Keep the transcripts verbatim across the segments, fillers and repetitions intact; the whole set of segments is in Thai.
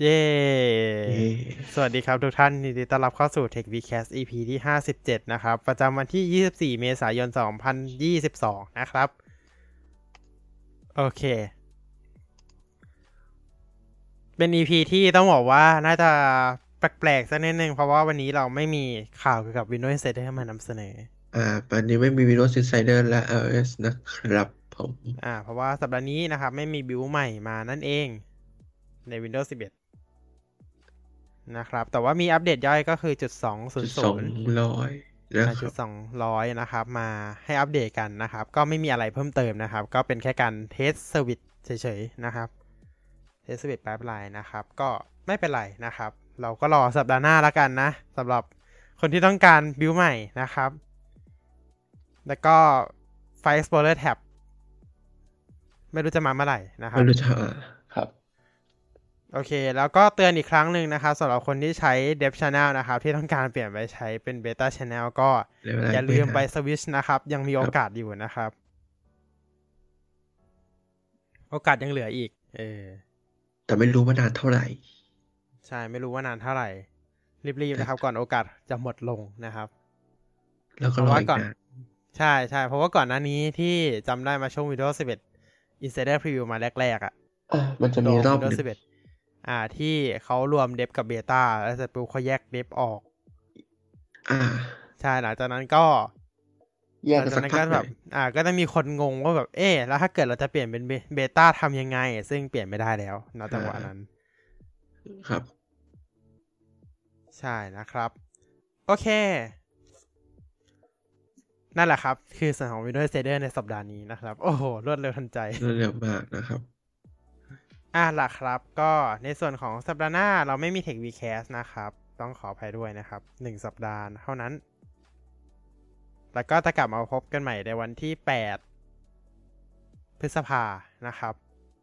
เย้เย้สวัสดีครับทุกท่านยินดีต้อนรับเข้าสู่ Tech Vcast อี พี ที่ห้าสิบเจ็ดนะครับประจำวันที่ยี่สิบสี่เมษายนสองพันยี่สิบสองนะครับโอเคเป็น อี พี ที่ต้องบอกว่าน่าจะแปลกๆสักนิดนึงเพราะว่าวันนี้เราไม่มีข่าวเกี่ยวกับ Windows Insider มานำเสนออ่าวันนี้ไม่มี Windows Insider และ iOS นะครับผมอ่าเพราะว่าสัปดาห์นี้นะครับไม่มีบิลใหม่มานั่นเองใน Windows สิบเอ็ดนะครับแต่ว่ามีอัปเดตย่อยก็คือจุดสองศูจุดสองนย์ศูนย์ร้อยนะคจุรับดสองร้อยนะครับมาให้อัปเดตกันนะครับก็ไม่มีอะไรเพิ่มเติมนะครับก็เป็นแค่การเทสเซอร์วิสเฉยๆนะครับเทสเซอร์วิสแป๊บไลน์นะครับก็ไม่เป็นไรนะครับเราก็รอสัปดาห์หน้าแล้วกันนะสำหรับคนที่ต้องการบิลใหม่นะครับแล้วก็ File Explorer Tab ไม่รู้จะมาเมื่อไหร่นะครับไม่รู้จะอ่าครับโอเคแล้วก็เตือนอีกครั้งหนึ่งนะครับสำหรับคนที่ใช้ Dev Channel นะครับที่ต้องการเปลี่ยนไปใช้เป็น Beta Channel ก็อย่าลืมไปสวิตช์นะครับยังมีโอกาสอยู่นะครับโอกาสยังเหลืออีกเออแต่ไม่รู้ว่านานเท่าไหร่ใช่ไม่รู้ว่านานเท่าไหร่รีบๆนะครับก่อนโอกาสจะหมดลงนะครับแล้วก็รออีกนานใช่ใช่เพราะว่าก่อนหน้านี้ที่จำได้มาช่วง Windows สิบเอ็ด Insider Preview มาแรกๆอ่ะอ่ามันจะมีรอบหนึ่ง Windows สิบเอ็ดอ่าที่เขารวมเดฟกับเบต้าแล้วเสร็จปุ๊บเขาแยกเดฟออกอ่าใช่หลังจากนั้นก็แยกกันสักพักแบบอ่าก็จะมีคนงงว่าแบบเอ๊ะแล้วถ้าเกิดเราจะเปลี่ยนเป็นเบต้าทำยังไงซึ่งเปลี่ยนไม่ได้แล้วณจังหวะนั้นครับใช่นะครับโอเคนั่นแหละครับคือส่วนของ Windows Insider ในสัปดาห์นี้นะครับโอ้โหรวดเร็วทันใจรวดเร็วมากนะครับอ่ะล่ะครับก็ในส่วนของสัปดาห์หน้าเราไม่มี Tech Vcast นะครับต้องขออภัยด้วยนะครับหนึ่งสัปดาห์เท่านั้นแล้วก็จะกลับมาพบกันใหม่ในวันที่แปดพฤษภานะครับ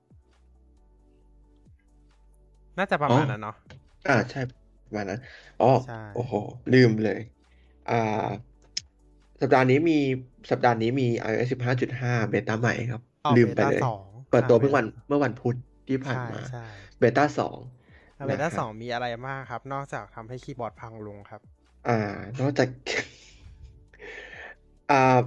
น่าจะประมาณนั้นเนาะอ่าใช่ประมาณนั้นอ๋อโอ้โหลืมเลยอ่าสัปดาห์นี้มีสัปดาห์นี้มี iOS สิบห้าจุดห้า เบต้าใหม่ครับลืมไปเลยเปิดตัวเพิ่งวันเมื่อวันพุธที่ผ่านมาเบต้าสองเบต้าสองมีอะไรมากครับนอกจากทำให้คีย์บอร์ดพังลงครับอ่านอกจากอ่า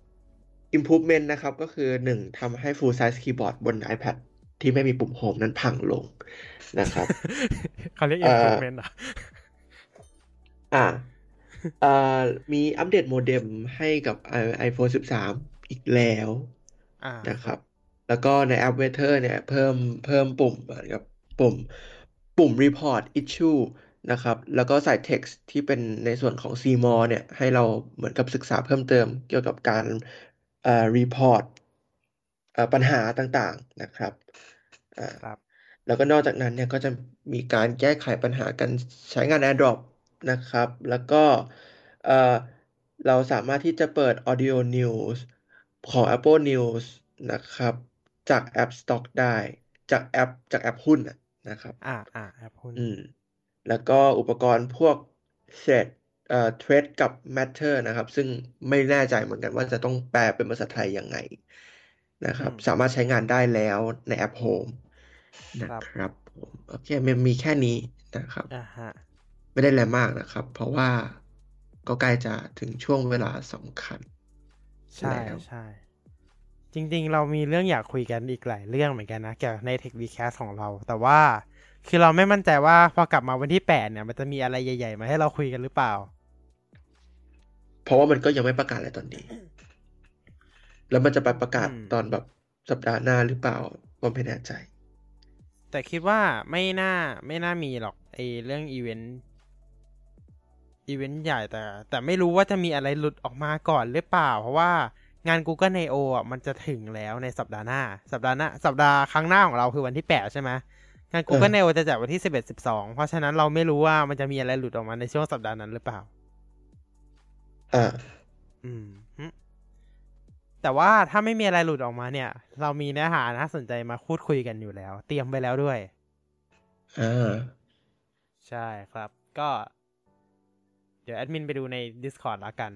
improvement นะครับก็คือหนึ่งทำให้ full size keyboard บน iPad ที่ไม่มีปุ่มโฮมนั้นพังลงนะครับเขาเรียก improvement อ่ะอ่าอ่ามีอัปเดตโมเด็มให้กับ iPhone สิบสามอีกแล้วนะครับแล้วก็ในแอป Weather เนี่ยเพิ่มเพิ่มปุ่มกับปุ่มปุ่ม report issue นะครับแล้วก็ใส่ text ที่เป็นในส่วนของ Cmore เนี่ยให้เราเหมือนกับศึกษาเพิ่มเติมเกี่ยวกับการเอ่อ report เอ่อปัญหาต่างๆนะครับอ่าแล้วก็นอกจากนั้นเนี่ยก็จะมีการแก้ไขปัญหาการใช้งาน AirDrop นะครับแล้วก็เอ่อเราสามารถที่จะเปิด Audio News ของ Apple News นะครับจาก App Stock ได้จากแอปจากแอปหุ้นนะครับอ่าอ่าแอปหุ้นอืมแล้วก็อุปกรณ์พวก Thread เอ่อ Thread กับ Matter นะครับซึ่งไม่แน่ใจเหมือนกันว่าจะต้องแปลเป็นภาษาไทยยังไงนะครับสามารถใช้งานได้แล้วในแอป Home นะครับผมโอเคมันมีแค่นี้นะครับอ่าฮะไม่ได้แรงมากนะครับเพราะว่าก็ใกล้จะถึงช่วงเวลาสำคัญใช่ใช่จริงๆเรามีเรื่องอยากคุยกันอีกหลายเรื่องเหมือนกันนะเกี่ยวกับใน Tech Vcast ของเราแต่ว่าคือเราไม่มั่นใจว่าพอกลับมาวันที่แปดเนี่ยมันจะมีอะไรใหญ่ๆมาให้เราคุยกันหรือเปล่าเพราะว่ามันก็ยังไม่ประกาศอะไรตอนนี้แล้วมันจะไปประกาศตอนแบบสัปดาห์หน้าหรือเปล่าก็ไม่แน่ใจแต่คิดว่าไม่น่าไม่น่ามีหรอกไอเรื่องอีเวนต์อีเวนต์ใหญ่แต่แต่ไม่รู้ว่าจะมีอะไรหลุดออกมาก่อนหรือเปล่าเพราะว่างาน Google ไอ โอ อ่ะมันจะถึงแล้วในสัปดาห์หน้าสัปดาห์หน้าสัปดาห์ครั้งหน้าของเราคือวันที่แปดใช่ไหมงาน Google ไอ โอ จะจัดวันที่สิบเอ็ด สิบสองเพราะฉะนั้นเราไม่รู้ว่ามันจะมีอะไรหลุดออกมาในช่วงสัปดาห์นั้นหรือเปล่าอ่าอืมแต่ว่าถ้าไม่มีอะไรหลุดออกมาเนี่ยเรามีเนื้อหาน่าสนใจมาพูดคุยกันอยู่แล้วเตรียมไปแล้วด้วยอ่าใช่ครับก็เดี๋ยวแอดมินไปดูใน Discord แล้วกัน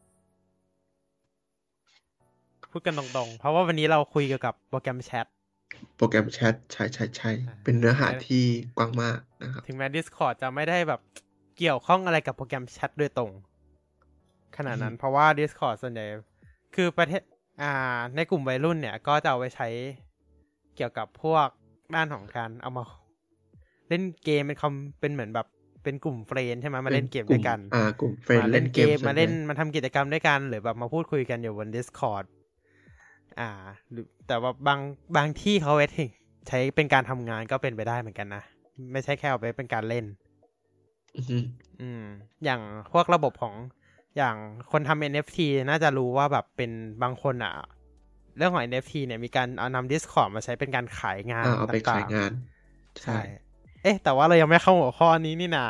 พูดกันตรงๆเพราะว่าวันนี้เราคุยเกี่ยวกับโปรแกรมแชทโปรแกรมแชทใช่ใช่ใช่เป็นเนื้อหาที่กว้างมากนะครับถึงแม้ Discord จะไม่ได้แบบเกี่ยวข้องอะไรกับโปรแกรมแชทโดยตรงขนาดนั้นเพราะว่า Discord ส่วนใหญ่คือประเทศอ่าในกลุ่มวัยรุ่นเนี่ยก็จะเอาไว้ใช้เกี่ยวกับพวกด้านของการเอามาเล่นเกมเป็นคอมเป็นเหมือนแบบเป็นกลุ่มเฟรนด์ใช่ไหมมาเล่นเกมด้วยกันอ่ากลุ่มเฟรนด์เล่นเกมมาเล่นมาทำกิจกรรมด้วยกันหรือแบบมาพูดคุยกันอยู่บน Discord อ่าหรือแต่ว่าบางบางที่เขาไว้ใช้เป็นการทำงานก็เป็นไปได้เหมือนกันนะไม่ใช่แค่เอาไปเป็นการเล่นอืมอย่างพวกระบบของอย่างคนทำ เอ็น เอฟ ที น่าจะรู้ว่าแบบเป็นบางคนอ่ะเรื่องของ เอ็น เอฟ ที เนี่ยมีการเอานำ Discord มาใช้เป็นการขายงานเอาไปขายงานใช่เอ๊ะแต่ว่าเรายังไม่เข้าหัวข้อนี้นี่นา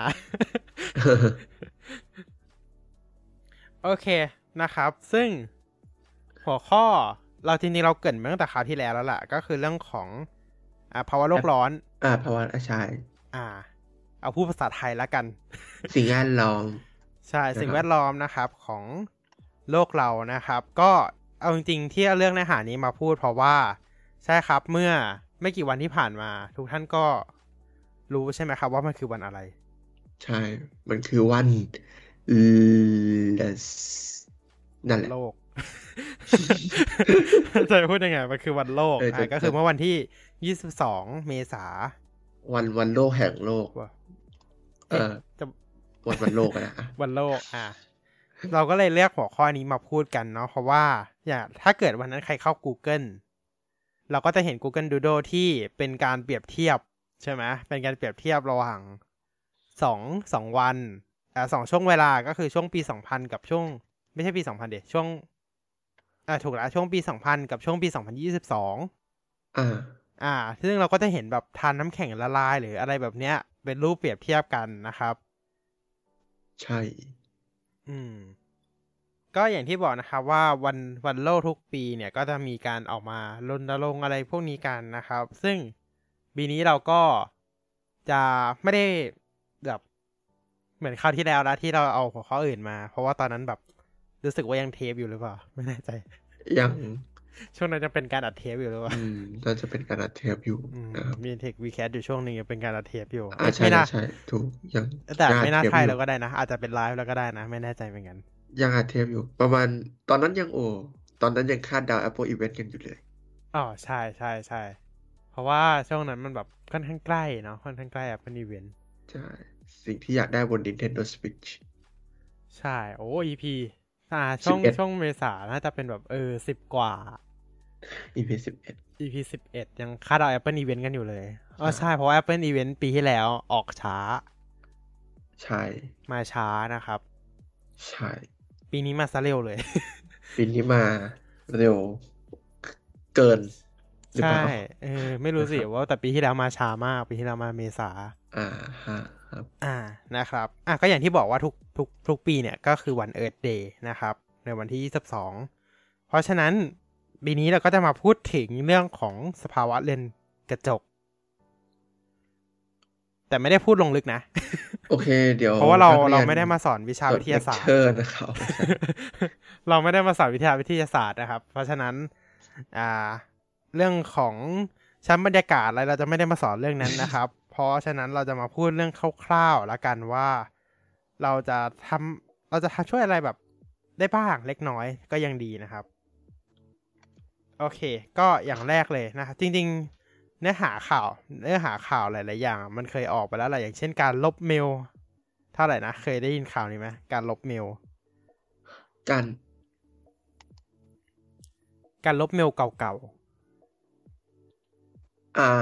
โอเคนะครับซึ่งหัวข้อเราจริงๆเราเกริ่นมาตั้งแต่คราวที่แล้วแล้วล่ะก็คือเรื่องของอ่าภาวะโลกร้อนอ่าภาวะใช่อ่าเอาพูดภาษาไทยแล้วกันสิ่งแวดล้อมใช่สิ่งแวดล้อมนะครับของโลกเรานะครับก็เอาจริงๆที่เอาเรื่องเนื้อหานี้มาพูดเพราะว่าใช่ครับเมื่อไม่กี่วันที่ผ่านมาทุกท่านก็รู้ใช่ไหมครับว่ามันคือวันอะไรใช่มันคือวันนั่นแหละโลกจะพูดยังไงมันคือวันโลกอ่าก็คือเมื่อวันที่ยี่สิบสองเมษายนวันวันโลกแห่งโลกเออจะวันวันโลกนะวันโลกอ่ะเราก็เลยเรียกหัวข้อนี้มาพูดกันเนาะเพราะว่าอย่างถ้าเกิดวันนั้นใครเข้า Google เราก็จะเห็น Google Doodle ที่เป็นการเปรียบเทียบใช่ไหมเป็นการเปรียบเทียบระหว่างสอง สองวันอ่าสองช่วงเวลาก็คือช่วงปีสองพันกับช่วงไม่ใช่ปีสองพันเดะช่วงอ่าถูกแล้วช่วงปีสองพันกับช่วงปีสองพันยี่สิบสองอ่าอ่าซึ่งเราก็จะเห็นแบบทานน้ำแข็งละลายหรืออะไรแบบเนี้ยเป็นรูปเปรียบเทียบกันนะครับใช่อืมก็อย่างที่บอกนะครับว่าวันวันโลกทุกปีเนี่ยก็จะมีการออกมารณรงค์อะไรพวกนี้กันนะครับซึ่งปีนี้เราก็จะไม่ได้แบบเหมือนคราวที่แล้วนะที่เราเอาหัวข้ออื่นมาเพราะว่าตอนนั้นแบบรู้สึกว่ายังเทปอยู่หรือเปล่าไม่แน่ใจยังช่วงนั้นจะเป็นการอัดเทปอยู่หรือเปล่าอืมน่าจะเป็นการอัดเทปอยู่นะครับมีเทควีแคสอยู่ช่วงนึงยังเป็นการอัดเทปอยู่อ่าใช่ใช่ถูกยังแต่ไม่น่าใช่แล้วก็ได้นะอาจจะเป็นไลฟ์แล้วก็ได้นะไม่แน่ใจเหมือนกันยังอัดเทปอยู่ประมาณตอนนั้นยังโอ้ตอนนั้นยังคาดเดา Apple Event กันอยู่เลยอ๋อใช่ใช่ใช่เพราะว่าช่วงนั้นมันแบบค่อนข้างใกล้เนาะค่อนข้างใกล้ Apple Event ใช่สิ่งที่อยากได้บน Nintendo Switch ใช่โอ้ อี พี อ่าช่วงช่วงเมษาน่าจะเป็นแบบเออสิบกว่าอี พี สิบเอ็ดอี พี สิบเอ็ดยังคาดเอา Apple Event กันอยู่เลยอ๋อใช่เพราะว่า Apple Event ปีที่แล้วออกช้าใช่มาช้านะครับใช่ปีนี้มาซะเร็วเลยปีนี้มาเร็วเกินใช่เออไม่รู้สิว่าแต่ปีที่แล้วมาช้ามากปีที่แล้วมาเมษาอ่าฮะครับอ่านะครับอ่ะก็อย่างที่บอกว่าทุกทุกทุกปีเนี่ยก็คือวัน Earth Day นะครับในวันที่ยี่สิบสองเพราะฉะนั้นปีนี้เราก็จะมาพูดถึงเรื่องของสภาวะเรือนกระจกแต่ไม่ได้พูดลงลึกนะโอเคเดี๋ยวเพราะว่าเราเราไม่ได้มาสอนวิชาวิทยาศาสตร์นะครับเราไม่ได้มาสอนวิทยาวิทยาศาสตร์นะครับเพราะฉะนั้นอ่าเรื่องของชั้นบรรยากาศอะไรเราจะไม่ได้มาสอนเรื่องนั้นนะครับ เพราะฉะนั้นเราจะมาพูดเรื่องคร่าวๆแล้วกันว่าเราจะทำเราจะช่วยอะไรแบบได้บ้างเล็กน้อยก็ยังดีนะครับโอเคก็อย่างแรกเลยนะครับจริงๆเนื้อหาข่าวเนื้อหาข่าวหลายๆอย่างมันเคยออกไปแล้วแหละอย่างเช่นการลบเมลเท่าไหร่นะเคยได้ยินข่าวนี้ไหมการลบเมลการการลบเมลเก่าๆอ่า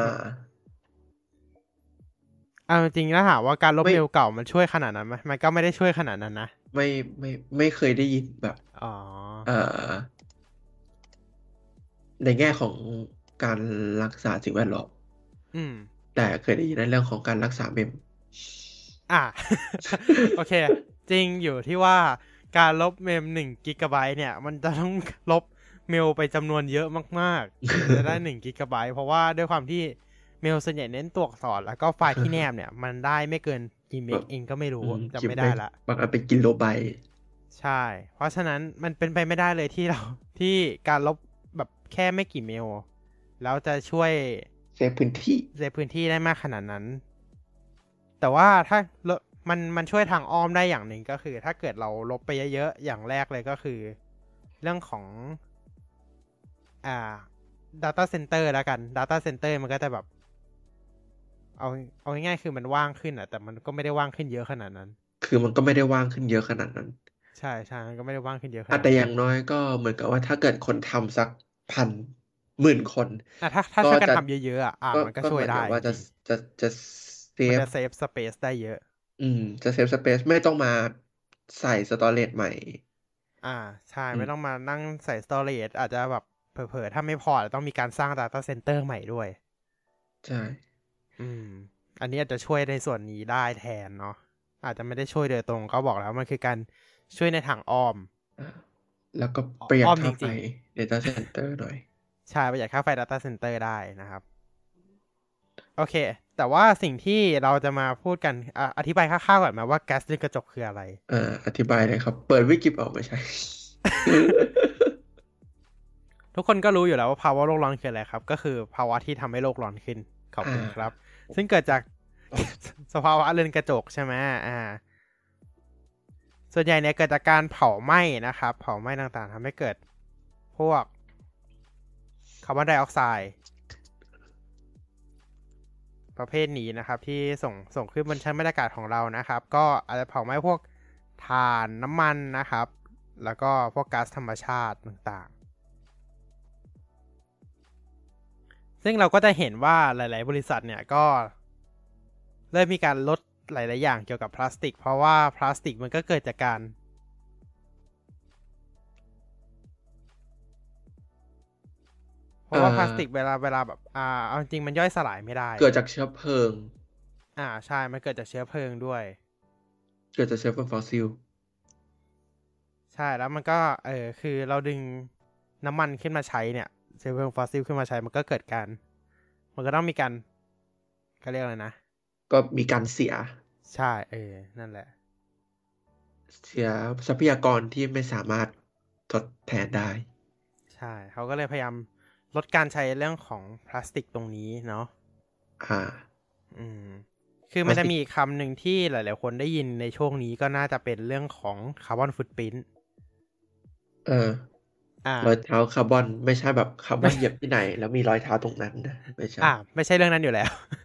เอาจริงๆนะถามว่าการลบเมลเก่ามันช่วยขนาดนั้นไหมมันก็ไม่ได้ช่วยขนาดนั้นนะไม่ไม่ไม่เคยได้ยินแบบอ๋อเอ่อในแง่ของการรักษาสิ่งแวดล้อมอืมแต่เคยได้ยินในเรื่องของการรักษาเมมอ่ะ โอเคจริงอยู่ที่ว่าการลบเมมหนึ่งกิกะไบต์เนี่ยมันจะต้องลบเมลไปจำนวนเยอะมากๆจะได้หนึ่งกิกะไบต์เพราะว่าด้วยความที่เมลส่วนใหญ่เน้นตัวอักษรแล้วก็ไฟล์ที่แนบเนี่ยมันได้ไม่เกินกี่เมกเองก็ไม่รู้จำไม่ได้ละบางอันเป็นกิโลไบต์ใช่เพราะฉะนั้นมันเป็นไปไม่ได้เลยที่เราที่การลบแบบแค่ไม่กี่เมลแล้วจะช่วยเซฟพื้นที่เซฟพื้นที่ได้มากขนาดนั้นแต่ว่าถ้ามันมันช่วยทางอ้อมได้อย่างหนึ่งก็คือถ้าเกิดเราลบไปเยอะๆอย่างแรกเลยก็คือเรื่องของอ่า data center แล้วกัน data center มันก็จะแบบเอาเอาง่ายๆคือมันว่างขึ้นอ่ะแต่มันก็ไม่ได้ว่างขึ้นเยอะขนาดนั้นคือมันก็ไม่ได้ว่างขึ้นเยอะขนาดนั้นใช่ใช่มันก็ไม่ได้ว่างขึ้นเยอะขนาดแต่นั้นอย่างน้อยก็เหมือนกับว่าถ้าเกิดคนทำสักพันหมื่นคนอ่ะถ้าถ้าก็ช่วยกันจะทำเยอะๆอ่ะอ่ะก็มันก็ก็เหมือนช่วยได้กับว่าจะจริงจะจะเซฟมันจะเซฟสเปซได้เยอะอืมจะเซฟสเปซไม่ต้องมาใส่สตอเรจใหม่อ่าใช่อืมไม่ต้องมานั่งใส่ storage อาจจะแบบเผลอๆถ้าไม่พอต้องมีการสร้าง data center ใหม่ด้วยใช่อืมอันนี้อาจจะช่วยในส่วนนี้ได้แทนเนาะอาจจะไม่ได้ช่วยโดยตรงก็บอกแล้วมันคือการช่วยในทางอ้อมแล้วก็ประหยัดอ้อมจค่าไฟริง Data Center หน่อยๆใช่ประหยัดค่าไฟ data center ได้นะครับโอเคแต่ว่าสิ่งที่เราจะมาพูดกันอ่ะอธิบายคร่าวๆก่อนมาว่าแก๊สเรือนกระจกคืออะไรอ่าอธิบายเลยครับ เปิดวิกิออกไม่ใช่ทุกคนก็รู้อยู่แล้วว่าภาวะโลกร้อนคืออะไรครับก็คือภาวะที่ทำให้โลกร้อนขึ้นขอบคุณครับซึ่งเกิดจากสภาวะเรือนกระจกใช่ไหมอ่าส่วนใหญ่เนี่ยเกิดจากการเผาไหม้นะครับเผาไหม้ต่างๆทำให้เกิดพวกคาร์บอนไดออกไซด์ประเภทนี้นะครับที่ส่งส่งขึ้นบนชั้นบรรยากาศของเรานะครับก็อาจจะเผาไหม้พวกถ่านน้ำมันนะครับแล้วก็พวกก๊าซธรรมชาติต่างๆซึ่งเราก็จะเห็นว่าหลายๆบริษัทเนี่ยก็เริ่มมีการลดหลายๆอย่างเกี่ยวกับพลาสติกเพราะว่าพลาสติกมันก็เกิดจากการเพราะว่าพลาสติกเวลาเวลาแบบอ่าเอาจริงมันย่อยสลายไม่ได้เกิดจากเชื้อเพลิงอ่าใช่มันเกิดจากเชื้อเพลิงด้วยเกิดจากเชื้อเพลิงฟอสซิลใช่แล้วมันก็เออคือเราดึงน้ำมันขึ้นมาใช้เนี่ยเชื้อเพลิงฟอสซิลขึ้นมาใช้มันก็เกิดการมันก็ต้องมีการเขาเรียกอะไรนะก็มีการเสียใช่เออนั่นแหละเสียทรัพยากรที่ไม่สามารถทดแทนได้ใช่เขาก็เลยพยายามลดการใช้เรื่องของพลาสติกตรงนี้เนาะอ่าอืมคือมันจะมีคำหนึ่งที่หลายๆคนได้ยินในช่วงนี้ก็น่าจะเป็นเรื่องของคาร์บอนฟุตพริ้นท์เออรอยเท้าคาร์บอนไม่ใช่แบบคาร์บอนเหยียบที่ไหนแล้วมีรอยเท้าตรงนั้นนะไม่ใช่อ่าไม่ใช่เรื่องนั้นอยู่แล้ว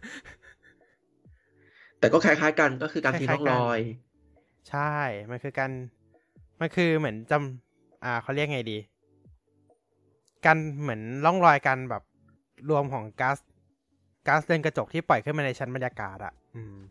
แต่ก็คล้ายๆกันก็คือการทิ้งร่องรอยใช่มันคือการมันคือเหมือนจำอ่าเขาเรียกไงดีการเหมือนร่องรอยการแบบรวมของก๊าซก๊าซเรือนกระจกที่ปล่อยขึ้นมาในชั้นบรรยากาศอ่ะอืม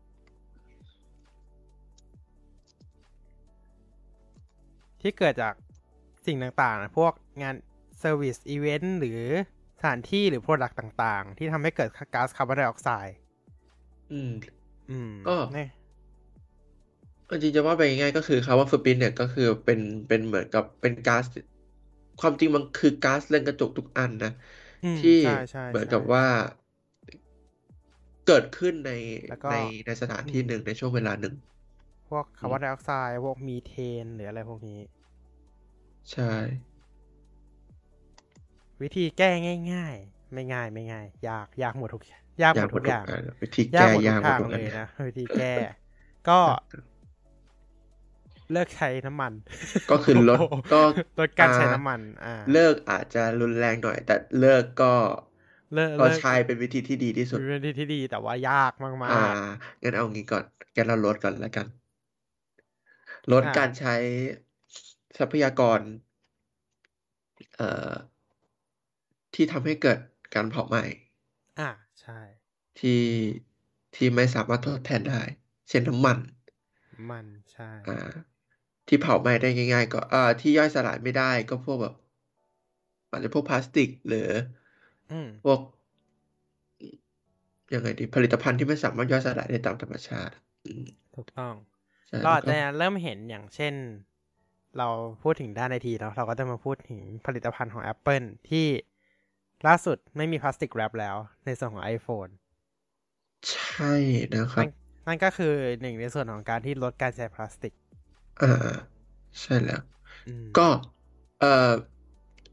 ที่เกิดจากสิ่งต่างๆนะพวกงานเซอร์วิสอีเวนต์หรือสถานที่หรือโปรดักต์ต่างๆที่ทำให้เกิดก๊าซคาร์บอนไดออกไซด์อืมอืมก็เนี่ยจริงๆจะว่าไปง่ายๆก็คือคาร์บอนฟุตพริ้นท์เนี่ยก็คือเป็นเป็นเหมือนกับเป็นก๊าซความจริงมันคือก๊าซเรือนกระจกทุกอันนะที่ใช่ใช่เหมือนใช่กับว่าเกิดขึ้นในแล้วก็ในในสถานที่หนึ่งในช่วงเวลาหนึ่งพวกคาร์บอนไดออกไซด์พวกมีเทนหรืออะไรพวกนี้ใช่วิธีแก้ง่ายๆไม่ง่ายไม่ง่ายยากยากหมดทุกยากหมดทุกอย่างวิธียากแก้หมดทุกยากหมดทางทุกอันเลยนะวิธีแก้ก็เลิกใช้น้ำมันก็คือลดก็ลดการใช้น้ำมันอ่าเลิกอาจจะรุนแรงหน่อย แต่เลิกก็เลิกก็เลิกใช้เป็นวิธีที่ดีที่สุดเป็นวิธีที่ดีแต่ว่ายากมาอ่ากงั้นเอางี้ก่อนแกเราลดก่อนแล้วกันลดๆอ่าการใช้ทรัพยากรเอ่อที่ทำให้เกิดการเผาไหม้อ่าใช่ที่ที่ไม่สามารถทดแทนได้เช่นน้ำมันมันใช่อ่าที่เผาไหม้ได้ง่ายๆก็อ่าที่ย่อยสลายไม่ได้ก็พวกแบบอาจจะพวกพลาสติกหรืออืมพวกยังไงดีผลิตภัณฑ์ที่ไม่สามารถย่อยสลายได้ตามธรรมชาติอืมถูกต้องใช่เราแล้วก็อาจจะเริ่มเห็นอย่างเช่นเราพูดถึงด้านไอทีแล้วเราก็จะมาพูดถึงผลิตภัณฑ์ของ Apple ที่ล่าสุดไม่มีพลาสติกแรปแล้วในส่วนของ iPhone ใช่นะครันั่บนนั่นก็คือหนึ่งในส่วนของการที่ลดการใช้พลาสติกอ่าใช่แล้วอืมก็เอ่อ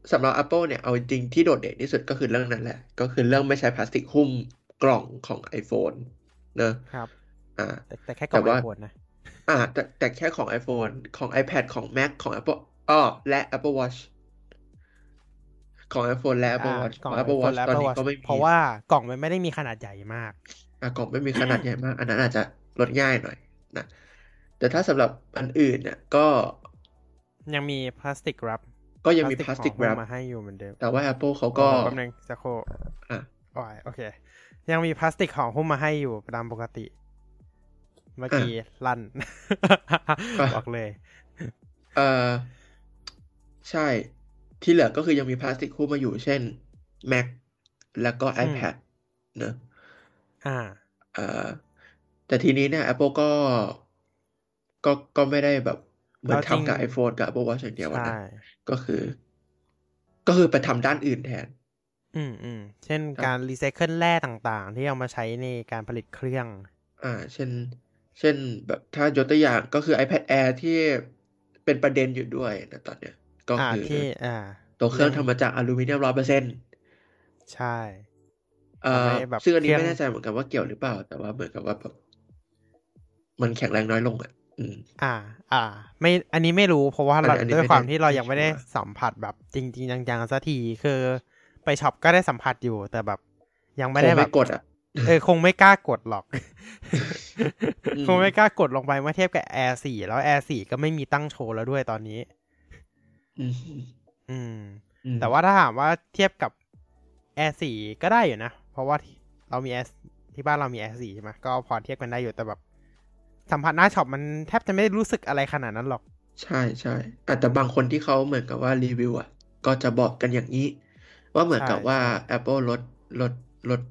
สำหรับ Apple เนี่ยเอาจริงๆที่โดดเด่นที่สุดก็คือเรื่องนั้นแหละก็คือเรื่องไม่ใช้พลาสติกหุ้มกล่องของ iPhone เนอะครับอ่าแต่แต่แค่กล่อง iPhone นะอ่าแต่แต่แค่ของ iPhone ของ iPad ของ Mac ของ Apple อ้อและ Apple Watch ของ iPhone และ Apple Watch ของ Apple Watch ตอนนี้ก็ไม่มีเพราะว่ากล่องมันไม่ได้มีขนาดใหญ่มากอ่ากล่องไม่มีขนาดใหญ่มากอันนั้นอาจจะลดง่ายหน่อยนะแต่ถ้าสำหรับอันอื่นเนี่ยก็ยังมีพลาสติกแรปก็ยังมีพลาสติกแรปมาให้อยู่เหมือนเดิมแต่ว่า Apple เขาก็แป๊บนึงสักครู่อ่ะโอเคยังมีพลาสติกห่อหุ้มมาให้อยู่ตามปกติเมื่อกี้ลั่นบอกเลยเออใช่ที่เหลือก็คือยังมีพลาสติกหุ้มมาอยู่เช่น Mac แล้วก็ iPad เนอะอ่าเอ่อแต่ทีนี้เนี่ย Apple ก็ก็ก็ไม่ได้แบบเหมือนทำกับ iPhone กับ Apple Watch อย่างเดียวนะก็คือก็คือไปทำด้านอื่นแทนอืมอืมเช่นการรีไซเคิลแร่ต่างๆที่เอามาใช้ในการผลิตเครื่องอ่าเช่นเช่นแบบถ้ายกตัวอย่างก็คือ iPad Air ที่เป็นประเด็นอยู่ด้วยนะตอนเนี้ยก็คือที่อ่าตัวเครื่องทำมาจากอลูมิเนียมร้อยเปอร์เซ็นต์ใช่เอ่อซึ่งอันนี้ไม่แน่ใจเหมือนกันว่าเกี่ยวหรือเปล่าแต่ว่าเหมือนกับว่าแบบมันแข็งแรงน้อยลงอ่ะอืมอ่าอ่าไม่อันนี้ไม่รู้เพราะว่าเราด้วยความที่เรายังไม่ได้สัมผัสแบบจริงๆจังๆสักทีคือไปช็อปก็ได้สัมผัสอยู่แต่แบบยังไม่ได้แบบกดอ่ะเออคงไม่กล้ากดหรอกคงไม่กล้ากดลงไปเมื่อเทียบกับ Air สี่แล้ว Air สี่ก็ไม่มีตั้งโชว์แล้วด้วยตอนนี้อืมอืมแต่ว่าถ้าถามว่าเทียบกับ Air สี่ก็ได้อยู่นะเพราะว่าเรามี Air ที่บ้านเรามี Air สี่ใช่ไหมก็พอเทียบกันได้อยู่แต่แบบสัมผัสหน้าช็อปมันแทบจะไม่รู้สึกอะไรขนาดนั้นหรอกใช่ใช่แต่บางคนที่เขาเหมือนกับว่ารีวิวอ่ะก็จะบอกกันอย่างนี้ว่าเหมือนกับว่า Apple ลดลดลด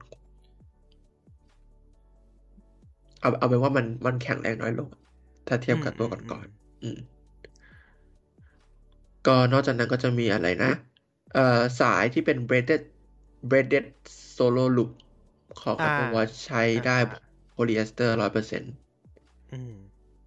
เอาเอาเป็นว่ามันมันแข็งแรงน้อยลงถ้าเทียบกับตัวก่อนๆอืมก็นอกจากนั้นก็จะมีอะไรนะเอ่อสายที่เป็น braided braided solo loop ของ Apple Watch ใช้ได้โพลีเอสเตอร์ ร้อยเปอร์เซ็นต์อืม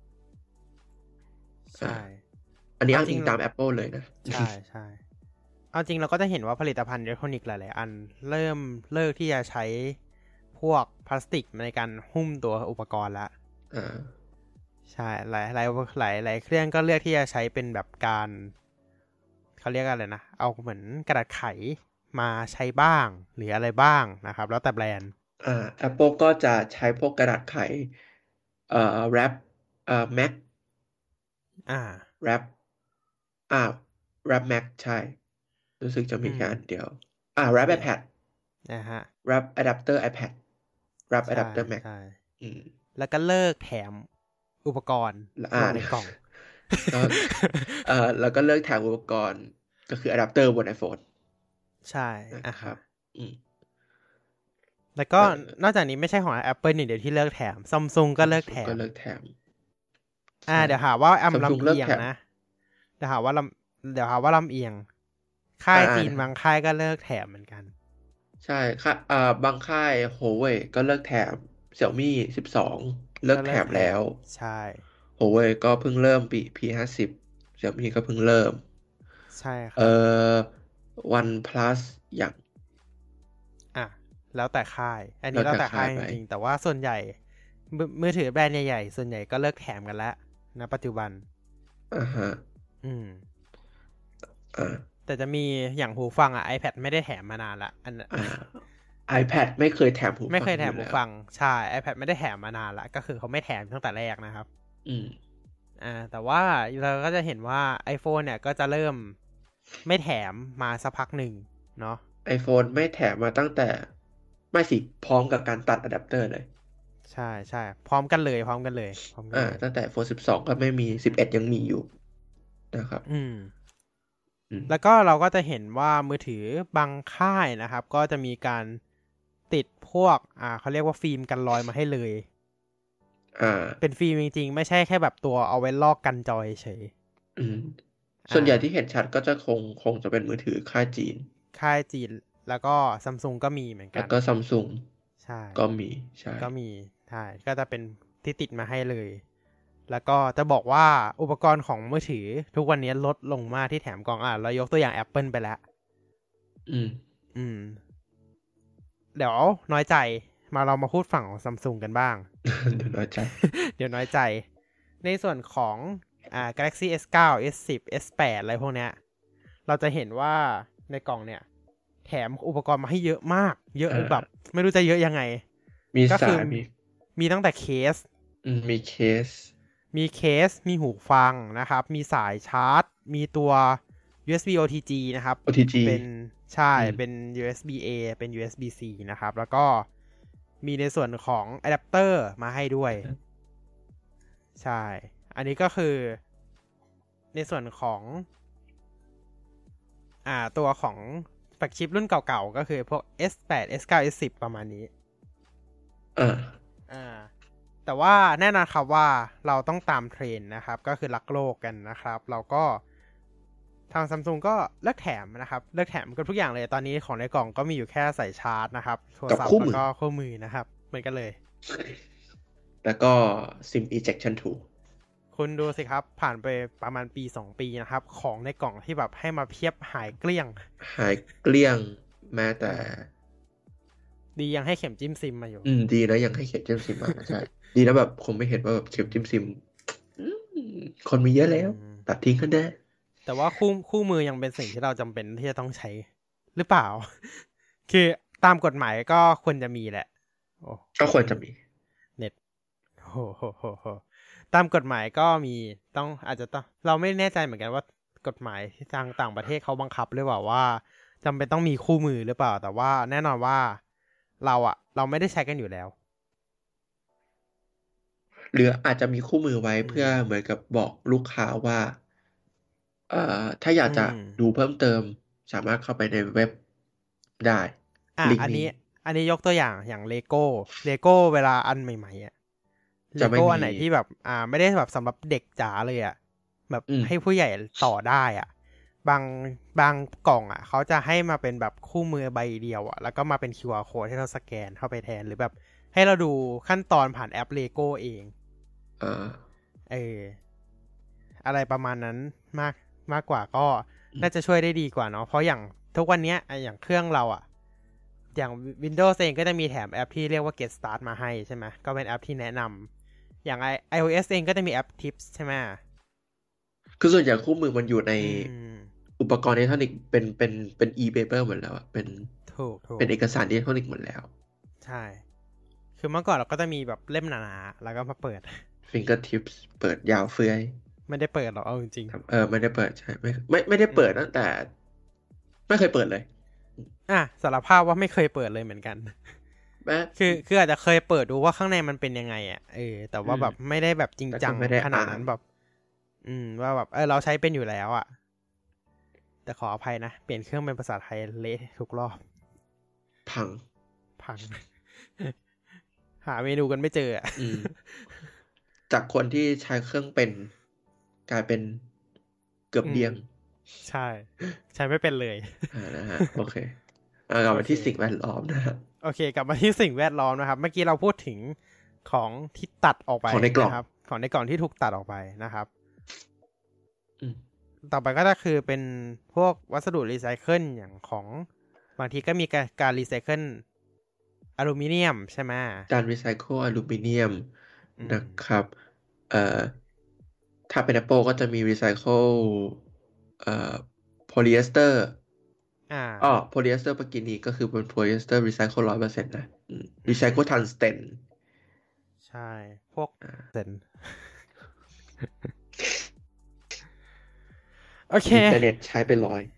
ใช่อันนี้อ้างอิงตาม Apple เลยนะใช่ใช่เอาจริงเราก็จะเห็นว่าผลิตภัณฑ์อิเล็กทรอนิกส์หลายๆอันเริ่มเลิกที่จะใช้พวกพลาสติกในการหุ้มตัวอุปกรณ์แล้วอ่าใช่หลายหลายหลายหลายเครื่องก็เลือกที่จะใช้เป็นแบบการเขาเรียกอะไรนะเอาเหมือนกระดาษไขมาใช้บ้างหรืออะไรบ้างนะครับแล้วแต่แบรนด์อ่า Apple ก็จะใช้พวกกระดาษไขเอ่อ wrap เอ่อ Mac อ่า wrap อ่า wrap Mac ใช่รู้สึกจะมีแค่อันเดียวอ่า wrap iPad นะฮะ wrap adapter iPad wrap adapter Mac อืมแล้วก็เลิกแถมอุปกรณ์ลงในกล่องแล้วเอ่อแล้วก็เลิกแถมอุปกรณ์ก็คืออะแดปเตอร์บน iPhone ใช่นะครับอืมแล้วก็นอกจากนี้ไม่ใช่ของ Apple นี่เดี๋ยวที่เลิกแถม Samsung ก็เลิกแถมก็เลิกแถมอ่าเดี๋ยวหาว่าแอมลำเอียงนะเดี๋ยวหาว่าลำเดี๋ยวหาว่าลำเอียงค่ายจีนบางค่ายก็เลิกแถมเหมือนกันใช่ค่ะอ่าบางค่าย Huawei ก็เลิกแถม Xiaomi สิบสองเลิกแถมแล้วใช่ Huawei ก็เพิ่งเริ่มปี พี ห้าสิบ Xiaomi ก็เพิ่งเริ่มใช่ครับเอ่อ OnePlus อย่างอ่ะแล้วแต่ค่ายอันนี้แล้วแต่ค่ายจริงๆแต่ว่าส่วนใหญ่มือถือแบรนด์ใหญ่ๆส่วนใหญ่ก็เลิกแถมกันแล้วณปัจจุบันอ่าฮะอืมอ่าแต่จะมีอย่างหูฟังอ่ะ iPad ไม่ได้แถมมานานละอันอ่า iPad ไม่เคยแถมหูฟังไม่เคยแถมหูฟังใช่ iPad ไม่ได้แถมมานานละก็คือเขาไม่แถมตั้งแต่แรกนะครับอืมอ่าแต่ว่าเราก็จะเห็นว่า iPhone เนี่ยก็จะเริ่มไม่แถมมาสักพักหนึ่งเนาะ iPhone ไม่แถมมาตั้งแต่ไม่สิพร้อมกับการตัดอะแดปเตอร์เลยใช่ใช่พร้อมกันเลยพร้อมกันเลยพร้อมกันอ่าตั้งแต่ iPhone สิบสองก็ไม่มีสิบเอ็ดยังมีอยู่นะครับอืมแล้วก็เราก็จะเห็นว่ามือถือบางค่ายนะครับก็จะมีการติดพวกอ่าเขาเรียกว่าฟิล์มกันรอยมาให้เลยอ่าเป็นฟิล์มจริงๆไม่ใช่แค่แบบตัวเอาไว้ลอกกันจอยเฉยอืมส่วนใหญ่ที่เห็นชัดก็จะคงคงจะเป็นมือถือค่ายจีนค่ายจีนแล้วก็ Samsung ก็มีเหมือนกันแล้วก็ Samsung ใช่ก็มีใช่ก็มีใช่ก็จะเป็นที่ติดมาให้เลยแล้วก็จะบอกว่าอุปกรณ์ของมือถือทุกวันนี้ลดลงมากที่แถมกล่องอ่ะเรายกตัวอย่าง Apple ไปแล้วอืมอืมเดี๋ยวน้อยใจมาเรามาพูดฝั่งของ Samsung กันบ้างเดี๋ยวน้อยใจเดี๋ยวน้อยใจในส่วนของอ่า Galaxy เอส ไนน์ เอส สิบ เอส แปด อะไรพวกเนี้ยเราจะเห็นว่าในกล่องเนี่ยแถมอุปกรณ์มาให้เยอะมากเยอะแบบไม่รู้จะเยอะยังไงมีสายมีมีตั้งแต่เคสมีเคสมีเคสมีหูฟังนะครับมีสายชาร์จมีตัว ยู เอส บี โอ ที จี นะครับโอ ที จีเป็นใช่เป็น ยู เอส บี เอ เป็น ยู เอส บี ซี นะครับแล้วก็มีในส่วนของอะแดปเตอร์มาให้ด้วยใช่อันนี้ก็คือในส่วนของอ่าตัวของแฟลกชิปรุ่นเก่าๆก็คือพวก เอส แปด เอส ไนน์ เอส สิบ ประมาณนี้อ่าอ่าแต่ว่าแน่นอนครับว่าเราต้องตามเทรนด์นะครับก็คือรักโลกกันนะครับเราก็ทาง Samsung ก็เลือกแถมนะครับเลือกแถมกับทุกอย่างเลยตอนนี้ของในกล่องก็มีอยู่แค่ใส่ชาร์จนะครับโทรศัพท์แล้วก็คู่มือนะครับเหมือนกันเลยแล้วก็ SIM ejection tool คุณดูสิครับผ่านไปประมาณปีสองปีนะครับของในกล่องที่แบบให้มาเพียบหายเกลี้ยงหายเกลี้ยงแม้แต่ดียังให้เข็มจิ้มซิมมาอยู่อืมดีนะยังให้เข็มจิ้มซิมมาใช่ดีนะแบบคงไม่เห็นว่าแบบเข็มจิ้มซิมคนมีเยอะแล้วตัดทิ้งกันได้แต่ว่าคู่คู่มือยังเป็นสิ่งที่เราจำเป็นที่จะต้องใช้หรือเปล่าคือตามกฎหมายก็ควรจะมีแหละก็ควรจะมีเน็ตโหโหโหโหตามกฎหมายก็มีต้องอาจจะต้องเราไม่แน่ใจเหมือนกันว่ากฎหมายทางต่างประเทศเขาบังคับหรือเปล่าว่าจำเป็นต้องมีคู่มือหรือเปล่าแต่ว่าแน่นอนว่าเราอะเราไม่ได้ใช้กันอยู่แล้วหรืออาจจะมีคู่มือไว้เพื่อเหมือนกับบอกลูกค้าว่าเอ่อถ้าอยากจะดูเพิ่มเติมสามารถเข้าไปในเว็บได้อ่ะอันนี้อันนี้ยกตัวอย่างอย่างเลโก้เลโก้เวลาอันใหม่ๆอ่ะเลโก้อันไหนที่แบบอ่าไม่ได้แบบสำหรับเด็กจ๋าเลยอ่ะแบบให้ผู้ใหญ่ต่อได้อ่ะบางบางกล่องอ่ะเขาจะให้มาเป็นแบบคู่มือใบเดียวอ่ะแล้วก็มาเป็น คิว อาร์ code ให้เราสแกนเข้าไปแทนหรือแบบให้เราดูขั้นตอนผ่านแอปเลโก้เองเออเอออะไรประมาณนั้นมากมากกว่าก็น่าจะช่วยได้ดีกว่าเนาะเพราะอย่างทุกวันนี้อย่างเครื่องเราอ่ะอย่าง Windows เองก็จะมีแถมแอปที่เรียกว่า Get Start มาให้ใช่ไหมก็เป็นแอปที่แนะนำอย่าง iOS เองก็จะมีแอป Tips ใช่ไหมคือส่วนใหญ่คู่มือมันอยู่ในอุปกรณ์อิเล็กทรอนิกส์เป็นเป็นเป็น e-paper หมดแล้วอ่ะเป็นถูกถูกเป็นเอกสารอิเล็กทรอนิกส์หมดแล้วใช่คือเมื่อก่อนเราก็จะมีแบบเล่มหนาๆแล้วก็มาเปิด fingertips เปิดยาวเฟื้อยไม่ได้เปิดหรอกเอาจริงๆเออไม่ได้เปิดใช่ไม่ไม่ไม่ได้เปิดตั้งแต่ไม่เคยเปิดเลยอ่ะสารภาพว่าไม่เคยเปิดเลยเหมือนกันคือคืออาจจะเคยเปิดดูว่าข้างในมันเป็นยังไงอ่ะเออแต่ว่าแบบไม่ได้แบบจริงจังขนาดนั้นแบบอืมว่าแบบเออเราใช้เป็นอยู่แล้วอ่ะแต่ขออภัยนะเปลี่ยนเครื่องเป็นภาษาไทยเละทุกรอบพังพังหาเมนูกันไม่เจออ่ะจากคนที่ใช้เครื่องเป็นกลายเป็นเกือบเดียงใช่ใช้ไม่เป็นเลยอ่านะฮะโอเคเอากลับมาที่สิ่งแวดล้อมนะฮะโอเคกลับมาที่สิ่งแวดล้อมนะครับเมื่อกี้เราพูดถึงของที่ตัดออกไปของในกล่องนะครับของในกล่องที่ถูกตัดออกไปนะครับต่อไปก็จะคือเป็นพวกวัสดุรีไซเคิลอย่างของบางทีก็มีการรีไซเคิลอลูมิเนียมใช่ไหมการรีไซเคิลอลูมิเนียมนะครับเอ่อถ้าเป็น Apple ก็จะมีรีไซเคิลเอ่อโพลีเอสเตอร์อ่าอ๋อโพลีเอสเตอร์เมื่อกี้นี้ก็คือเป็นโพลีเอสเตอร์รีไซเคิลร้อยเปอร์เซ็นต์นะรีไซเคิลทันสเตนใช่พวกเซนโอเคอินเทอร์เน็ตใช้ไปร้อย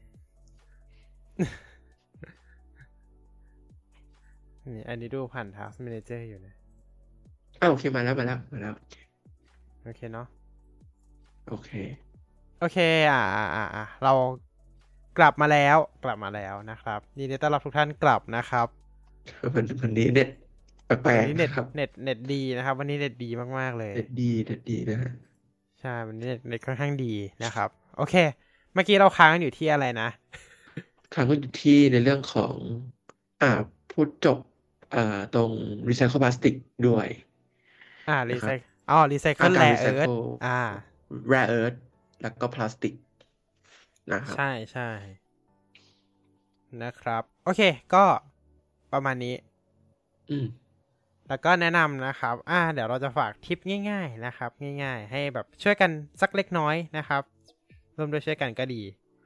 นี่อันนี้ดูผ่าน Task Manager อยู่นะอ้าวโอเคมาแล้วมาแล้วมาแล้วโอเคเนาะโอเคโอเคอ่าอ่าอ่าเรากลับมาแล้วกลับมาแล้วนะครับยินดีต้อนรับทุกท่านกลับนะครับวันวันนี้เน็ตแปลกๆนะครับเน็ตเน็ตดีนะครับวันนี้เน็ตดีมากๆเลยเน็ตดีเน็ตดีนะฮะใช่วันนี้เน็ตค่อนข้างดีนะครับโอเคเมื่อกี้เราค้างกันอยู่ที่อะไรนะค้างกันอยู่ที่ในเรื่องของอ่าพูดจบอ่าตรงรีไซเคิลพลาสติกด้วยอ่ารีไซเคิลอ๋อรีไซเคิลแร่เอิร์ธอ่าแร่เอิร์ธแล้วก็พลาสติกนะครับใช่ใช่นะครับโอเคก็ประมาณนี้อืมแล้วก็แนะนำนะครับอ่าเดี๋ยวเราจะฝากทิปง่ายๆนะครับง่ายๆให้แบบช่วยกันสักเล็กน้อยนะครับร่วมด้วยช่วยกันก็ดี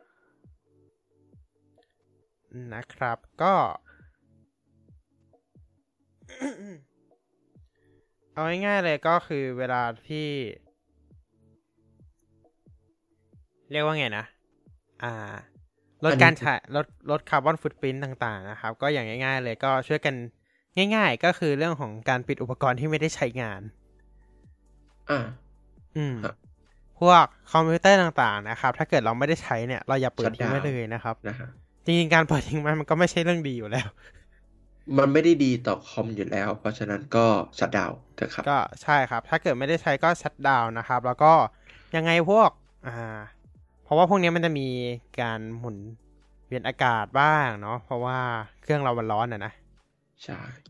นะครับก็ เอาง่ายๆเลยก็คือเวลาที่เรียกว่าไงนะอ่าลดการใช้ลดลดคาร์บอนฟุตพริ้นท์ต่างๆนะครับก็อย่างง่ายๆเลยก็ช่วยกันง่ายๆก็คือเรื่องของการปิดอุปกรณ์ที่ไม่ได้ใช้งานอ่าอืมพวกคอมพิวเตอร์ต่างๆนะครับถ้าเกิดเราไม่ได้ใช้เนี่ยเราอย่าเปิดทิ้งไว้เลยนะครับจริงๆการเปิดทิ้งมันมันก็ไม่ใช่เรื่องดีอยู่แล้วมันไม่ได้ดีต่อคอมอยู่แล้วเพราะฉะนั้นก็ชัตดาวน์เถอะครับก็ใช่ครับถ้าเกิดไม่ได้ใช้ก็ชัตดาวน์นะครับแล้วก็ยังไงพวกอ่าเพราะว่าพวกนี้มันจะมีการหมุนเวียนอากาศบ้างเนาะเพราะว่าเครื่องเรามันร้อนอ่ะนะใช่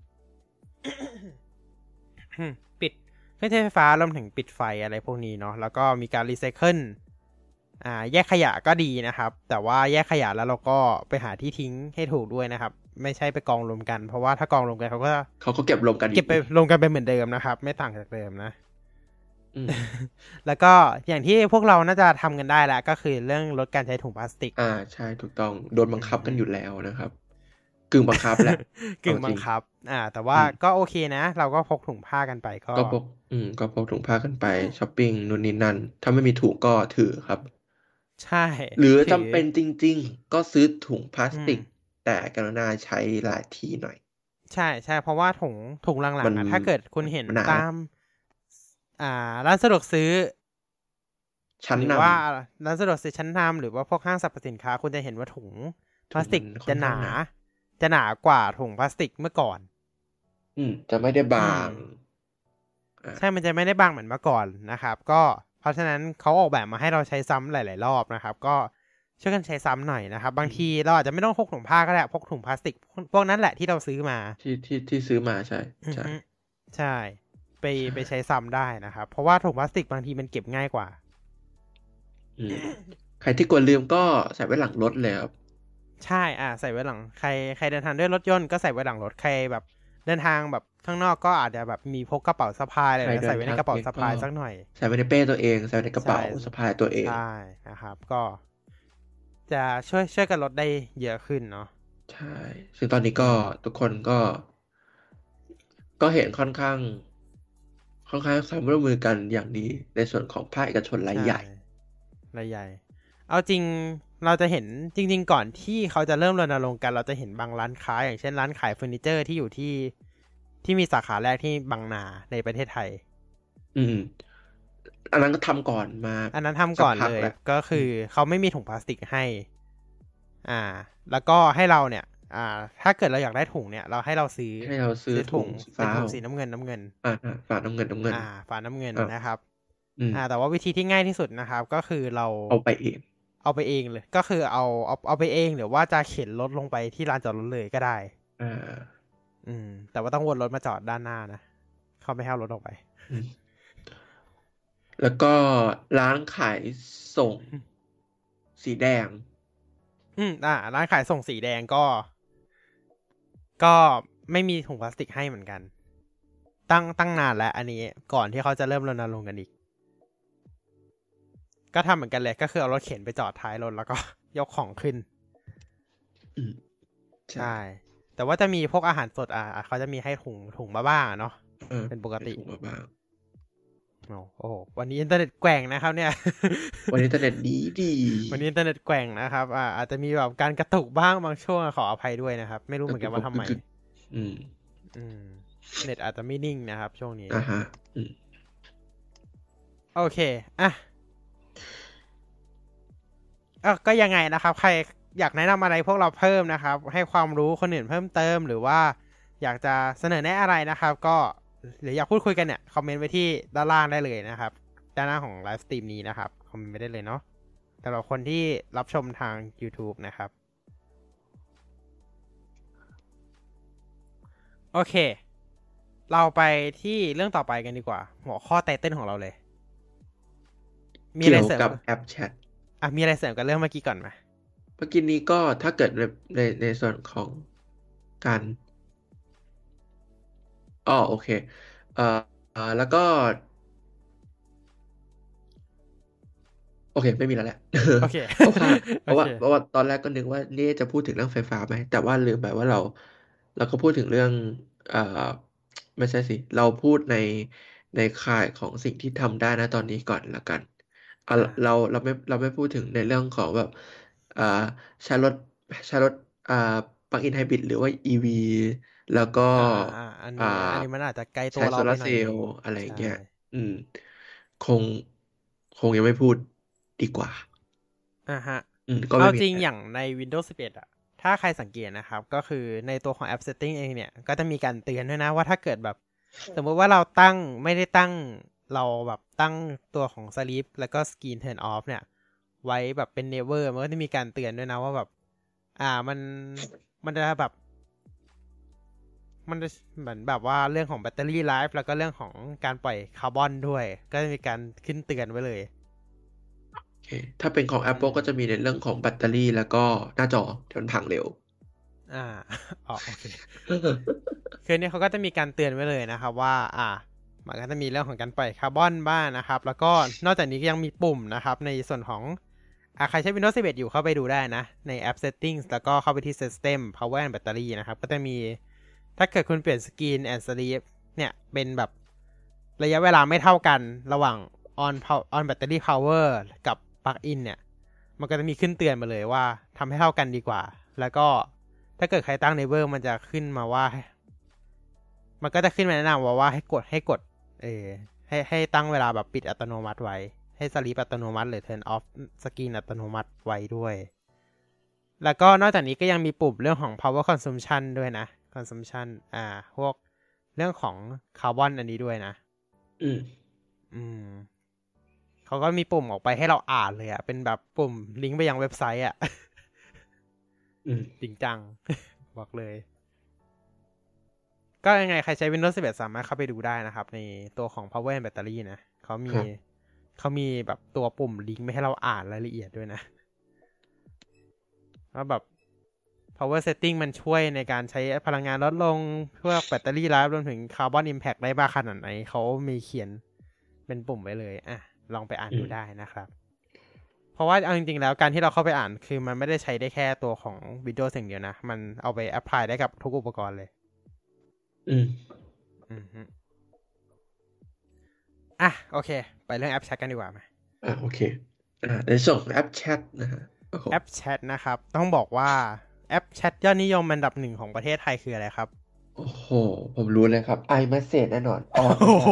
ปิดเครื่องใช้ไฟฟ้ารวมถึงปิดไฟอะไรพวกนี้เนาะแล้วก็มีการรีไซเคิลอ่าแยกขยะก็ดีนะครับแต่ว่าแยกขยะแล้วเราก็ไปหาที่ทิ้งให้ถูกด้วยนะครับไม่ใช่ไปกองรวมกันเพราะว่าถ้ากองรวมกันเขาก็เขาก็เก็บรวมกันเก็บไปรวมกันเป็นเหมือนเดิมนะครับไม่ต่างจากเดิมนะแล้วก็อย่างที่พวกเราน่าจะทำกันได้แล้วก็คือเรื่องลดการใช้ถุงพลาสติกอ่าใช่ถูกต้องโดนบังคับกันอยู่แล้วนะครับกึ่งบังคับแหละกึ่งบังคับอ่าแต่ว่าก็โอเคนะเราก็พกถุงผ้ากันไปก็ก็พกอืมก็พกถุงผ้ากันไปช้อปปิ้งนู่นนี่นั่นถ้าไม่มีถุงก็ถือครับใช่หรือจำเป็นจริงๆก็ซื้อถุงพลาสติกแต่กรุณาใช้หลายทีหน่อยใช่ใช่เพราะว่าถุงถุงหลังๆถ้าเกิดคุณเห็นตามอ่าร้านสะดวกซื้อชั้นนำหรือว่าร้านสะดวกซื้อชั้นนำหรือว่าพวกห้างสรรพสินค้าคุณจะเห็นว่าถุงพลาสติกจะหนาจะหนากว่าถุงพลาสติกเมื่อก่อนอืมจะไม่ได้บางใช่มันจะไม่ได้บางเหมือนเมื่อก่อนนะครับก็เพราะฉะนั้นเขาออกแบบมาให้เราใช้ซ้ำหลายๆรอบนะครับก็ช่วยกันใช้ซ้ำหน่อยนะครับบางทีเราอาจจะไม่ต้องพกถุงผ้าก็ได้พกถุงพลาสติกพวกนั้นแหละที่เราซื้อมาที่ที่ที่ซื้อมาใช่ใช่ใช่ไปไปใช้ซ้ำได้นะครับเพราะว่าถุงพลาสติกบางทีมันเก็บง่ายกว่าใครที่กลัวลืมก็ใส่ไว้หลังรถเลยครับใช่อ่าใส่ไว้หลังใครใครเดินทางด้วยรถยนต์ก็ใส่ไว้หลังรถใครแบบเดินทางแบบข้างนอกก็อาจจะแบบมีพกกระเป๋าสะพายอะไรใส่ไว้ในกระเป๋าสะพายสักหน่อยใส่ไว้ในเป้ตัวเองใส่ไว้ในกระเป๋าสะพายตัวเองใช่นะครับก็จะช่วยช่วยกันลดได้เยอะขึ้นเนาะใช่ซึ่งตอนนี้ก็ทุกคนก็ก็เห็นค่อนข้างค่อนข้างความร่วมมือกันอย่างดีในส่วนของภาคเอกชนรายใหญ่รายใหญ่เอาจริงเราจะเห็นจริงๆก่อนที่เขาจะเริ่มรณรงค์กันเราจะเห็นบางร้านค้าอย่างเช่นร้านขายเฟอร์นิเจอร์ที่อยู่ที่ที่มีสาขาแรกที่บางนาในประเทศไทยอืมอันนั้นก็ทำก่อนมาอันนั้นทำก่อนเลยก็คือเขาไม่มีถุงพลาสติกให้อ่าแล้วก็ให้เราเนี่ยอ่าถ้าเกิดเราอยากได้ถุงเนี่ยเราให้เราซื้อให้เราซื้อถุงเป็นถุงสีน้ำเงินน้ำเงินอ่าฝาน้ำเงินน้ำเงินอ่าฝาน้ำเงินนะครับอ่าแต่ว่าวิธีที่ง่ายที่สุดนะครับก็คือเราเอาไปเองเอาไปเองเลยก็คือเอาเอาเอาไปเองหรือว่าจะเข็นรถลงไปที่ลานจอดรถเลยก็ได้อ่าอืมแต่ว่าต้องวนรถมาจอดด้านหน้านะเขาไม่ให้เอารถออกไปแล้วก็ร้านขายส่งสีแดงอืมอ่าร้านขายส่งสีแดงก็ก็ไม่มีถุงพลาสติกให้เหมือนกันตั้งตั้งนานแล้วอันนี้ก่อนที่เขาจะเริ่มรณรงค์กันอีกก็ทำเหมือนกันเลยก็คือเอารถเข็นไปจอดท้ายรถแล้วก็ยกของขึ้นใช่แต่ว่าจะมีพวกอาหารสดอ่ะเขาจะมีให้ถุงถุงมาบ้างเนาะเป็นปกติถุงมาบ้างโอ้โหวันนี้อินเทอร์เน็ตแกว่งนะครับเนี่ยวันนี้อินเทอร์เน็ตดีดีวันนี้อินเทอร์เน็ตแกว่งนะครับอ่าอาจจะมีแบบการกระตุกบ้างบางช่วงขออภัยด้วยนะครับไม่รู้เหมือนกันว่าทำไมอืมอืมเน็ตอาจจะไม่นิ่งนะครับช่วงนี้อ่าฮะโอเคอ่ะอ่ะก็ยังไงนะครับใครอยากแนะนำอะไรพวกเราเพิ่มนะครับให้ความรู้คนอื่นเพิ่มเติมหรือว่าอยากจะเสนอแนะอะไรนะครับก็หรืออยากพูดคุยกันเนี่ยคอมเมนต์ไว้ที่ด้านล่างได้เลยนะครับด้านหน้าของไลฟ์สตรีมนี้นะครับคอมเมนต์ไปได้เลยเนาะสำหรับคนที่รับชมทาง YouTube นะครับโอเคเราไปที่เรื่องต่อไปกันดีกว่าหัวข้อไตเติ้ลของเราเลยมีอะไรเสริมกับแอปแชทอ่ะมีอะไรเสริมกับเรื่องเมื่อกี้ก่อนไหมเมื่อกี้นี้ก็ถ้าเกิดในในในส่วนของการอ๋อโอเคเอ่อเอ่อแล้วก็โอเคไม่มีแล้วแหละโอเคเพราะว่าเพโอราะเคว่าเพราะว่าตอนแรกก็นึกว่านี่จะพูดถึงเรื่องไฟฟ้าไหมแต่ว่าลืมไปว่าเราเราก็พูดถึงเรื่องเอ่อไม่ใช่สิเราพูดในในข่ายของสิ่งที่ทำได้นะตอนนี้ก่อนละกันอ่ะอ่าเราเราไม่เราไม่พูดถึงในเรื่องของแบบอ่าใช้รถใช้รถอ่าปลั๊กอินไฮบริดหรือว่า อี วี แล้วก็อ่าอ่าอันอ่านี้อันนี้มันอาจจะไกลตัใช้วเราโซลาร์เซไปหน่อยนึงลล์อะไรอย่าใช่งเงี้ยอืมคงคงยังไม่พูดดีกว่าอ่าฮะอืมก็เอาไม่มีอะไรจริงอย่างใน Windows สิบเอ็ดอ่ะถ้าใครสังเกตนะครับก็คือในตัวของ App Setting เองเนี่ยก็จะมีการเตือนด้วยนะว่าถ้าเกิดแบบสมมติว่าเราตั้งไม่ได้ตั้งเราแบบตั้งตัวของ Sleep แล้วก็ Screen Turn Off เนี่ยไว้แบบเป็น Never มันก็จะมีการเตือนด้วยนะว่าแบบอ่ามันมันจะแบบมันจะเหมือนแบบว่าเรื่องของแบตเตอรี่ไลฟ์แล้วก็เรื่องของการปล่อยคาร์บอนด้วยก็จะมีการขึ้นเตือนไว้เลยโอเคถ้าเป็นของอืม Apple ก็จะมีในเรื่องของแบตเตอรี่แล้วก็หน้าจอที่มันพังเร็วอ่าอ๋อโอเค คือเนี่ยเขาก็จะมีการเตือนไว้เลยนะครับว่า อ่า มันก็จะมีเรื่องของการปล่อยคาร์บอนบ้างนะครับ แล้วก็นอกจากนี้ก็ยังมีปุ่มนะครับในส่วนของ อ่าใครใช้ Windows สิบเอ็ด อยู่เข้าไปดูได้นะ ใน App Settings แล้วก็เข้าไปที่ System Power and Battery นะครับ ก็จะมี ถ้าเกิดคุณเปลี่ยน Screen and Sleep เนี่ย เป็นแบบระยะเวลาไม่เท่ากันระหว่าง on on battery power กับ plug in เนี่ย มันก็จะมีขึ้นเตือนมาเลยว่าทำให้เท่ากันดีกว่า แล้วก็ถ้าเกิดใครตั้ง Never มันจะขึ้นมาว่า มันก็จะขึ้นมาแนะนำว่าว่าให้กดให้กด เออให้ให้ตั้งเวลาแบบปิดอัตโนมัติไว้ ให้สลีปอัตโนมัติหรือ turn off สกรีนอัตโนมัติไว้ด้วย แล้วก็นอกจากนี้ก็ยังมีปุ่มเรื่องของ power consumption ด้วยนะ consumption อ่า พวกเรื่องของคาร์บอนอันนี้ด้วยนะอืมอืม เขาก็มีปุ่มออกไปให้เราอ่านเลยอะเป็นแบบปุ่มลิงก์ไปยังเว็บไซต์อะอืมจริงจัง บอกเลย ก็ยังไงใครใช้ Windows สิบเอ็ด สามารถเข้าไปดูได้นะครับในตัวของ Power and Battery นะเขามีเขามีแบบตัวปุ่มลิงก์ไม่ให้เราอ่านรายละเอียดด้วยนะว่าแบบ power setting มันช่วยในการใช้พลังงานลดลงเพื่อแบตเตอรี่ไลฟ์รวมถึง carbon impact ได้บ้างขนาดไหนเขามีเขียนเป็นปุ่มไว้เลยอ่ะลองไปอ่านดูได้นะครับเพราะว่าเอาจริงๆแล้วการที่เราเข้าไปอ่านคือมันไม่ได้ใช้ได้แค่ตัวของ Windows อย่างเดียวนะมันเอาไป apply ได้กับทุกอุปกรณ์เลยอืมอืมอ่ะโอเคไปเรื่องแอปแชทกันดีกว่าไหมอ่ะโอเคอ่าในส่วนของแอปแชทนะฮะแอปแชทนะครับต้องบอกว่าแอปแชทยอดนิยมอันดับหนึ่งของประเทศไทยคืออะไรครับโอ้โหผมรู้เลยครับ iMessage แน่นอนอ๋อโอ้โห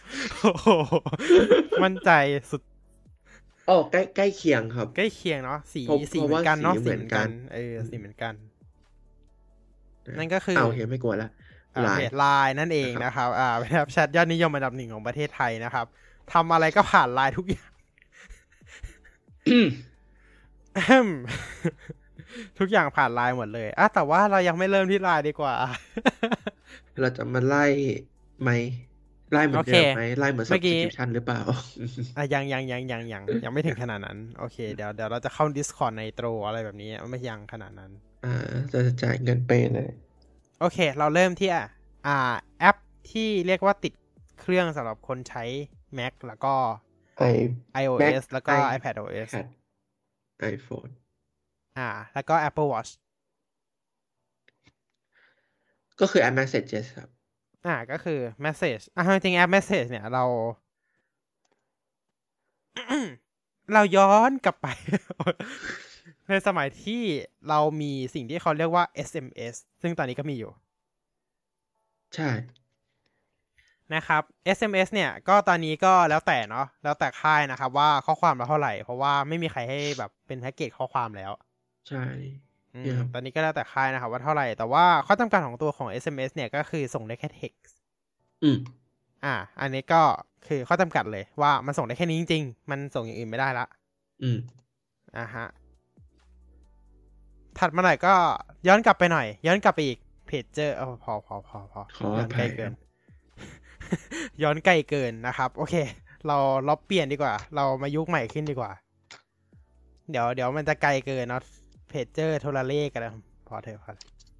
มั่นใจสุดอ๋อใกล้ใกล้เคียงครับใกล้เคียงเนาะสีผมสีเหมือนกันเนาะเพราะว่าสีเหมือนกันเออสีเหมือนกันนั่นก็คือเอาโอเคไม่กลัวละอ่าไลเพน์จไลน์นั่นเองนะครับอ่าเป็นแอปแชทยอดนิยมอันดับหนึ่งของประเทศไทยนะครับทำอะไรก็ผ่านไลน์ทุกอย่าง ทุกอย่างผ่านไลน์หมดเลยอ่ะแต่ว่าเรายังไม่เริ่มที่ไลน์ดีกว่าเราจะมาไล่ไหมไล่เหมือนเดิมไหมไล่เหมือน subscription หรือเปล่าอ่ะยังยังยังยังยังยังไม่ถึงขนาดนั้นโอเคเดี๋ยวเดี๋ยวเราจะเข้า Discord ในโตรอะไรแบบนี้ไม่ยังขนาดนั้นอ่าจะจ่ายเงินไปเลยโอเคเราเริ่มที่อ่ะอ่าแอปที่เรียกว่าติดเครื่องสำหรับคนใช้ Mac แล้วก็ iOS แล้วก็ iPadOS iPhone อ่าแล้วก็ Apple Watch ก็คือ App Messages ครับอ่าก็คือ Message อ่าจริงๆ App Message เนี่ยเรา เราย้อนกลับไป ในสมัยที่เรามีสิ่งที่เขาเรียกว่า เอส เอ็ม เอส ซึ่งตอนนี้ก็มีอยู่ใช่นะครับ เอส เอ็ม เอส เนี่ยก็ตอนนี้ก็แล้วแต่เนาะแล้วแต่ค่ายนะครับว่าข้อความเราเท่าไหร่เพราะว่าไม่มีใครให้แบบเป็นแพ็กเกจข้อความแล้วใช่ตอนนี้ก็แล้วแต่ค่ายนะครับว่าเท่าไหร่แต่ว่าข้อจำกัดของตัวของ เอส เอ็ม เอส เนี่ยก็คือส่งได้แค่ text อืมอ่าอันนี้ก็คือข้อจำกัดเลยว่ามันส่งได้แค่นี้จริงๆมันส่งอย่างอื่นไม่ได้ละอืมอ่าฮะถัดมาหน่อยก็ย้อนกลับไปหน่อยย้อนกลับไปอีกเพจเจอเออพอพอพอพอขออภัยเกินย้อนไกลเกินนะครับโอเคเราเราเปลี่ยนดีกว่าเรามายุคใหม่ขึ้นดีกว่าเดี๋ยวเดี๋ยวมันจะไกลเกินเนาะเพจเจอร์โทรเลขกันแล้วพอเถอะพอ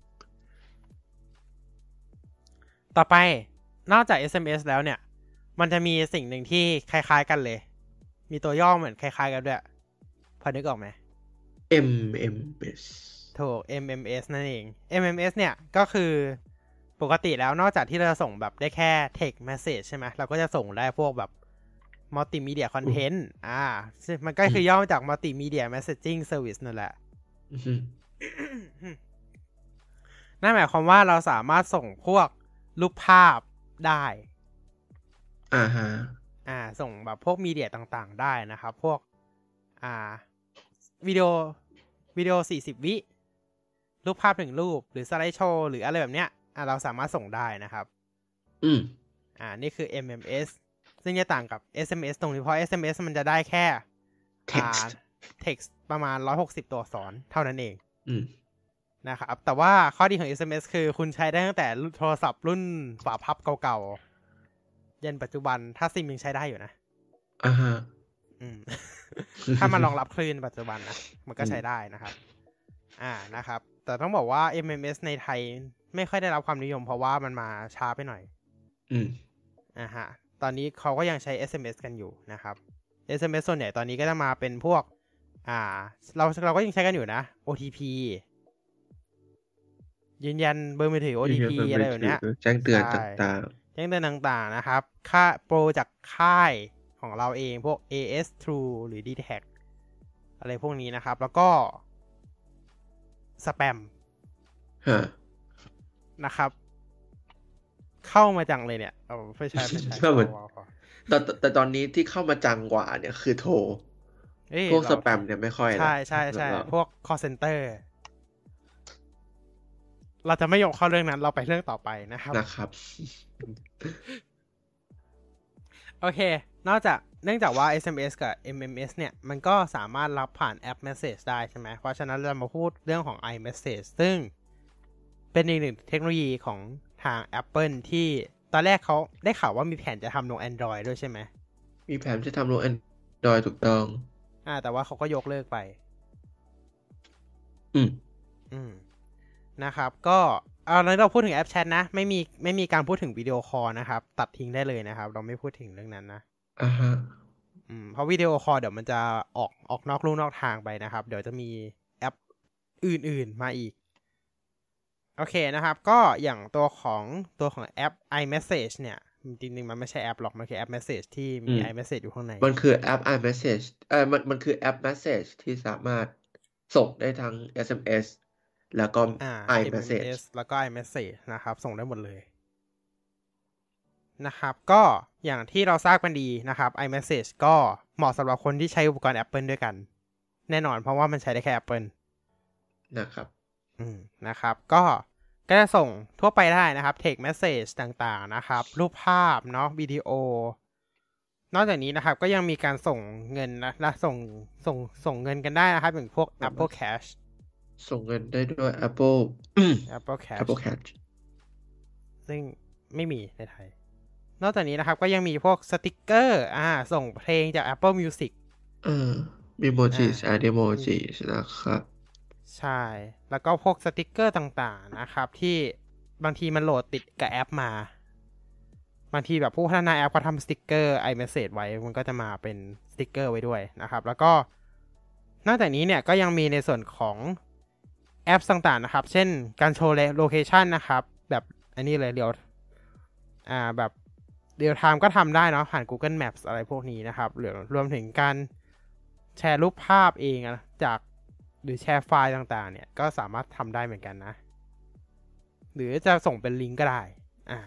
ต่อไปนอกจาก เอส เอ็ม เอส แล้วเนี่ยมันจะมีสิ่งหนึ่งที่คล้ายๆกันเลยมีตัวย่อเหมือนคล้ายๆกันด้วยพอนึกออกไหมเอ็ม เอ็ม เอสถูก เอ็ม เอ็ม เอส นั่นเอง เอ็ม เอ็ม เอส เนี่ยก็คือปกติแล้วนอกจากที่เราจะส่งแบบได้แค่ text message ใช่ไหมเราก็จะส่งได้พวกแบบ multimedia content อ่ามันก็คือย่อมาจาก multimedia messaging service นั่นแหละนั่นหมายความว่าเราสามารถส่งพวกรูปภาพได้อ่าฮะอ่าส่งแบบพวกมีเดียต่างๆได้นะครับพวกอ่าวิดีโอวิดีโอสี่สิบวิรูปภาพหนึ่งรูปหรือสไลด์โชว์หรืออะไรแบบเนี้ยอ่าเราสามารถส่งได้นะครับอืมอ่านี่คือ เอ็ม เอ็ม เอส ซึ่งจะต่างกับ เอส เอ็ม เอส ตรงนี้เพราะ เอส เอ็ม เอส มันจะได้แค่ text text ประมาณหนึ่งร้อยหกสิบตัวอักษรเท่านั้นเองอืมนะครับแต่ว่าข้อดีของ เอส เอ็ม เอส คือคุณใช้ได้ตั้งแต่โทรศัพท์รุ่นฝาพับเก่าๆยันปัจจุบันถ้าซิมยังใช้ได้อยู่นะอ่าฮะอืม ถ้ามันรองรับคลื่นปัจจุบันนะมันก็ใช้ได้นะครับอ่านะครับแต่ต้องบอกว่า เอ็ม เอ็ม เอส ในไทยไม่ค่อยได้รับความนิยมเพราะว่ามันมาช้าไปหน่อยอืมอ่าฮะตอนนี้เขาก็ยังใช้ เอส เอ็ม เอส กันอยู่นะครับ เอส เอ็ม เอส ส่วนใหญ่ตอนนี้ก็จะมาเป็นพวกอ่าเราเราก็ยังใช้กันอยู่นะ โอ ที พี ยืนยันเบอร์มือถือ โอ ที พี อะไรแบบเนี้ยแจ้งเตือนต่างๆแจ้งเตือนต่างๆนะครับค่าโปรจากค่ายของเราเองพวก เอ เอส True หรือ ดี ที เอ ซี อะไรพวกนี้นะครับแล้วก็สแปมฮะนะครับเข้ามาจังเลยเนี่ยเอาไม่ใช่ไม่ใช่แต่แต่ตอนนี้ที่เข้ามาจังกว่าเนี่ยคือโทรพวกสแปมเนี่ยไม่ค่อยใช่ใช่ใช่พวก call center เราจะไม่ยกเข้าเรื่องนั้นเราไปเรื่องต่อไปนะครับนะครับโอเคนอกจากเนื่องจากว่า เอส เอ็ม เอส กับ เอ็ม เอ็ม เอส เนี่ยมันก็สามารถรับผ่านแอป Message ได้ใช่ไหมเพราะฉะนั้นเรามาพูดเรื่องของ iMessage ซึ่งเป็นอีกหนึ่งเทคโนโลยีของทาง Apple ที่ตอนแรกเขาได้ข่าวว่ามีแผนจะทำลง Android ด้วยใช่ไหมมีแผนจะทำลง Android ถูกต้องอ่าแต่ว่าเขาก็ยกเลิกไปอืมอืมนะครับก็เอาแล้วเราพูดถึงแอปแชทนะไม่มีไม่มีการพูดถึงวิดีโอคอลนะครับตัดทิ้งได้เลยนะครับเราไม่พูดถึงเรื่องนั้นนะอ่าฮะอืมเพราะวิดีโอคอลเดี๋ยวมันจะออกออกนอกลู่นอกทางไปนะครับเดี๋ยวจะมีแอปอื่นๆมาอีกโอเคนะครับก็อย่างตัวของตัวของแอป iMessage เนี่ยจริงๆมันไม่ใช่แอปหรอกมันคือแอป Message ที่มี iMessage อยู่ข้างในมันคือแอป iMessage เอ่อมันมันคือแอป Message ที่สามารถส่งได้ทั้ง เอส เอ็ม เอส แล้วก็ iMessage เอ็ม เอ็ม เอส แล้วก็ iMessage นะครับส่งได้หมดเลยนะครับก็อย่างที่เราทราบกันดีนะครับ iMessage ก็เหมาะสำหรับคนที่ใช้อุปกรณ์ Apple ด้วยกันแน่นอนเพราะว่ามันใช้ได้แค่ Apple นะครับอืมนะครับก็ก็จะส่งทั่วไปได้นะครับ text message ต่างๆนะครับรูปภาพเนาะวิดีโอนอกจากนี้นะครับก็ยังมีการส่งเงินนะและส่งส่งส่งเงินกันได้นะครับอย่างพวก Apple Cash ส่งเงินได้ด้วย Apple Apple Cash Apple Cash ซึ่งไม่มีในไทยนอกจากนี้นะครับก็ยังมีพวกสติกเกอร์อ่าส่งเพลงจาก Apple Music เออมีโมจิแอดโมจินะครับใช่แล้วก็พวกสติกเกอร์ต่างๆนะครับที่บางทีมันโหลดติดกับแอปมาบางทีแบบผู้พัฒนาแอปเขาทำสติกเกอร์ iMessage ไว้มันก็จะมาเป็นสติกเกอร์ไว้ด้วยนะครับแล้วก็นอกจากนี้เนี่ยก็ยังมีในส่วนของแอปต่างๆนะครับเช่นการโชว์โลเคชันนะครับแบบอันนี้เลยเดี๋ยวอ่าแบบเรียลไทม์ก็ทำได้เนาะผ่าน Google Maps อะไรพวกนี้นะครับหรือรวมถึงการแชร์รูปภาพเองจากหรือแชร์ไฟล์ต่างๆเนี่ยก็สามารถทำได้เหมือนกันนะหรือจะส่งเป็นลิงก์ก็ได้อ่า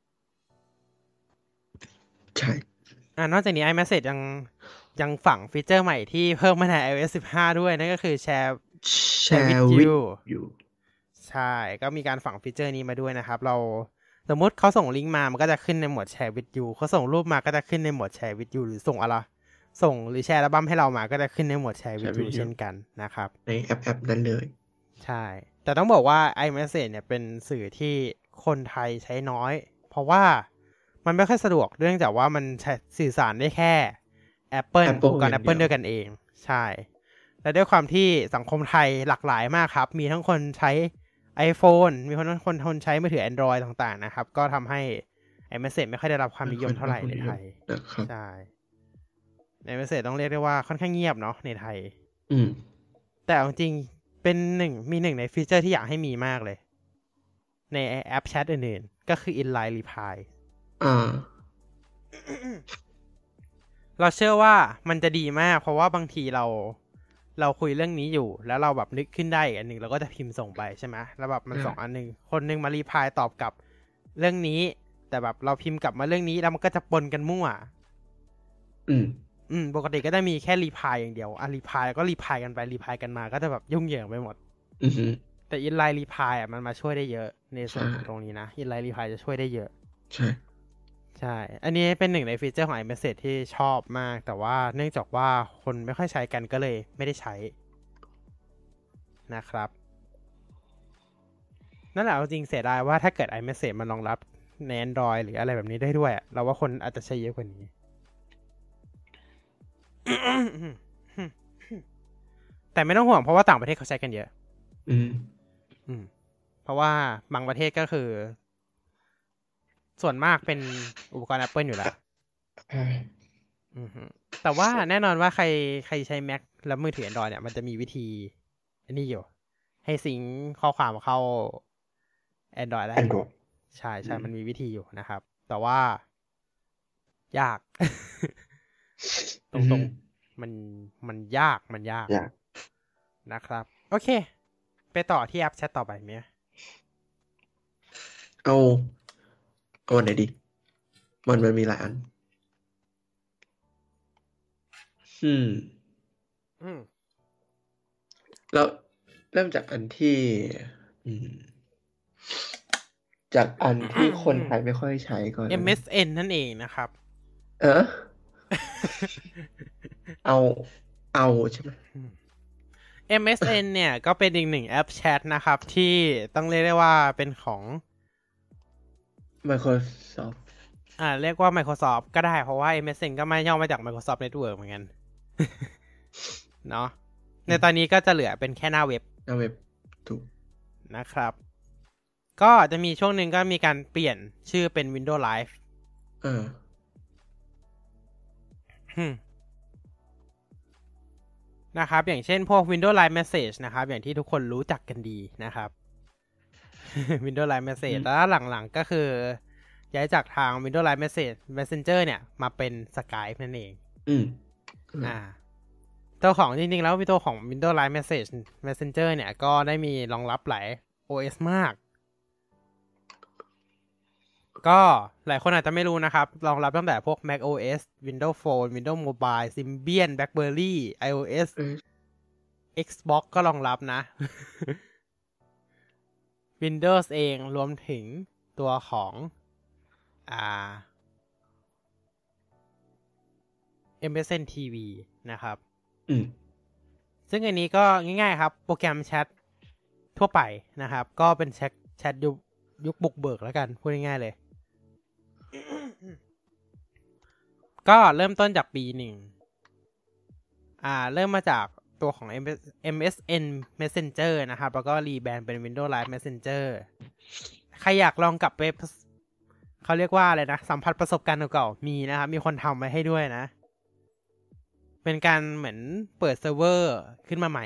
ใช่อ่านอกจากนี้ iMessage ยังยังฝังฟีเจอร์ใหม่ที่เพิ่มมาใน ไอ โอ เอส สิบห้าด้วยนั่นก็คือแชร์แชร์ with you ใช่ก็มีการฝังฟีเจอร์นี้มาด้วยนะครับเราสมมติเขาส่งลิงก์มามันก็จะขึ้นในหมวดแชร์ with you เขาส่งรูปมาก็จะขึ้นในหมวดแชร์ with you หรือส่งอะไรส่งหรือแชร์อัลบั้มให้เรามาก็จะขึ้นในหมวดแชร์ with you เช่นกันนะครับในแอปแอปนั้นเลยใช่แต่ต้องบอกว่า iMessage เนี่ยเป็นสื่อที่คนไทยใช้น้อยเพราะว่ามันไม่ค่อยสะดวกเนื่องจากว่ามันสื่อสารได้แค่ Apple อุปกรณ์ Apple ด้วยกันเองใช่และด้วยความที่สังคมไทยหลากหลายมากครับมีทั้งคนใช้ iPhone มีคนคนคนใช้มือถือ Android ต่างๆนะครับก็ทำให้ไอ้ iMessage ไม่ค่อยได้รับความนิยมเท่าไหร่ในไทยใช่ใน iMessage ต้องเรียกได้ว่าค่อนข้างเงียบเนาะในไทยอืมแต่จริงๆเป็นหนึ่งมีหนึ่งในฟีเจอร์ที่อยากให้มีมากเลยในแอปแชทอื่นๆก็คือ inline reply อ่าเราเชื่อว่ามันจะดีมากเพราะว่าบางทีเราเราคุยเรื่องนี้อยู่แล้วเราแบบนึกขึ้นได้อีกอันนึงเราก็จะพิมพ์ส่งไปใช่ไหมแล้วแบบมันสองอันนึงคนนึงมารีพลายตอบกลับเรื่องนี้แต่แบบเราพิมพ์กลับมาเรื่องนี้แล้วมันก็จะปนกันมั่วอืมอืมปกติก็จะมีแค่รีพลายอย่างเดียวอ่ะรีพลายก็รีพลายกันไปรีพลายกันมาก็จะแบบยุ่งเหยิงไปหมดอือฮึแต่อินไลน์รีพลายอ่ะมันมาช่วยได้เยอะในส่วนตรงนี้นะอินไลน์รีพลายจะช่วยได้เยอะใช่ใช่อันนี้เป็นหนึ่งในฟีเจอร์ของ iMessage ที่ชอบมากแต่ว่าเนื่องจากว่าคนไม่ค่อยใช้กันก็เลยไม่ได้ใช้นะครับนั่นแหละจริงเสียดายว่าถ้าเกิด iMessage มันรองรับใน Android หรืออะไรแบบนี้ได้ด้วยเราว่าคนอาจจะใช้เยอะกว่านี้ แต่ไม่ต้องห่วงเพราะว่าต่างประเทศเขาใช้กันเยอะอืมอืมเพราะว่าบางประเทศก็คือส่วนมากเป็นอุปกรณ์ Apple อยู่แล้วอือแต่ว่าแน่นอนว่าใครใครใช้ Mac แล้วมือถือ Android เนี่ยมันจะมีวิธีอันนี้อยู่ให้ซิงค์ข้อความเข้า Android ได้ใช่ใช่มันมีวิธีอยู่นะครับแต่ว่ายาก ตรงๆมันมันยากมันยากนะครับโอเคไปต่อที่แอปแชทต่อไปมั้ยเอาเอาอันไหนดีมันมันมีหลายอันอืมอืมแล้วเริ่มจากอันที่อืมจากอันที่คนไทยไม่ค่อยใช้ก่อนเอ็ม เอส เอ็น นั่นเองนะครับเออเอาเอาใช่ไหมเอ็ม เอส เอ็น เนี่ยก็เป็นอีกหนึ่งแอปแชทนะครับที่ต้องเรียกได้ว่าเป็นของ Microsoft อ่าเรียกว่า Microsoft ก็ได้เพราะว่า เอ็ม เอส เอ็น ก็ไม่ย่อมาจาก Microsoft Network เหมือนกัน เนาะในตอนนี้ก็จะเหลือเป็นแค่หน้าเว็บหน้าเว็บถูกนะครับก็จะมีช่วงหนึ่งก็มีการเปลี่ยนชื่อเป็น Windows Live เออนะครับอย่างเช่นพวก Windows Live Message นะครับอย่างที่ทุกคนรู้จักกันดีนะครับ Windows Live Message แล้วหลังๆก็คือย้ายจากทาง Windows Live Message Messenger เนี่ยมาเป็น Skype นั่นเองอืมอ่าตัวของจริงๆแล้ววิดีโอของ Windows Live Message Messenger เนี่ยก็ได้มีรองรับหลาย โอ เอส มากก็หลายคนอาจจะไม่รู้นะครับรองรับตั้งแต่พวก Mac โอ เอส Windows Phone Windows Mobile Symbian BlackBerry iOS Xbox ก็รองรับนะ Windows เองรวมถึงตัวของอ่า เอ็ม เอส เอ็น ที วี นะครับอืมซึ่งอันนี้ก็ง่ายๆครับโปรแกรมแชททั่วไปนะครับก็เป็นแชทแชทยุคยุคบุกเบิกแล้วกันพูดง่ายๆเลย ก็เริ่มต้นจากปีหนึ่งอ่าเริ่มมาจากตัวของ เอ็ม เอส เอ็น Messenger นะครับแล้วก็รีแบรนด์เป็น Windows Live Messenger ใครอยากลองกลับไปเขาเรียกว่าอะไรนะสัมผัสประสบการณ์เก่าๆมีนะครับมีคนทำไว้ให้ด้วยนะเป็นการเหมือนเปิดเซิร์ฟเวอร์ขึ้นมาใหม่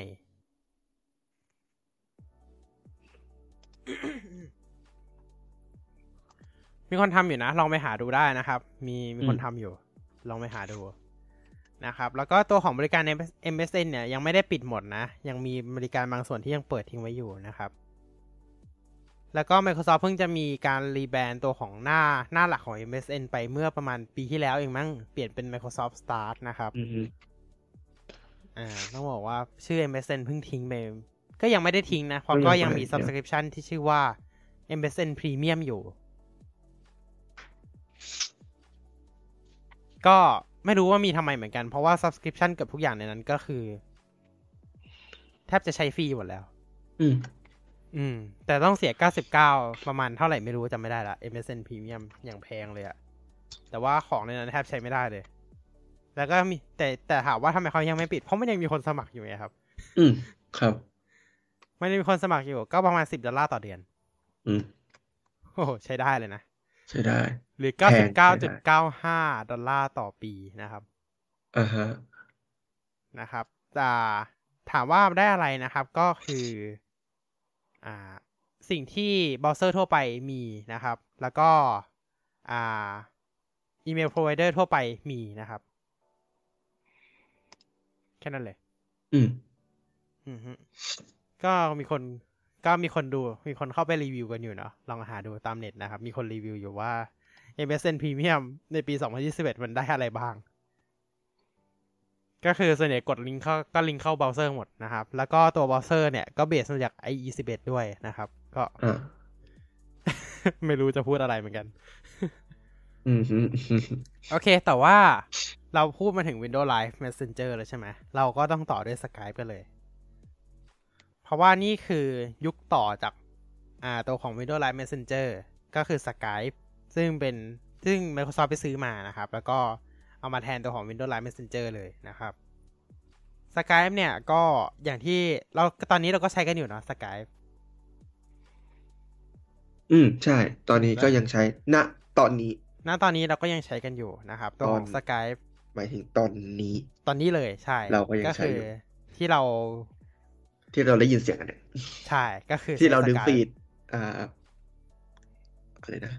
มีคนทำอยู่นะลองไปหาดูได้นะครับมีมีคนทำอยู่ลองไปหาดูนะครับแล้วก็ตัวของบริการ เอ็ม เอส เอ็น เนี่ยยังไม่ได้ปิดหมดนะยังมีบริการบางส่วนที่ยังเปิดทิ้งไว้อยู่นะครับแล้วก็ Microsoft เพิ่งจะมีการรีแบรนด์ตัวของหน้าหน้าหลักของ เอ็ม เอส เอ็น ไปเมื่อประมาณปีที่แล้วเองมั้งเปลี่ยนเป็น Microsoft Start นะครับอ่าต้องบอกว่าชื่อ เอ็ม เอส เอ็น เพิ่งทิ้งไปก็ยังไม่ได้ทิ้งนะเพราะก็ยังมี Subscription ที่ชื่อว่า เอ็ม เอส เอ็น Premium อยู่ก็ไม่รู้ว่ามีทำไมเหมือนกันเพราะว่า Subscription กับทุกอย่างในนั้นก็คือแทบจะใช้ฟรีหมดแล้วอืมอืมแต่ต้องเสียเก้าสิบเก้าประมาณเท่าไหร่ไม่รู้จำไม่ได้ละ เอ็ม เอส เอ็น Premium อย่างแพงเลยอะแต่ว่าของในนั้นแทบใช้ไม่ได้เลยแล้วก็มีแต่แต่ถามว่าทำไมเขายังไม่ปิดเพราะมันยังมีคนสมัครอยู่ไงครับอืมครับมันมีคนสมัครอยู่ก็ประมาณสิบดอลลาร์ต่อเดือนอืมโอ้โหใช้ได้เลยนะใช้ได้หรือแพเก้าสิบงเก้าใช้ได้จุดเก้าห้า ดอลลาร์ต่อปีนะครับอ่าฮะนะครับแต่ถามว่าได้อะไรนะครับก็คืออ่าสิ่งที่เบราว์เซอร์ทั่วไปมีนะครับแล้วก็อ่าอีเมลโปรไวเดอร์ทั่วไปมีนะครับแค่นั้นเลยอืมอือฮึก็มีคนก็มีคนดูมีคนเข้าไปรีวิวกันอยู่เนาะลองหาดูตามเน็ตนะครับมีคนรีวิวอยู่ว่า เอ็ม เอส เอ็น Premium ในปีสองพันยี่สิบเอ็ดมันได้อะไรบ้างก็คือส่วนใหญ่กดลิงก์เข้าก็ลิงก์เข้าเบราว์เซอร์หมดนะครับแล้วก็ตัวเบราว์เซอร์เนี่ยก็เบสมาจาก ไอ อี สิบเอ็ด ด้วยนะครับก็อ่าไม่รู้จะพูดอะไรเหมือนกันอืมฮึโอเคแต่ว่าเราพูดมาถึง Windows Live Messenger แล้วใช่ไหมเราก็ต้องต่อด้วย Skype กันเลยเพราะว่านี่คือยุคต่อจากอ่าตัวของ Windows Live Messenger ก็คือ Skype ซึ่งเป็นซึ่ง Microsoft ไปซื้อมานะครับแล้วก็เอามาแทนตัวของ Windows Live Messenger เลยนะครับ Skype เนี่ยก็อย่างที่เราตอนนี้เราก็ใช้กันอยู่เนาะ Skype อืมใช่ตอนนี้ก็ยังใช้ณตอนนี้ณตอนนี้เราก็ยังใช้กันอยู่นะครับตัวของ Skype หมายถึงตอนนี้ตอนนี้เลยใช่เราก็ยังใช้อยู่ที่เราที่เราได้ยินเสียงกันเนี่ยใช่ก็คือที่เราดึงฟีดอ่าอะไรนะ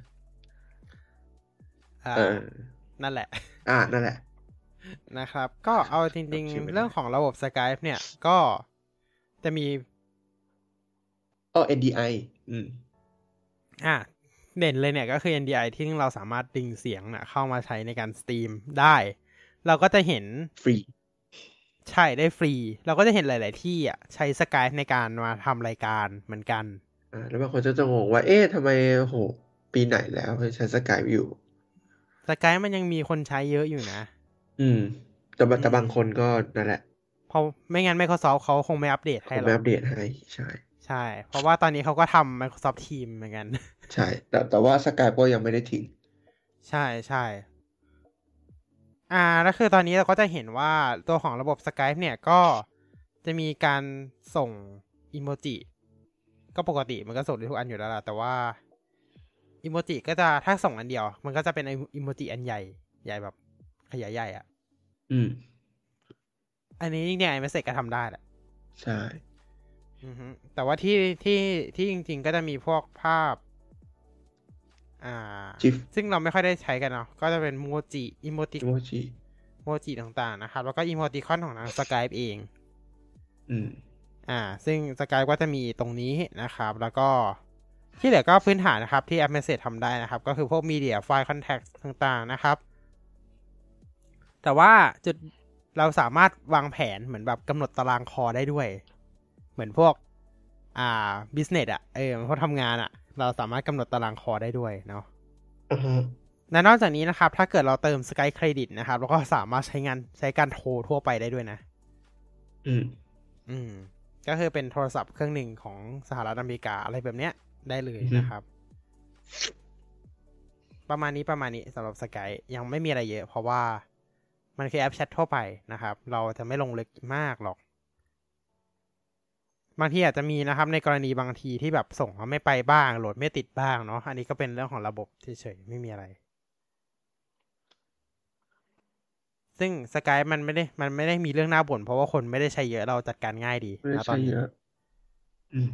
อ่าเออนั่นแหละอ่านั่นแหละนะครับก็เอาจริงๆเรื่องของระบบ Skype เนี่ยก็จะมีอ๋อ เอ็น ดี ไอ อืมอ่ะเด่นเลยเนี่ยก็คือ เอ็น ดี ไอ ที่เราสามารถดึงเสียงนะเข้ามาใช้ในการสตรีมได้เราก็จะเห็นฟรีใช่ได้ฟรีเราก็จะเห็นหลายๆที่อ่ะใช้ Skype ในการมาทำรายการเหมือนกันอ่าแล้วบางคนจะจะงงว่าเอ๊ะทำไมโหปีไหนแล้วใช้สกายอยู่ Skype มันยังมีคนใช้เยอะอยู่นะอืมแต่แต่บางคนก็นั่นแหละเพราะไม่งั้น Microsoft เขาคงไม่อัปเดตให้หรอกไม่อัปเดตให้ใช่ใช่เพราะว่าตอนนี้เขาก็ทำ Microsoft Teams เหมือนกันใช่แต่แต่ว่าสกายก็ยังไม่ได้ทิ้งใช่ใช่อ่าแล้วคือตอนนี้เราก็จะเห็นว่าตัวของระบบ Skype เนี่ยก็จะมีการส่งอีโมจิก็ปกติมันก็ส่งได้ทุกอันอยู่แล้วล่ะแต่ว่าอีโมจิก็จะถ้าส่งอันเดียวมันก็จะเป็นอีโมจิอันใหญ่ใหญ่แบบขยายใหญ่อ่ะอืมอันนี้เนี่ยไอเมสเซจก็ทำได้แหละใช่อือฮึแต่ว่าที่ที่ที่จริงๆก็จะมีพวกภาพอ่าซึ่งเราไม่ค่อยได้ใช้กันเนาะก็จะเป็นโมจิอีโมติโมจิโมจิต่างๆนะครับแล้วก็อีโมติคอนของทาง Skype เองอืมอ่าซึ่ง Skype ก็จะมีตรงนี้นะครับแล้วก็ที่เหลือก็พื้นฐานนะครับที่แอป Message ทำได้นะครับก็คือพวก Media File Contact ต่างๆนะครับแต่ว่าจุดเราสามารถวางแผนเหมือนแบบกำหนดตารางคอได้ด้วยเหมือนพวกอ่า business อ่ะเออพวกทำงานอ่ะเราสามารถกำหนดตารางคอได้ด้วยเนาะอือฮะและนอกจากนี้นะครับถ้าเกิดเราเติม Skype Credit นะครับเราก็สามารถใช้งานใช้การโทรทั่วไปได้ด้วยนะอืมอืมก็คือเป็นโทรศัพท์เครื่องหนึ่งของสหรัฐอเมริกาอะไรแบบเนี้ยได้เลยนะครับประมาณนี้ประมาณนี้สำหรับ Skype ยังไม่มีอะไรเยอะเพราะว่ามันคือแอปแชททั่วไปนะครับเราจะไม่ลงลึกมากหรอกบางทีอาจจะมีนะครับในกรณีบางทีที่แบบส่งเขาไม่ไปบ้างโหลดไม่ติดบ้างเนาะอันนี้ก็เป็นเรื่องของระบบเฉยๆไม่มีอะไรซึ่ง Skype มันไม่ได้มันไม่ได้มีเรื่องน่าบ่นเพราะว่าคนไม่ได้ใช้เยอะเราจัดการง่ายดีนะตอนนี้อืม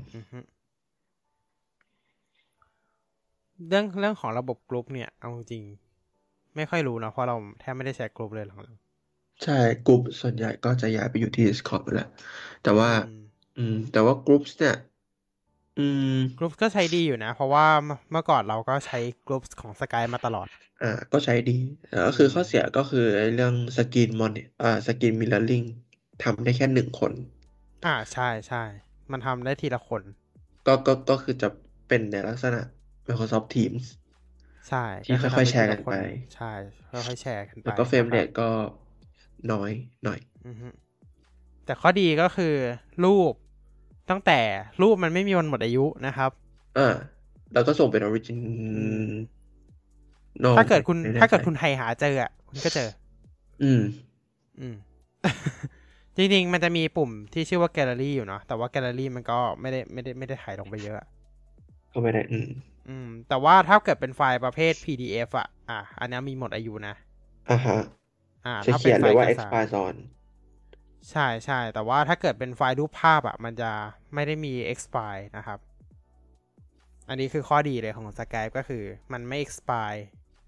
เรื่องเรื่องของระบบกลุ่มเนี่ยเอาจริงไม่ค่อยรู้นะเพราะเราแทบไม่ได้ใช้กลุ่มเลยหลังใช่กลุ่มส่วนใหญ่ก็จะย้ายไปอยู่ที่ Discord แหละแต่ว่าอืมแต่ว่ากลุ่มเนี่ยอืมกลุ่มก็ใช้ดีอยู่นะเพราะว่าเมื่อก่อนเราก็ใช้กลุ่มของ Skype มาตลอดอ่าก็ใช้ดีก็คือข้อเสียก็คือไอ้เรื่องสกรีนมอนอ่าสกรีนมิเรอร์ลิงทำได้แค่หนึ่งคนอ่าใช่ใช่มันทำได้ทีละคนก็ก็ก็คือจะเป็นในลักษณะ Microsoft Teams ใช่ที่ค่อยๆแชร์กันไปใช่ค่อยๆแชร์กันไปแล้วก็เฟรมเรทก็น้อยหน่อยแต่ข้อดีก็คือรูปตั้งแต่รูปมันไม่มีวันหมดอายุนะครับอ่าแล้วก็ส่งเป็นออริจินถ้าเกิดคุณถ้าเกิดคุณไทยหาเจออ่ะคุณก็เจออืมอืมจริงๆมันจะมีปุ่มที่ชื่อว่าแกลเลอรี่อยู่เนาะแต่ว่าแกลเลอรี่มันก็ไม่ได้ไม่ได้ไม่ได้ถ่ายลงไปเยอะก็ไม่ได้อืมอืมแต่ว่าถ้าเกิดเป็นไฟล์ประเภท พี ดี เอฟ อ่ะอ่ะอันนี้มีหมดอายุนะอ่าฮะอ่าจะถ้าเขีเป็นไฟล์ยนเลยว่าเอกสาร expire on ใช่ใช่แต่ว่าถ้าเกิดเป็นไฟล์รูปภาพอ่ะมันจะไม่ได้มี expire นะครับอันนี้คือข้อดีเลยของ Skype ก็คือมันไม่ expire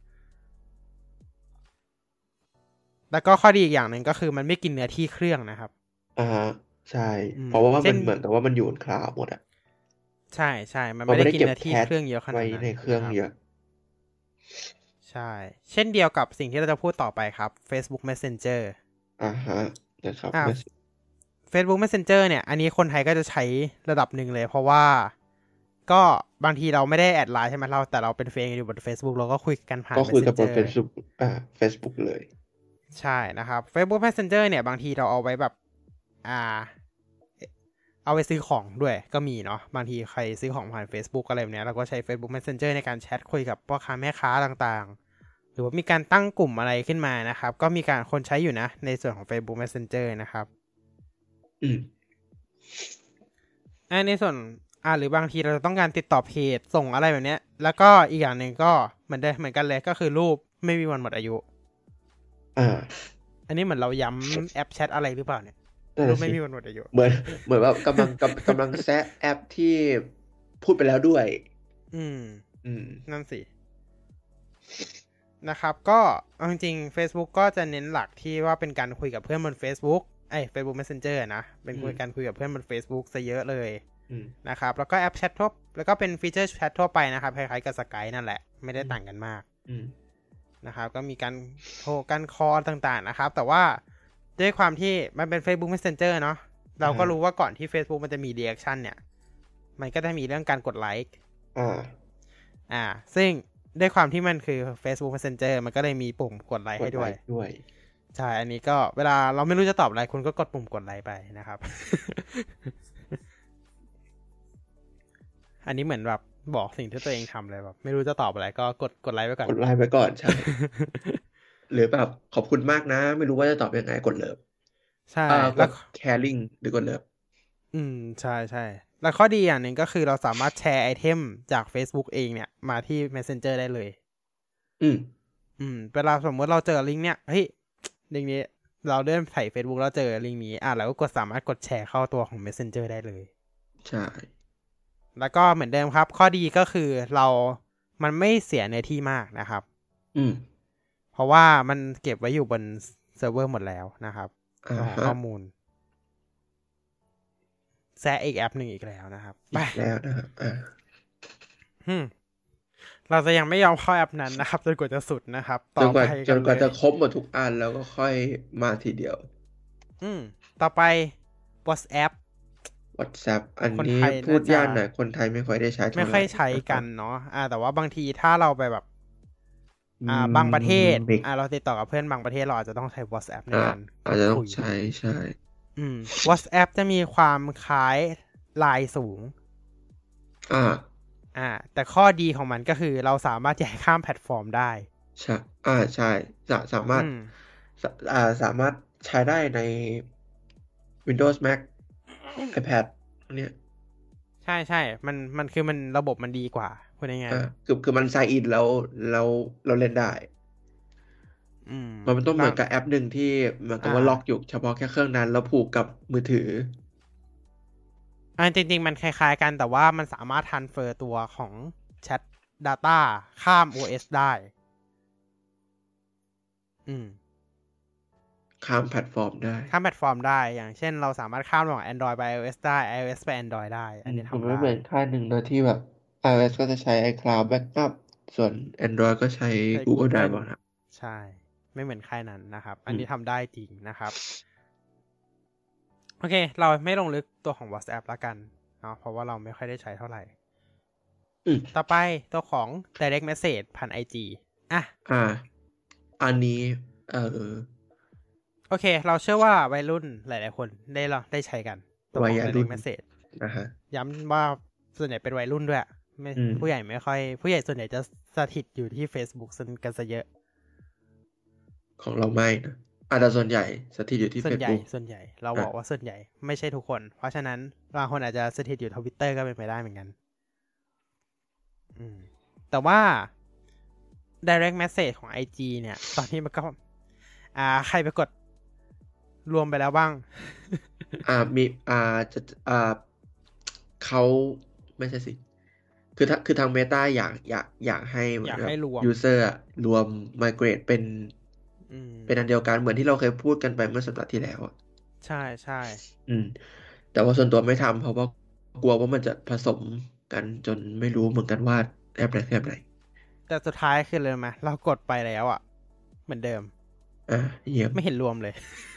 แล้วก็ข้อดีอีกอย่างหนึ่งก็คือมันไม่กินเนื้อที่เครื่องนะครับอ่าฮะใช่เพราะว่ามันเช่นเหมือนกับว่ามันอยู่บนคลาวด์หมดอ่ะใช่ใช่มันมันไม่ไม่ได้ได้กินเก็บเนื้อที่แคชเครื่องเยอะขนาไว้ดนั้นในเครื่องนะครับเยอะใช่เช่นเดียวกับสิ่งที่เราจะพูดต่อไปครับ Facebook Messenger อ่าฮะนะครับอ่า Facebook Messenger เนี่ยอันนี้คนไทยก็จะใช้ระดับหนึ่งเลยเพราะว่าก็บางทีเราไม่ได้แอดไลน์ใช่ไหมเราแต่เราเป็นเฟรนด์อยู่บน Facebook เราก็คุยกันผ่านก็คุยกับบน Messenger Facebook อ่า Facebook เลยใช่นะครับ Facebook Messenger เนี่ยบางทีเราเอาไว้แบบอ่าเอาไปซื้อของด้วยก็มีเนาะบางทีใครซื้อของผ่าน Facebook อะไรแบบเนี้ยเราก็ใช้ Facebook Messenger ในการแชทคุยกับพ่อค้าแม่ค้าต่างๆหรือว่ามีการตั้งกลุ่มอะไรขึ้นมานะครับก็มีการคนใช้อยู่นะในส่วนของ Facebook Messenger นะครับอืมอ่าในส่วนอ่าหรือบางทีเราต้องการติดต่อเพจส่งอะไรแบบเนี้ยแล้วก็อีกอย่างหนึ่งก็เหมือนเดิมเหมือนกันเลยก็คือรูปไม่มีวันหมดอายุอ่าอันนี้เหมือนเราย้ำแอปแชทอะไรหรือเปล่าเนี่ยรูปไม่มีวันหมดอายุเหมือนเหมือนว่ากำลังกำกำลังแซะแอปที่พูดไปแล้วด้วยอืมอืมนั่นสินะครับก็เอาจริงๆ Facebook ก็จะเน้นหลักที่ว่าเป็นการคุยกับเพื่อนบน Facebook ไอ้ Facebook Messenger นะเป็นคุยการคุยกับเพื่อนบน Facebook ซะเยอะเลยนะครับแล้วก็แอปแชททั่วแล้วก็เป็นฟีเจอร์แชททั่วไปนะครับคล้ายๆกับ Skype นั่นแหละไม่ได้ต่างกันมากนะครับก็มีการโทรกันคอลต่างๆนะครับแต่ว่าด้วยความที่มันเป็น Facebook Messenger เนาะเราก็รู้ว่าก่อนที่ Facebook มันจะมี reaction เนี่ยมันก็จะมีเรื่องการกดไลค์อ่าอ่าซึ่งด้วยความที่มันคือ Facebook Messenger มันก็เลยมีปุ่มกดไลค์ให้ด้วยด้วยใช่อันนี้ก็เวลาเราไม่รู้จะตอบอะไรคุณก็กดปุ่มกดไลค์ไปนะครับ อันนี้เหมือนแบบบอกสิ่งที่ตัวเองทำเลยแบบไม่รู้จะตอบอะไรก็กดกดไลค์ไว้ก่อนกดไลค์ไว้ก่อนใช่ หรือแบบขอบคุณมากนะไม่รู้ว่าจะตอบยังไงกดเลิฟใช่แล้ว caring หรือกดเลิฟอืมใช่ใช่แล้วข้อดีอย่างหนึ่งก็คือเราสามารถแชร์ไอเทมจาก Facebook เองเนี่ยมาที่ Messenger ได้เลยอืมอืมเวลาสมมติเราเจอลิงก์เนี่ยเฮ้ยลิงก์นี้เราเลื่อนไถ Facebook แล้วเจอลิงก์นี้อ่ะเราก็กดสามารถกดแชร์เข้าตัวของ Messenger ได้เลยใช่แล้วก็เหมือนเดิมครับข้อดีก็คือเรามันไม่เสียเนื้อที่มากนะครับอืมเพราะว่ามันเก็บไว้อยู่บนเซิร์ฟเวอร์หมดแล้วนะครับของข้อมูลแซะอีกแอปหนึ่งอีกแล้วนะครับไปแล้วนะครับอ่าฮึเราจะยังไม่ยอมเข้าแอปนั้นนะครับจนกว่าจะสุดนะครับต่อไปจนกว่าจะครบหมดทุกอันแล้วก็ค่อยมาทีเดียวอืมต่อไป WhatsApp WhatsApp อันนี้พูดยากหน่อยคนไทยไม่ค่อยได้ใช้ไม่ค่อยใช้กันเนาะอ่าแต่ว่าบางทีถ้าเราไปแบบอ่าบางประเทศอ่าเราติดต่อกับเพื่อนบางประเทศเราอาจจะต้องใช้ WhatsApp ในการอาจจะต้องใช้ใช่อืม WhatsApp จะมีความคล้าย ไลน์ สูงอ่าอ่าแต่ข้อดีของมันก็คือเราสามารถแยกข้ามแพลตฟอร์มได้ใช่อ่าใช่จะสามารถอ่าสามารถใช้ได้ใน Windows Mac iPad เนี้ยใช่ใช่มันมันคือมันระบบมันดีกว่าพูดง่ายๆคือคือมันไซน์อินแล้วแล้วเราเล่นได้อืมมันต้องเหมือนกับแอปหนึ่งที่เหมือนกับว่าล็อกอยู่เฉพาะแค่เครื่องนั้นแล้วผูกกับมือถืออ่าจริงๆมันคล้ายๆกันแต่ว่ามันสามารถทรานสเฟอร์ตัวของแชท Data ข้าม โอ เอส ได้อืมข้ามแพลตฟอร์มได้ข้ามแพลตฟอร์มได้อย่างเช่นเราสามารถข้ามระหว่าง Android ไป iOS ได้ iOS ไป Android ได้อันนี้ทำได้ไม่เหมือนค่ายหนึ่งนะที่แบบ iOS ก็จะใช้ iCloud Backup ส่วน Android ก็ใช้ Google Drive ครับใช่ไม่เหมือนค่ายนั้นนะครับอันนี้ทำได้จริงนะครับโอเคเราไม่ลงลึกตัวของ WhatsApp ละกันเนาะเพราะว่าเราไม่ค่อยได้ใช้เท่าไหร่ต่อไปตัวของ Direct Message ผ่าน ไอ จี อ่ะอ่าอันนี้เออโอเคเราเชื่อว่าวัยรุ่นหลายๆคนได้ลองได้ใช้กันตัวของ Direct Message นะฮะย้ำว่าส่วนใหญ่เป็นวัยรุ่นด้วยไม่ผู้ใหญ่ไม่ค่อยผู้ใหญ่ส่วนใหญ่จะสถิตอยู่ที่ Facebook กันซะเยอะของเราไม่นะอาจจะส่วนใหญ่สถิตอยู่ที่ส่วนใหญ่ Facebook ส่วนใหญ่เราบอกว่าส่วนใหญ่ไม่ใช่ทุกคนเพราะฉะนั้นบางคนอาจจะสถิตอยู่ Twitter ก็เป็นไปได้เหมือนกันอืมแต่ว่า direct message ของ ไอ จี เนี่ยตอนนี้มันก็อ่าใครไปกดรวมไปแล้วบ้างอ่ามีอ่าจะอ่าเขาไม่ใช่สิคือถ้าคือทาง Meta อยากอยากอยากให้เหมืออยาน กแบบให้รวม user อะรวม migrate เป็นอืมเป็นอันเดียวกันเหมือนที่เราเคยพูดกันไปเมื่อสัปดาห์ที่แล้วอ่ะใช่ใช่อืมแต่ว่าส่วนตัวไม่ทำเพราะว่ากลัวว่ามันจะผสมกันจนไม่รู้เหมือนกันว่าแอปไหนคือแอปไหนแต่สุดท้ายคือเลยไหมเรากดไปแล้วอ่ะเหมือนเดิมอ่าเยี่ยมไม่เห็นรวมเลย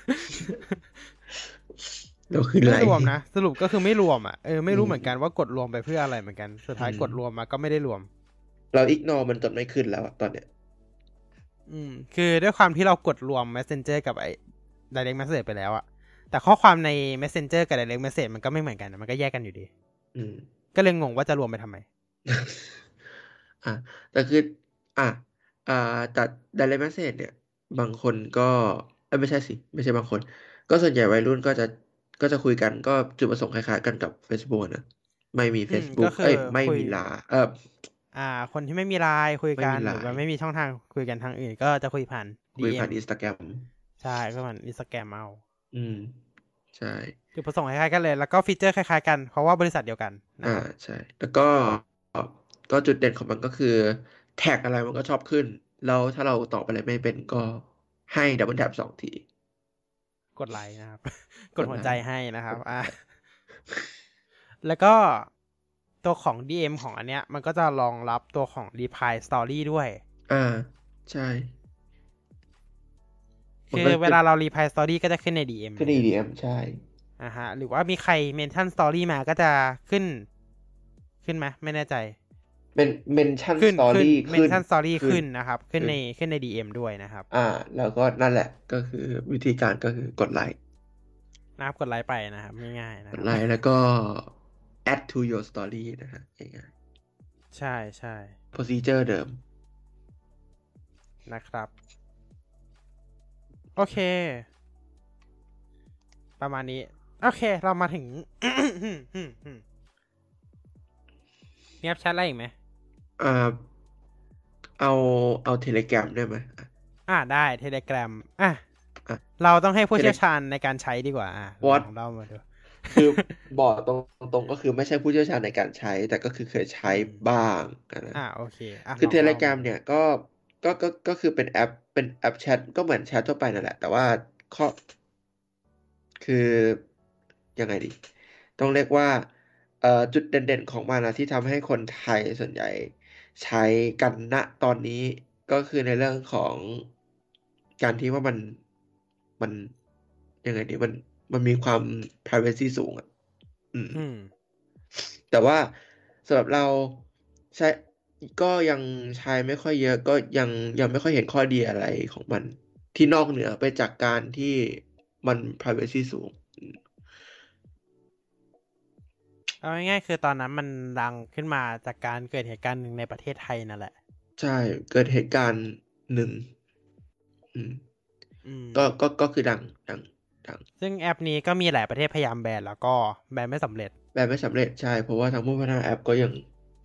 เราคืออะไม่ไรรวมนะสรุปก็คือไม่รวมอ่ะเออไม่รู้อืมเหมือนกันว่ากดรวมไปเพื่ออะไรเหมือนกันสุดท้ายอืมกดรวมมาก็ไม่ได้รวมเรา ignore มันจนไม่ขึ้นแล้วอะตอนเนี้ยอืมคือด้วยความที่เรากดรวม Messenger กับไอ้ Direct Message ไปแล้วอะแต่ข้อความใน Messenger กับ Direct Message มันก็ไม่เหมือนกันนะมันก็แยกกันอยู่ดีอืมก็เลยงงว่าจะรวมไปทำไมอ่ะแต่คืออ่ะอ่าแต่ direct message เนี่ยบางคนก็เอ้ยไม่ใช่สิไม่ใช่บางคน ก็ส่วนใหญ่วัยรุ่นก็จะก็จะคุยกันก็จุดประสงค์คล้ายๆกันกับ Facebook นะไม่มีอืมก็ Facebook คือเอ้ยไม่คุยมีไลน์เอออ่า คนที่ไม่มีไลน์คุยไม่กัมีไลนหรือว่าน์ไม่มีช่องทางคุยกันทางอื่นก็จะคุยผ่านคุยผ่านดี เอ็ม Instagram ใช่ก็ผ่าน Instagram เอาอืมใช่จุดประสงค์คล้ายๆกันเลยแล้วก็ฟีเจอร์คล้ายๆกันเพราะว่าบริษัทเดียวกันนะอ่าครับใช่แล้วก็ก็จุดเด่นของมันก็คือแท็กอะไรมันก็ชอบขึ้นแล้วถ้าเราตอบอะไรไม่เป็นก็ให้ดับเบิลแท็บสองทีกดไลค์นะครับ กกดดหัวไลใจค์ให้นะครับกดอ่ะไลค์แล้วก็ตัวของ ดี เอ็ม ของอันเนี้ยมันก็จะรองรับตัวของ Reply Story ด้วยอ่าใช่มันคือก็เวลาเรา Reply Story ก็จะขึ้นใน ดี เอ็มขึ้นใน อี ดี เอ็ม ใช่อ่าฮะหรือว่ามีใคร Mention Story มาก็จะขึ้นขึ้นไหมไม่แน่ใจเป็น mention ขึ้นขึ้น story ขึ้น Mention Story ขึ้ขึ้นนนะครับ ขึ้นขึ้นในขึ้นใน ดี เอ็ม ด้วยนะครับอ่า แล้วก็นั่นแหละก็คือวิธีการก็คือกดไลค์นะครับกดไลค์ไปนะครับง่ายๆนะกคดรับไลค์แล้วก็ add to your story นะฮะง่ายใช่ใช่ๆ procedure เดิมนะครับโอเค ประมาณนี้โอเคเรามาถึง มีแอปแชทอะไรอีกไหมอ่าเอาเอา Telegram ได้ไหมอ่ะอ่าได้ Telegram อ่ะอ่ะเราต้องให้ผู้เชี่ยวชาญในการใช้ดีกว่าอ่ะ What ลองเล่ามาดูคือบอกตรงตรงก็คือไม่ใช่ผู้เชี่ยวชาญในการใช้ แต่ก็คือเคยใช้บ้างนะอ่าโอเคอ่ะคือลองเล่า Telegram มาเนี่ยก็ก็ก็ก็คือเป็นแอปเป็นแอปแชทก็เหมือนแชททั่วไปนั่นแหละ แต่ว่าข้อคือยังไงดี ต้องเรียกว่าเอ่อจุดเด่นๆของมันนะที่ทำให้คนไทยส่วนใหญ่ใช้กันณตอนนี้ก็คือในเรื่องของการที่ว่ามันมันยังไงดีมันมันมีความ privacy สูงอ่ะอืมอืมแต่ว่าสำหรับเราใช้ก็ยังใช้ไม่ค่อยเยอะก็ยังยังไม่ค่อยเห็นข้อดีอะไรของมัน ที่นอกเหนือไปจากการที่มัน privacy สูงอืมเอาง่ายๆคือตอนนั้นมันดังขึ้นมาจากการเกิดเหตุการณ์หนึ่งในประเทศไทยนั่นแหละใช่เกิดเหตุการณ์หนึ่งอืมอืมก็ก็ก็คือดังดังดังซึ่งแอปนี้ก็มีหลายประเทศพยายามแบนแล้วก็แบนไม่สำเร็จแบนไม่สำเร็จใช่ เพราะว่าทางผู้พัฒนาแอปก็ยัง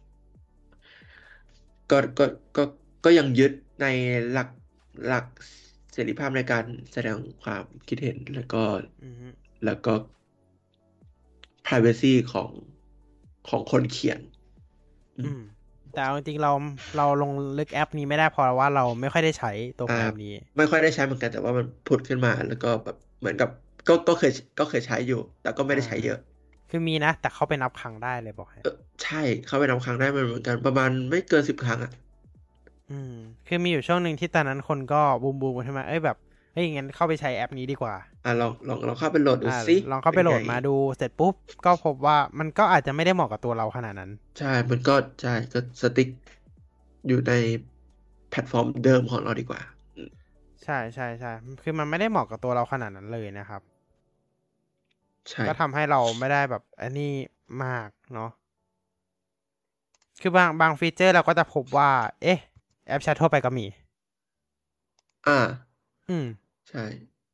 ก็ก็ก็ก็ยังยึดในหลักหลักเสรีภาพในการแสดงความคิดเห็นแล้วก็อือฮึแล้วก็ privacy ของของคนเขียน อือืมม แต่เอาจริงๆเราเราลงลึกแอปนี้ไม่ได้เพราะว่าเราไม่ค่อยได้ใช้ตัวอ่าแอปนี้ไม่ค่อยได้ใช้เหมือนกันแต่ว่ามันผุดขึ้นมา แล้วก็แบบเหมือนกับก็ก็เคยก็เคยใช้อยู่ แต่ก็ไม่ได้ใช้เยอะคือมีนะ แต่เข้าไปนับครั้งได้เลยบอกให้เออใช่เข้าไปนับครั้งได้มันเหมือนกันประมาณไม่เกินสิบครั้งอ่ะอืม คือมีอยู่ช่วงหนึ่งที่ตอนนั้นคนก็บูมบูมใช่ไหมเอ้ยแบบเฮ้ยงั้นเข้าไปใช้แอปนี้ดีกว่าอ่าลองลองลองเข้าไปโหลดดูอ่าสิลองเข้าไปโหลดนงมาดูเสร็จปุ๊บก็พบว่ามันก็อาจจะไม่ได้เหมาะกับตัวเราขนาดนั้นใช่มันก็ใช่ก็สติ๊กอยู่ในแพลตฟอร์มเดิมของเราดีกว่าอืมใช่ใช่ใช่คือมันไม่ได้เหมาะกับตัวเราขนาดนั้นเลยนะครับใช่ก็ทำให้เราไม่ได้แบบอันนี้มากเนาะคือบางบางฟีเจอร์เราก็จะพบว่า เอ๊ะแอปแชททั่วไปก็มีอ่าอืมใช่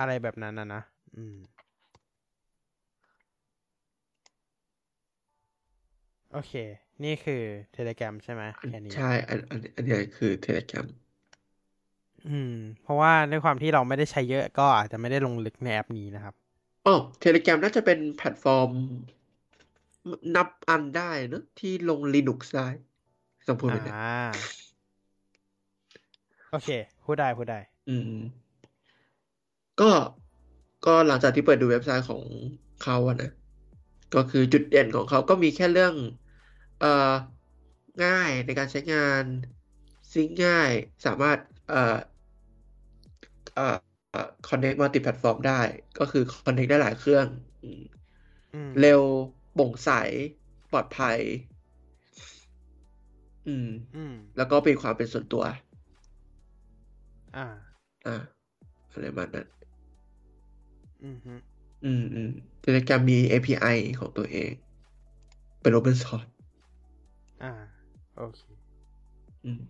อะไรแบบนั้นนะนะอืมโอเคนี่คือ Telegram ใช่ไหมแค่นี้ใช่อันอันอันนี้คือ Telegram อืมเพราะว่าด้วยความที่เราไม่ได้ใช้เยอะก็อาจจะไม่ได้ลงลึกในแอปนี้นะครับอ๋อ Telegram น่าจะเป็นแพลตฟอร์มนับอันได้เนอะที่ลง Linux ได้ต้องพูดอ่ไปเนี่ยาโอเคพูดได้พูดได้อืมก็ก็หลังจากที่เปิดดูเว็บไซต์ของเขาอะนะก็คือจุดเด่นของเขาก็มีแค่เรื่องเอ่อง่ายในการใช้งานซิงค์ง่ายสามารถเอ่อเอ่อเอ่อ connect multi platform ได้ก็คือ connect ได้หลายเครื่องอืมอืมเร็วโปร่งใสปลอดภัยอืมอืมแล้วก็เป็นความเป็นส่วนตัวอ่าอ่าอะไรประมาณนั้นอืมฮึอืมอืม Telegram มี เอ พี ไอ ของตัวเองเป็น open source อ่าโอเคอืม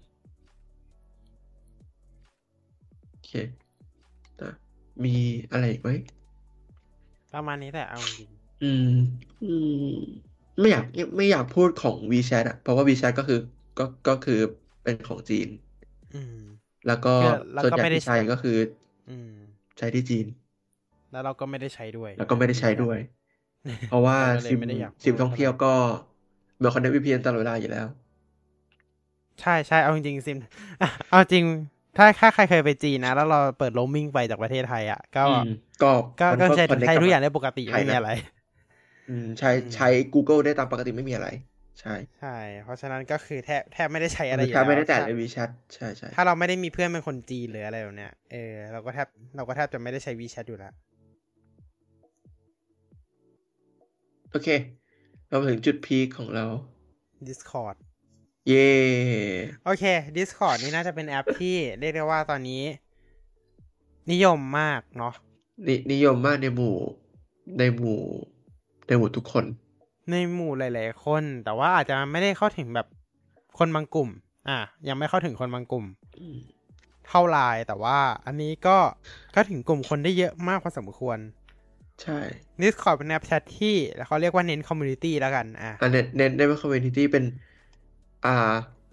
โอเคนะมีอะไรอีกไหมประมาณนี้แต่เอาจริงอืมอืมไม่อยากไม่อยากพูดของ WeChat อะเพราะว่า WeChat ก็คือก็ก็คือเป็นของจีนอืมแล้วก็คือแล้วส่วนก็ไม่ได้ใหญ่ที่ใช้ก็คืออืมใช้ที่จีนแล้วเราก็ไม่ได้ใช้ด้วยอ่าแล้วก็ไม่ได้ใช้ WeChat ด้วยเพราะว่าเราก็เลยซิมไม่ได้อยากซิมท่องพูดเท่าไหร่เที่ยวก็เมื่อ Connect วี พี เอ็น ตลอดเวลาอยู่แล้วใช่ใช่เอาจริงๆซิมอ่ะเอาจริงถ้าถ้าใครเคยไปจีนนะแล้วเราเปิดโรมมิ่งไปจากประเทศไทยอ่ะก็อืมก็ก็มันก็ก็ใช้ Connect ใช้กับทุกอย่างได้ปกติไทยนะไม่มีอะไรอืมใช้อืมใช้ Google ได้ตามปกติไม่มีอะไรใช่ใช่เพราะฉะนั้นก็คือแทบแทบไม่ได้ใช้เออะไรอยู่แล้วอแทบไม่ได้แตะถ้าเลย WeChat ใช่ใช่ถ้าเราไม่ได้มีเพื่อนเป็นคนจีนหรืออะไรแบบเนี้ยเออเราก็แทบเราก็แทบจะไม่ได้ใช้ WeChat อยู่แล้วโอเคเรามาถึงจุดพีคของเรา Discord เย่โอเค Discord นี่น่าจะเป็นแอปที่เรียกได้ว่าตอนนี้นิยมมากเนาะนินิยมมากในหมู่ในหมู่ในหมู่ทุกคนในหมู่หลายๆคนแต่ว่าอาจจะไม่ได้เข้าถึงแบบคนบางกลุ่มอ่ะยังไม่เข้าถึงคนบางกลุ่มอืมเท่าไหร่แต่ว่าอันนี้ก็เข้าถึงกลุ่มคนได้เยอะมากพอสมควรใช่ Discord เป็นแอปแชทที่เขาเรียกว่าเน้นคอมมูนิตี้แล้วกันอ่ะอันเน้นเน้นได้ว่า community เป็นอ่า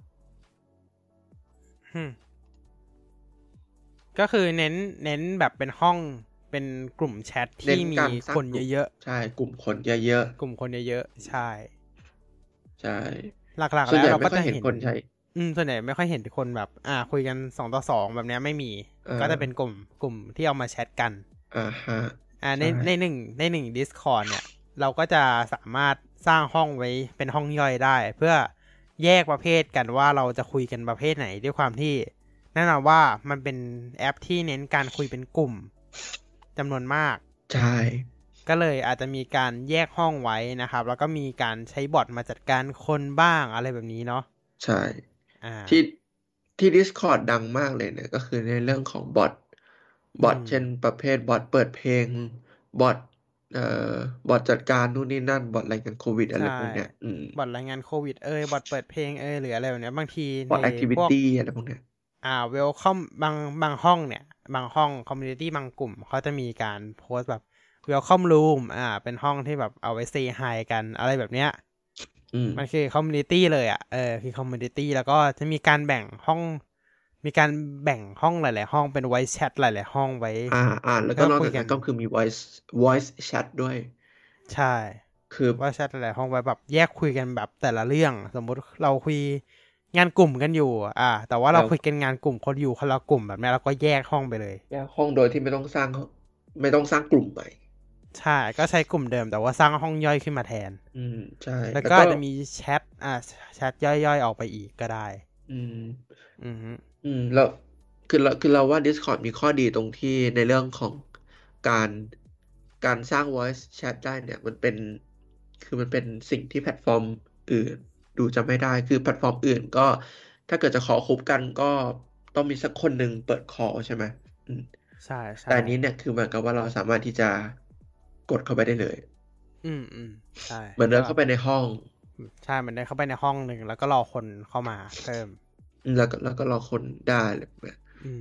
อืมก็คือเน้นเน้นแบบเป็นห้องเป็นกลุ่มแชทเน้นที่มีการสร้าคงนกลุ่มเยอะใช่กลุ่มคนเยอะๆกลุ่มคนเยอะๆใช่ๆใช่หลักๆส่วนใหญ่แล้วเราไม่ค่อยเห็นก็จะเห็นคนใช้อืมส่วนใหญ่ไม่ค่อยเห็นคนแบบอ่าคุยกันสองต่อสองแบบนี้ไม่มีเออก็จะเป็นกลุ่มกลุ่มที่เอามาแชทกันอ่าฮะอ่าในใช่ในหนึ่งในหนึ่ง Discord เนี่ยเราก็จะสามารถสร้างห้องไว้เป็นห้องย่อยได้ เพื่อแยกประเภทกันว่าเราจะคุยกันประเภทไหนด้วยความที่แน่นอนว่ามันเป็นแอปที่เน้นการคุยเป็นกลุ่มจำนวนมากใช่ก็เลยอาจจะมีการแยกห้องไว้นะครับแล้วก็มีการใช้บอทมาจัดการคนบ้างอะไรแบบนี้เนาะใช่อ่าที่ที่ Discord ดังมากเลยเนี่ยก็คือในเรื่องของบอทบอทอืมเช่นประเภทบอทเปิดเพลงบอทเอ่อบอทจัดการนู่นนี่นั่นบอทรายงานโควิดอะไรใช่พวกเนี้ยอืมบอทรายงานโควิดเอยบอทเปิดเพลงเอยหรืออะไรแบบเนี้ยบางทีบอในทแอคทิวิพวกตี้อะไรพวกเนี้ยอ่าเวลคอมบางบางห้องเนี่ยบางห้องคอมมูนิตี้บางกลุ่มเขาจะมีการโพสต์แบบเวลคอมรูมอ่าเป็นห้องที่แบบเอาไว้เซย์ไฮกันอะไรแบบเนี้ยอืมมันคือคอมมูนิตี้เลยอ่ะเออคือคอมมูนิตี้แล้วก็จะมีการแบ่งห้องมีการแบ่งห้องหลายๆห้องเป็นไวซ์แชทหลายๆห้องไว้อ่าอ่าแล้วก็เพื่อคุยกันนอกจากนั้นก็คือมี voice voice chat ด้วยใช่คือว่าแชทหลายๆห้องไว้แบบแยกคุยกันแบบแต่ละเรื่องสมมุติเราคุยงานกลุ่มกันอยู่อ่าแต่ว่าเราแล้วคุยกันงานกลุ่มคนอยู่คนละกลุ่มแบบนี้เราก็แยกห้องไปเลยแยกห้องโดยที่ไม่ต้องสร้างไม่ต้องสร้างกลุ่มใหม่ใช่ก็ใช้กลุ่มเดิมแต่ว่าสร้างห้องย่อยขึ้นมาแทนอืมใช่แล้วแล้วก็ก็อาจจะมีแชทอ่าแชทย่อยๆออกไปอีกก็ได้อืมอือฮึอืมแล้วคือเราคือเราว่า Discord มีข้อดีตรงที่ในเรื่องของการการสร้าง voice chat ได้เนี่ยมันเป็นคือมันเป็นสิ่งที่แพลตฟอร์มอื่นดูจะไม่ได้คือแพลตฟอร์มอื่นก็ถ้าเกิดจะขอคบกันก็ต้องมีสักคนหนึ่งเปิดคอใช่ไหมอืมใช่แต่ใช่อันนี้เนี่ยคือเหมือนกับว่าเราสามารถที่จะกดเข้าไปได้เลยอืมอืมใช่เหมือนเดิก็นเข้าไปในห้องใช่มันได้เข้าไปในห้องหนึ่งแล้วก็รอคนเข้ามาเพิ่มอืมแล้วก็แล้วก็รอคนได้เลยแบบอืม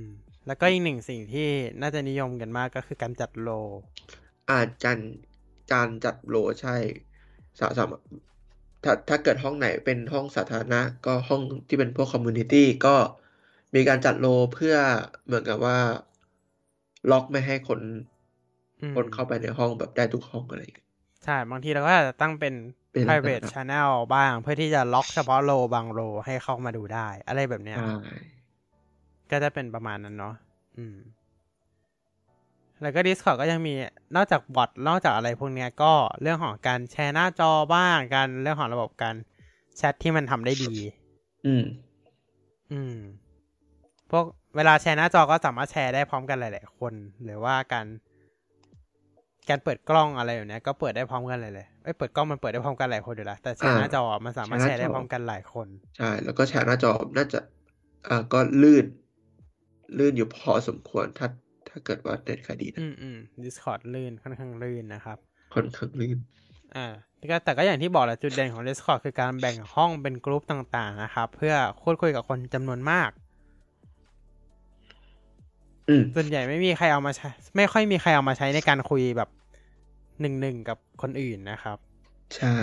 แล้วก็อีกหนึ่งสิ่งที่น่าจะนิยมกันมากก็คือการจัดโลอ่าการการจัดโลใช่สามารถถ้าถ้าเกิดห้องไหนเป็นห้องสาธารณะก็ห้องที่เป็นพวกคอมมูนิตี้ก็มีการจัดโลเพื่อเหมือนกับว่าล็อกไม่ให้คนคนเข้าไปในห้องแบบได้ทุกห้องอะไรใช่บางทีเราก็อาจจะตั้งเป็น private channel บ้างเพื่อที่จะล็อกเฉพาะโลบางโลให้เข้ามาดูได้อะไรแบบเนี้ยก็จะเป็นประมาณนั้นเนาะอืมแล้วก็ Discord ก็ยังมีนอกจากบอทนอกจากอะไรพวกเนี้ยก็เรื่องของการแชร์หน้าจอบ้างการเรื่องของระบบการแชทที่มันทำได้ดีอืมอืมพวกเวลาแชร์หน้าจอก็สามารถแชร์ได้พร้อมกันหลายๆคนหรือว่าการการเปิดกล้องอะไรอย่างเนี้ยก็เปิดได้พร้อมกันเลยเลยเอ้ยเปิดกล้องมันเปิดได้พร้อมกันหลายคนอยู่แล้วแต่แชร์หน้าจอมันสามารถแชร์ได้พร้อมกันหลายคนใช่แล้วก็แชร์หน้าจอน่าจะอ่าก็ลื่นลื่นอยู่พอสมควรถ้าถ้าเกิดว่าเน็ตใครดีนะอืมอืม Discord ลื่นค่อนข้างลื่นนะครับค่อนข้างลื่นอ่าแต่ก็อย่างที่บอกแหละจุดเด่นของ Discord คือการแบ่งห้องเป็นกลุ่มต่างๆนะครับเพื่อพูดคุยกับคนจำนวนมากส่วนใหญ่ไม่มีใครเอามาใช้ไม่ค่อยมีใครเอามาใช้ในการคุยแบบหนึ่งหนึ่งกับคนอื่นนะครับใช่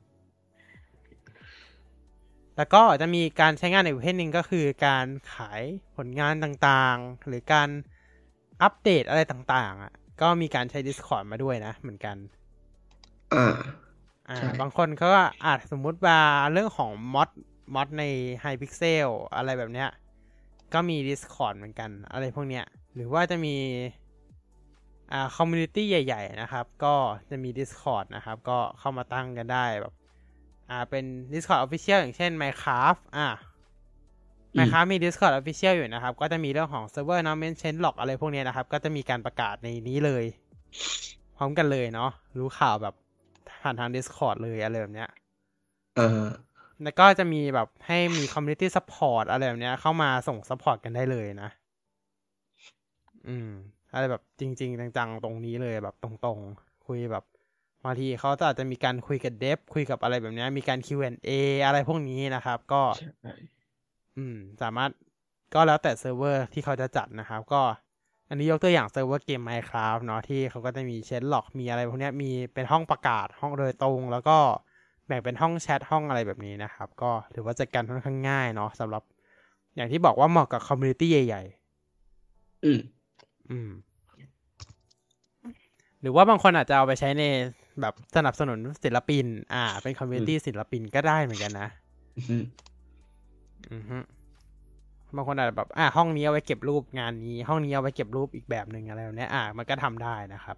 แล้วก็จะมีการใช้งานในประเภทหนึ่งก็คือการขายผลงานต่างๆหรือการอัปเดตอะไรต่างๆอ่ะก็มีการใช้ Discord มาด้วยนะเหมือนกันอ่าอ่าบางคนเขาก็อาจสมมุติว่าเรื่องของมอดมอดใน Hypixel อะไรแบบเนี้ยก็มี Discord เหมือนกันอะไรพวกเนี้ยหรือว่าจะมีอ่าคอมมูนิตี้ใหญ่ๆนะครับก็จะมี Discord นะครับก็เข้ามาตั้งกันได้แบบอ่าเป็น Discord Official อย่างเช่น Minecraft อ่า Minecraft มี Discord Official อยู่นะครับก็จะมีเรื่องของ Server Announcement Changelog อะไรพวกนี้นะครับก็จะมีการประกาศในนี้เลยพร้อมกันเลยเนาะรู้ข่าวแบบผ่านทาง Discord เลยอะไรแบบเนี้ยเออแล้วก็จะมีแบบให้มี Community Support อะไรแบบเนี้ยเข้ามาส่ง Support กันได้เลยนะอืมอะไรแบบจริงๆจังๆตรงนี้เลยแบบตรงๆคุยแบบบางทีเขาอาจจะมีการคุยกับเดฟคุยกับอะไรแบบนี้มีการ คิว แอนด์ เอ อะไรพวกนี้นะครับก็อืมสามารถก็แล้วแต่เซิร์ฟเวอร์ที่เขาจะจัดนะครับก็อันนี้ยกตัวอย่างเซิร์ฟเวอร์เกม Minecraft เนาะที่เขาก็จะมีเชนล็อกมีอะไรพวกนี้มีเป็นห้องประกาศห้องโดยตรงแล้วก็แบ่งเป็นห้องแชทห้องอะไรแบบนี้นะครับก็ถือว่าจัดการค่อนข้างง่ายเนาะสำหรับอย่างที่บอกว่าเหมาะกับคอมมูนิตี้ใหญ่ๆอืมอืมหรือว่าบางคนอาจจะเอาไปใช้ในแบบสนับสนุนศิลปินอ่าเป็นคอมมูนิตี้ศิลปินก็ได้เหมือนกันนะอือฮึบางคนอาจจะแบบอ่าห้องนี้เอาไว้เก็บรูปงานนี้ห้องนี้เอาไว้เก็บรูปอีกแบบหนึ่งอะไรแบบนี้อ่ามันก็ทำได้นะครับ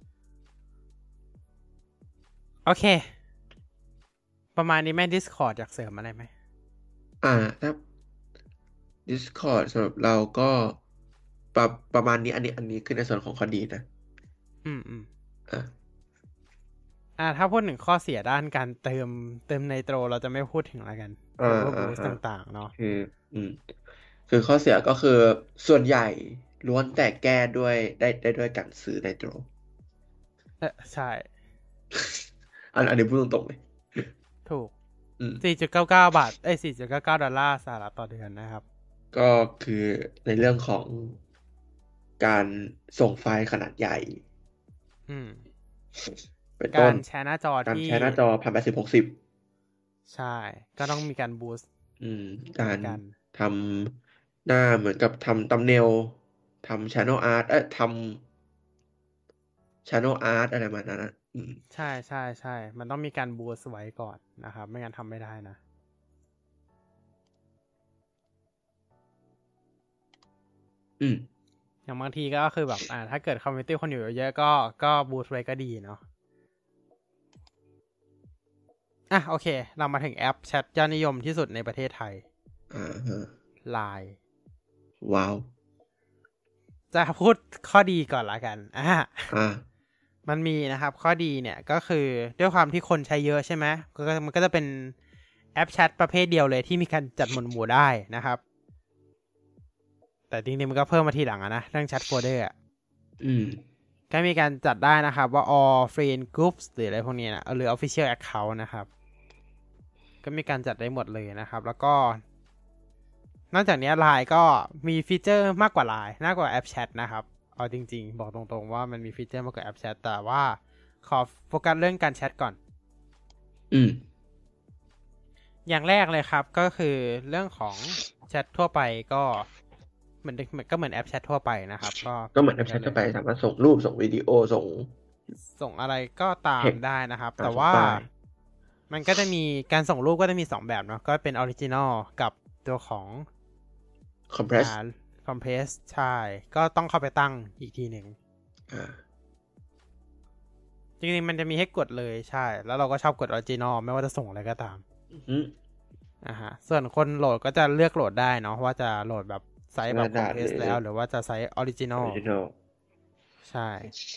โอเคประมาณนี้แม่ Discord อยากเสริมอะไรไหมอ่าถ้า Discord สำหรับเราก็ประประมาณนี้อันนี้อันนี้คือในส่วนของข้อดีนะอืมอืมอ่าอ่าถ้าพูดถึงข้อเสียด้านการเติมเติมไนโตรเราจะไม่พูดถึงแล้วกันอ่าบูสต์ต่างๆเนาะคืออืมคือข้อเสียก็คือส่วนใหญ่ล้วนแต่แก้ด้วยได้ได้ด้วยการซื้อไนโตรเออใช่อันอันนี้พูดตรงๆเลยถูก สี่จุดเก้าเก้า บาทเอ้ย สี่จุดเก้าเก้า ดอลลาร์สหรัฐต่อเดือนนะครับก็คือในเรื่องของการส่งไฟล์ขนาดใหญ่อืมเป็นต้นการแชร์หน้าจอการที่แชร์หน้าจอพันแปดสิบหกสิบใช่ก็ต้องมีการบูสต์อืมการทำหน้าเหมือนกับทำ thumbnail ทำ channel art เอ้ยทำ channel art อะไรประมาณนั้นนะอืมใช่ใช่ใช่มันต้องมีการบูสต์ไว้ก่อนนะครับไม่งั้นทำไม่ได้นะอืมอย่างบางทีก็คือแบบอ่าถ้าเกิดคอมมูนิตี้คนอยู่เยอะก็ก็บูสต์ไว้ก็ดีเนาะอ่ะโอเคเรามาถึงแอปแชทยอดนิยมที่สุดในประเทศไทยอ่าฮะไลน์ว้าวจะพูดข้อดีก่อนละกันอ่าอ่ามันมีนะครับข้อดีเนี่ยก็คือด้วยความที่คนใช้เยอะใช่ไหมก็มันก็จะเป็นแอปแชทประเภทเดียวเลยที่มีการจัดหมวดหมู่ได้นะครับแต่จริงๆมันก็เพิ่มมาทีหลังนะเรื่องแชทโฟลเดอร์อืมก็มีการจัดได้นะครับว่า all friend groups หรืออะไรพวกนี้นะหรือ official account นะครับก็มีการจัดได้หมดเลยนะครับแล้วก็นอกจากนี้ ไลน์ ก็มีฟีเจอร์มากกว่า ไลน์ มากกว่าแอปแชทนะครับเอาจริงๆบอกตรงๆว่ามันมีฟีเจอร์มากกว่าแอปแชทแต่ว่าขอโฟกัสเรื่องการแชทก่อนอืมอย่างแรกเลยครับก็คือเรื่องของแชททั่วไปก็เหมือนก็เหมือนแอปแชททั่วไปนะครับก็ก็เหมือนแอปแชททั่วไปสามารถส่งรูปส่งวิดีโอส่งส่งอะไรก็ตามได้นะครับแต่ว่ามันก็จะมีการส่งรูปก็จะมีสองแบบเนาะก็เป็นออริจินอลกับตัวของ compress compress ใช่ก็ต้องเข้าไปตั้งอีกทีหนึ่งจริงๆมันจะมีให้กดเลยใช่แล้วเราก็ชอบกดออริจินอลไม่ว่าจะส่งอะไรก็ตามอ่าฮะส่วนคนโหลดก็จะเลือกโหลดได้เนาะว่าจะโหลดแบบไซส์แบบ compress แล้วหรือว่าจะไซส์ออริจินอลใช่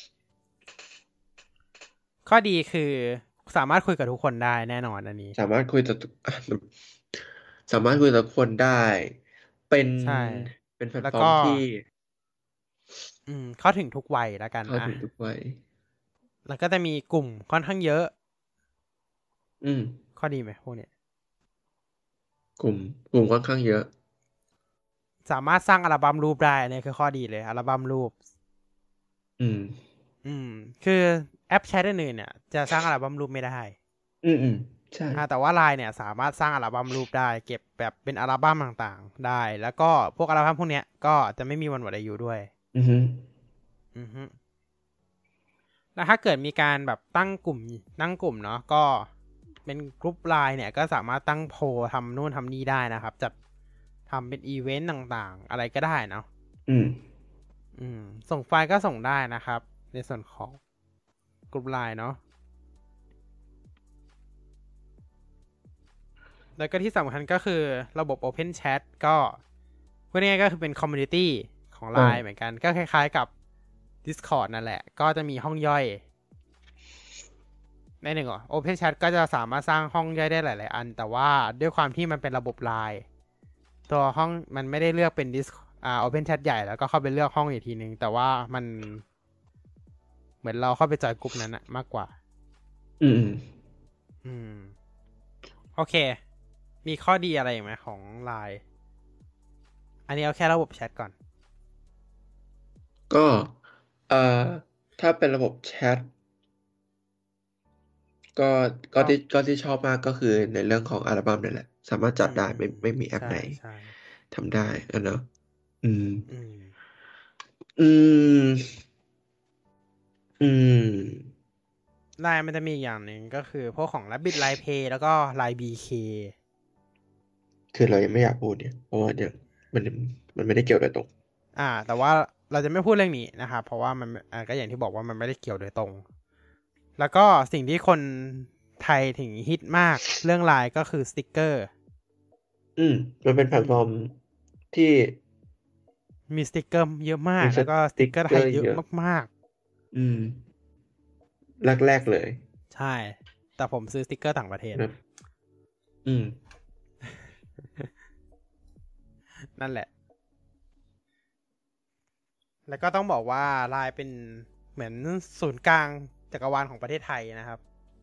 ข้อดีคือสามารถคุยกับทุกคนได้แน่นอนอันนี้สามารถคุยกับสามารถคุยกับคนได้เป็นใช่เป็นแพลตฟอร์มที่อืมเข้าถึงทุกวัยแล้วกันเข้าถึงทุกวัยแล้วก็จะมีกลุ่มค่อนข้างเยอะอืมข้อดีไหมพวกเนี้ยกลุ่มกลุ่มค่อนข้างเยอะสามารถสร้างอัลบั้มรูปได้อันนี้คือข้อดีเลยอัลบั้มรูปอืมอืมคือแอปแชทอื่นๆเนี่ยจะสร้างอัลบั้มรูปไม่ได้อืมอืมใช่แต่ว่า ไลน์ เนี่ยสามารถสร้างอัลบั้มรูปได้เก็บแบบเป็นอัลบั้มต่างๆได้แล้วก็พวกอัลบั้มพวกเนี้ยก็จะไม่มีวันหมดอายุด้วยอือฮึอือฮึแล้วถ้าเกิดมีการแบบตั้งกลุ่มตั้งกลุ่มเนาะก็เป็นกลุ่ม ไลน์ เนี่ยก็สามารถตั้งโพลทำนู่นทำนี่ได้นะครับจัดทำเป็นอีเวนต์ต่างๆอะไรก็ได้เนาะอืมอืมส่งไฟล์ก็ส่งได้นะครับในส่วนของกลุ่ม ไลน์ เนาะแล้วก็ที่สำคัญก็คือระบบ Open Chat ก็พูดง่ายๆก็คือเป็นคอมมูนิตี้ของ ไลน์ เหมือนกันก็คล้ายๆกับ Discord นั่นแหละก็จะมีห้องย่อยในหนึ่งอ่ะ Open Chat ก็จะสามารถสร้างห้องย่อยได้หลายๆอันแต่ว่าด้วยความที่มันเป็นระบบ ไลน์ ตัวห้องมันไม่ได้เลือกเป็น Dis อ่า Open Chat ใหญ่แล้วก็เข้าไปเลือกห้องอีกทีนึงแต่ว่ามันเหมือนเราเข้าไปจอยกลุ่มนั้นอะมากกว่าอืมอืมโอเคมีข้อดีอะไรไหมของ ไลน์ อันนี้เอาแค่ระบบแชทก่อนก็เอ่อถ้าเป็นระบบแชทก็ก็ที่ก็ที่ชอบมากก็คือในเรื่องของอัลบั้มนี่แหละสามารถจัดได้ไม่ไม่มีแอปไหนทำได้อ่ะเนาะอืมอืมอืมไลน์มันจะมีอีกอย่างหนึ่งก็คือพวกของ Rabbit ไลน์ Pay แล้วก็ ไลน์ บี เคคือเรายังไม่อยากพูดเนี่ยเพราะว่าเนี่ยมันมันไม่ได้เกี่ยวโดยตรงอ่าแต่ว่าเราจะไม่พูดเรื่องนี้นะครับเพราะว่ามันอ่าก็อย่างที่บอกว่ามันไม่ได้เกี่ยวโดยตรงแล้วก็สิ่งที่คนไทยถึงฮิตมากเรื่อง ไลน์ ก็คือสติ๊กเกอร์อืมมันเป็นแพลตฟอร์มที่มีสติ๊กเกอร์เยอะมากแล้วก็สติ๊กเกอร์ไทยเยอะมากๆอืมแรกๆเลยใช่แต่ผมซื้อสติ๊กเกอร์ต่างประเทศอืมนั่นแหละแล้วก็ต้องบอกว่า ไลน์ เป็นเหมือนศูนย์กลางจักรวาลของประเทศไทยนะครับ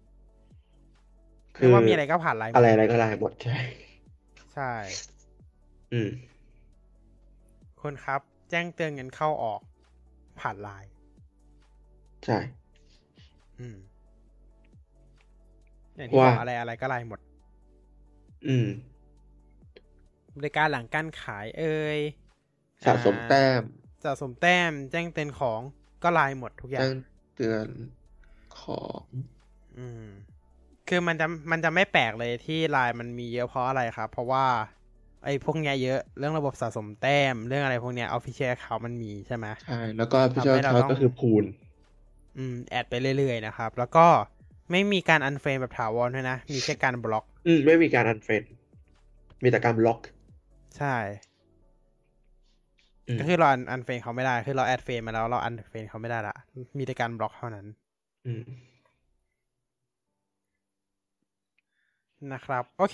คือว่ามีอะไรก็ผ่าน ไลน์อะไรอะไรก็ไลน์หมดใช่ใช่อืมคนครับแจ้งเตือนเงินเข้าออกผ่าน ไลน์ใช่อืมอย่างที่บอกอะไรอะไรก็ ไลน์ หมดอืมบริการหลังการขายเอ่ยสะสมแต้มสะสมแต้มแจ้งเตือนของก็ ไลน์ หมดทุกอย่างแจ้งเตือนของอืมคือมันจะมันจะไม่แปลกเลยที่ ไลน์ มันมีเยอะเพราะอะไรครับเพราะว่าไอ้พวกเนี้ยเยอะเรื่องระบบสะสมแต้มเรื่องอะไรพวกเนี้ย Official Account มันมีใช่ไหมใช่แล้วก็ Official Account ก็คือพูลอืมแอดไปเรื่อยๆนะครับแล้วก็ไม่มีการอันเฟรนแบบถาวรด้วยนะมีแค่การบล็อกอืมไม่มีการอันเฟรนมีแต่การบล็อกใช่ก็คือเราอันอันเฟรนเขาไม่ได้คือเราแอดเฟรนมาแล้วเราอันเฟรนเขาไม่ได้ละมีแต่การบล็อกเท่านั้นอืมนะครับโอเค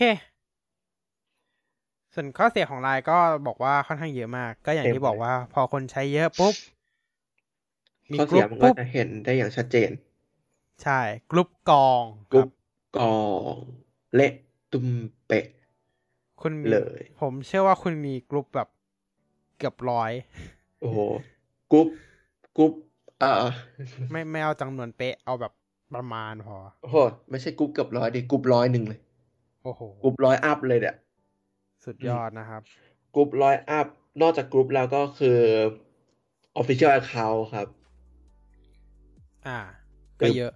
ส่วนข้อเสียของ ไลน์ ก็บอกว่าค่อนข้างเยอะมากก็อย่างที่บอกว่าพอคนใช้เยอะปุ๊บข้อเสียมันก็จะเห็นได้อย่างชัดเจนใช่กลุ่มกองกลุ่มกองเละตุ้มเปะคุณมีเลยผมเชื่อว่าคุณมีกลุ่มแบบเกือบร้อยโอ้โหกรุ๊ปกรุ๊ปอ่าไม่ไม่เอาจำนวนเป๊ะเอาแบบประมาณพอโอ้โหไม่ใช่กรุ๊ปเกือบร้อยดิกรุ๊ปร้อยหนึ่งเลยโอ้โหกรุ๊ปร้อยอัพเลยเนี่ยสุดยอดนะครับกรุ๊ปร้อยอัพนอกจากกรุ๊ปแล้วก็คือ Official Account ครับอ่าก็เยอะ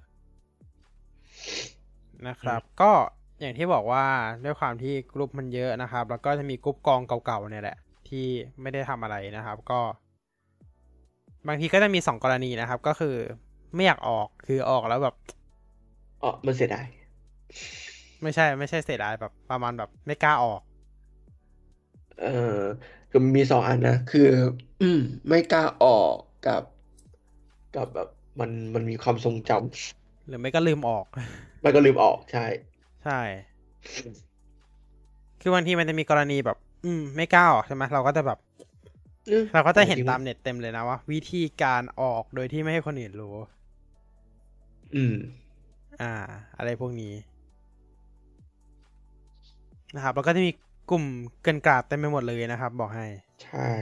นะครับก็อย่างที่บอกว่าด้วยความที่กลุ่มมันเยอะนะครับแล้วก็จะมีกลุ่มกองเก่าๆเนี่ยแหละที่ไม่ได้ทำอะไรนะครับก็บางทีก็จะมีสองกรณีนะครับก็คือไม่อยากออกคือออกแล้วแบบอ๋อมันเสียดายไม่ใช่ไม่ใช่เสียดายแบบประมาณแบบไม่กล้าออกเออคือมีสองอันนะคืออืมไม่กล้าออกกับกับแบบมันมันมีความทรงจำหรือไม่ก็ลืมออกมันก็ลืมออกใช่ใช่คือบางทีมันจะมีกรณีแบบอืมไม่กล้าออกใช่ไหมเราก็จะแบบเราก็จะเห็นตามเน็ตเต็มเลยนะว่าวิธีการออกโดยที่ไม่ให้คนอื่นรู้อืมอ่าอะไรพวกนี้นะครับแล้วก็จะมีกลุ่มเกินกราดเต็มไปหมดเลยนะครับบอกให้ใช่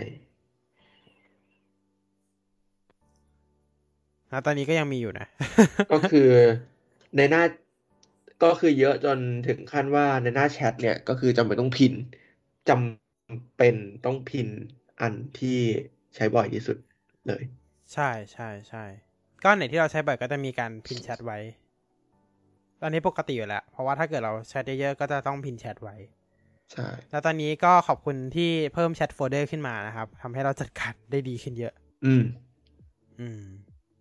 นะตอนนี้ก็ยังมีอยู่นะก็คือในหน้าก็คือเยอะจนถึงขั้นว่าในหน้าแชทเนี่ยก็คือจำเป็นต้องพินจำเป็นต้องพินอันที่ใช้บ่อยที่สุดเลยใช่ใช่ใช่ก็ไหนที่เราใช้บ่อยก็จะมีการพินแชทไว้ตอนนี้ปกติอยู่แล้วเพราะว่าถ้าเกิดเราแชทเยอะๆก็จะต้องพินแชทไว้ใช่แล้วตอนนี้ก็ขอบคุณที่เพิ่มแชทโฟลเดอร์ขึ้นมานะครับทำให้เราจัดการได้ดีขึ้นเยอะอืมอืม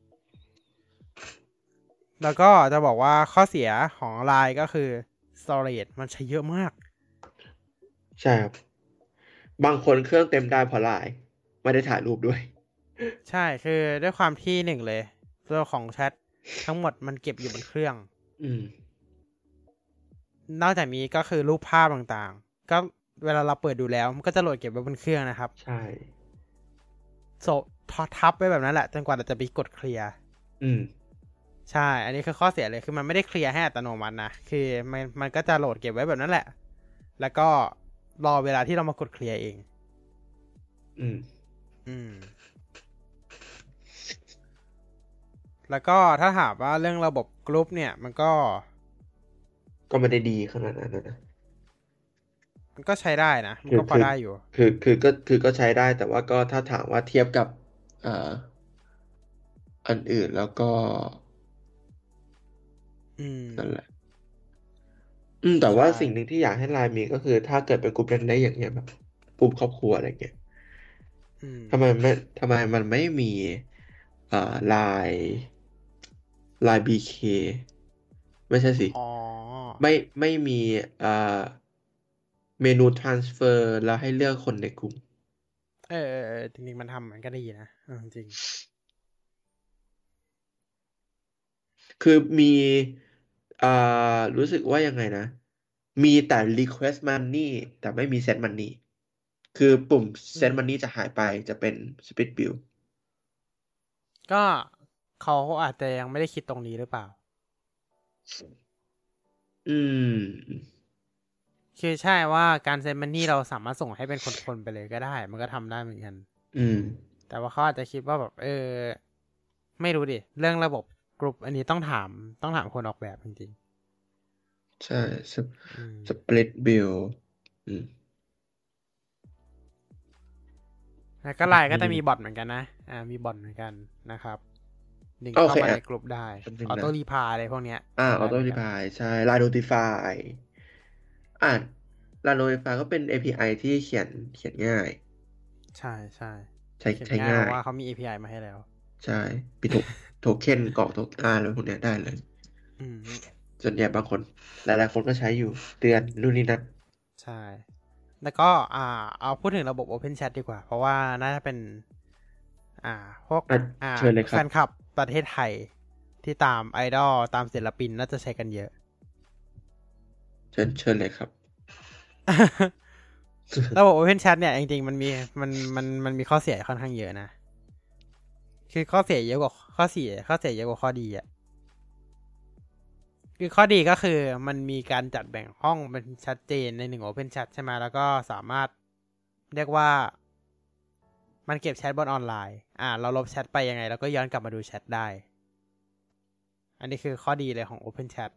แล้วก็จะบอกว่าข้อเสียของ ไลน์ ก็คือ storage มันใช้เยอะมากใช่ครับบางคนเครื่องเต็มได้เพราะไลน์ไม่ได้ถ่ายรูปด้วยใช่คือด้วยความที่หนึ่งเลยตัวของแชททั้งหมดมันเก็บอยู่บนเครื่องอืมนอกจากนี้ก็คือรูปภาพต่างๆก็เวลาเราเปิดดูแล้วมันก็จะโหลดเก็บไว้บนเครื่องนะครับใช่โซทับไว้แบบนั้นแหละจนกว่าเราจะไปกดเคลียร์อืมใช่อันนี้คือข้อเสียเลยคือมันไม่ได้เคลียร์ให้อัตโนมัตินะคือมันมันก็จะโหลดเก็บไว้แบบนั้นแหละแล้วก็รอเวลาที่เรามากดเคลียร์เองอืมอืมแล้วก็ถ้าถามว่าเรื่องระบบกรุ๊ปเนี่ยมันก็ก็ไม่ได้ดีขนาดนั้นนะมันก็ใช้ได้นะมันคือก็พอคือได้อยู่คือคือก็คือก็ใช้ได้แต่ว่าก็ถ้าถามว่าเทียบกับอ่าอันอื่นแล้วก็อืมนั่นแหละอืมแต่ใช่ว่าสิ่งหนึ่งที่อยากให้ไลน์มีก็คือถ้าเกิดเป็นกลุ่มเล็กๆอย่างเงี้ยแบบกลุ่มครอบครัวอะไรเงี้ยอืมทำไมไม่ทำไมมันไม่มีอ่าไลน์ไลน์บีเคไม่ใช่สิอ๋อไม่ไม่มีอ่าเมนู transfer แล้วให้เลือกคนในกลุ่มเออเออเออจริงๆมันทำมันก็ดีนะเออจริงคือมีอ่ารู้สึกว่ายังไงนะ มีแต่ request money แต่ไม่มี set money คือปุ่มอื set ม money จะหายไปจะเป็น split bill ก็เขาอาจจะยังไม่ได้คิดตรงนี้หรือเปล่าอืมคือใช่ว่าการเซ็นมันนี่เราสามารถส่งให้เป็นคนๆไปเลยก็ได้มันก็ทำได้เหมือนกันอืมแต่ว่าเขาอาจจะคิดว่าแบบเออไม่รู้ดิเรื่องระบบกลุ่มอันนี้ต้องถามต้องถามคนออกแบบจริงใช่ๆอืม split bill อืมแล้วก็ไลน์ก็จะมีบอทอืมเหมือนกันนะอ่ามีบอทเหมือนกันนะครับดึงโอเข้ามาในเคอ่ะกลุ่มได้แป๊บนึงออโต้นะรีพายอะไรพวกเนี้ยอ่าทำได้ auto เหมือนกัน reply ใช่ line notify อ่า line notify ก็เป็น เอ พี ไอ ที่เขียนเขียนง่ายใช่ใช่ใช้เขียนง่ายเพใช้ง่ายราะว่าเขามี เอ พี ไอ มาให้แล้วใช่มีโทโทเค็นกรอกโทอ่าอะไรพวกเนี้ยได้เลยอืมส่วนใหญ่บางคน หลายๆคนก็ใช้อยู่เตือนรุ่นนี้นั้นใช่แล้วก็อ่าเอาพูดถึงระบบ Open Chat ดีกว่าเพราะว่าน่าจะเป็นอ่าพวกอ่ะอ่าเชิญเลยครับแฟนคลับประเทศไทยที่ตามไอดอลตามศิลปินน่าจะใช้กันเยอะเชิญเชิญเลยครับระบบ Open Chat เนี่ยจริงๆมันมีมันมันมันมีข้อเสียค่อนข้างเยอะนะคือข้อเสียเยอะกว่าข้อเสียข้อเสียเยอะกว่าข้อดีอ่ะคือข้อดีก็คือมันมีการจัดแบ่งห้องเป็นชัดเจนในหนึ่ง Open Chat ใช่ไหมแล้วก็สามารถเรียกว่ามันเก็บแชทบนออนไลน์อ่าเราลบแชทไปยังไงเราก็ย้อนกลับมาดูแชทได้อันนี้คือข้อดีเลยของ Open Chat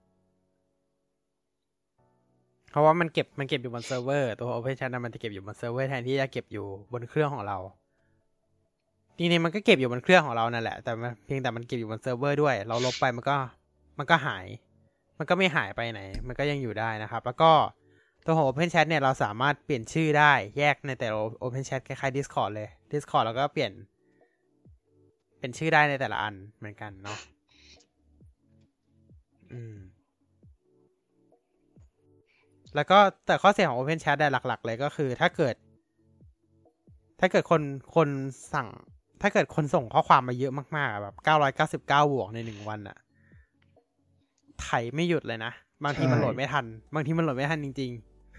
เพราะว่ามันเก็บมันเก็บอยู่บนเซิร์ฟเวอร์ตัว Open Chat นะมันจะเก็บอยู่บนเซิร์ฟเวอร์แทนที่จะเก็บอยู่บนเครื่องของเราจริงๆมันก็เก็บอยู่บนเครื่องของเรานั่นแหละแต่เพียงแต่มันเก็บอยู่บนเซิร์ฟเวอร์ด้วยเราลบไปมันก็มันก็หายมันก็ไม่หายไปไหนมันก็ยังอยู่ได้นะครับแล้วก็ตัวของ Open Chat เนี่ยเราสามารถเปลี่ยนชื่อได้แยกในแต่ละ Open Chat คล้ายๆ Discord เลย Discord เราก็เปลี่ยนเป็นชื่อได้ในแต่ละอันเหมือนกันเนาะอืมแล้วก็แต่ข้อเสียของ Open Chat ได้หลักๆเลยก็คือถ้าเกิดถ้าเกิดคนคนสั่งถ้าเกิดคนส่งข้อความมาเยอะมากๆแบบเก้าร้อยเก้าสิบเก้าบวกในหนึ่งวันอะไถไม่หยุดเลยนะบางทีมันโหลดไม่ทันบางทีมันโหลดไม่ทันจริง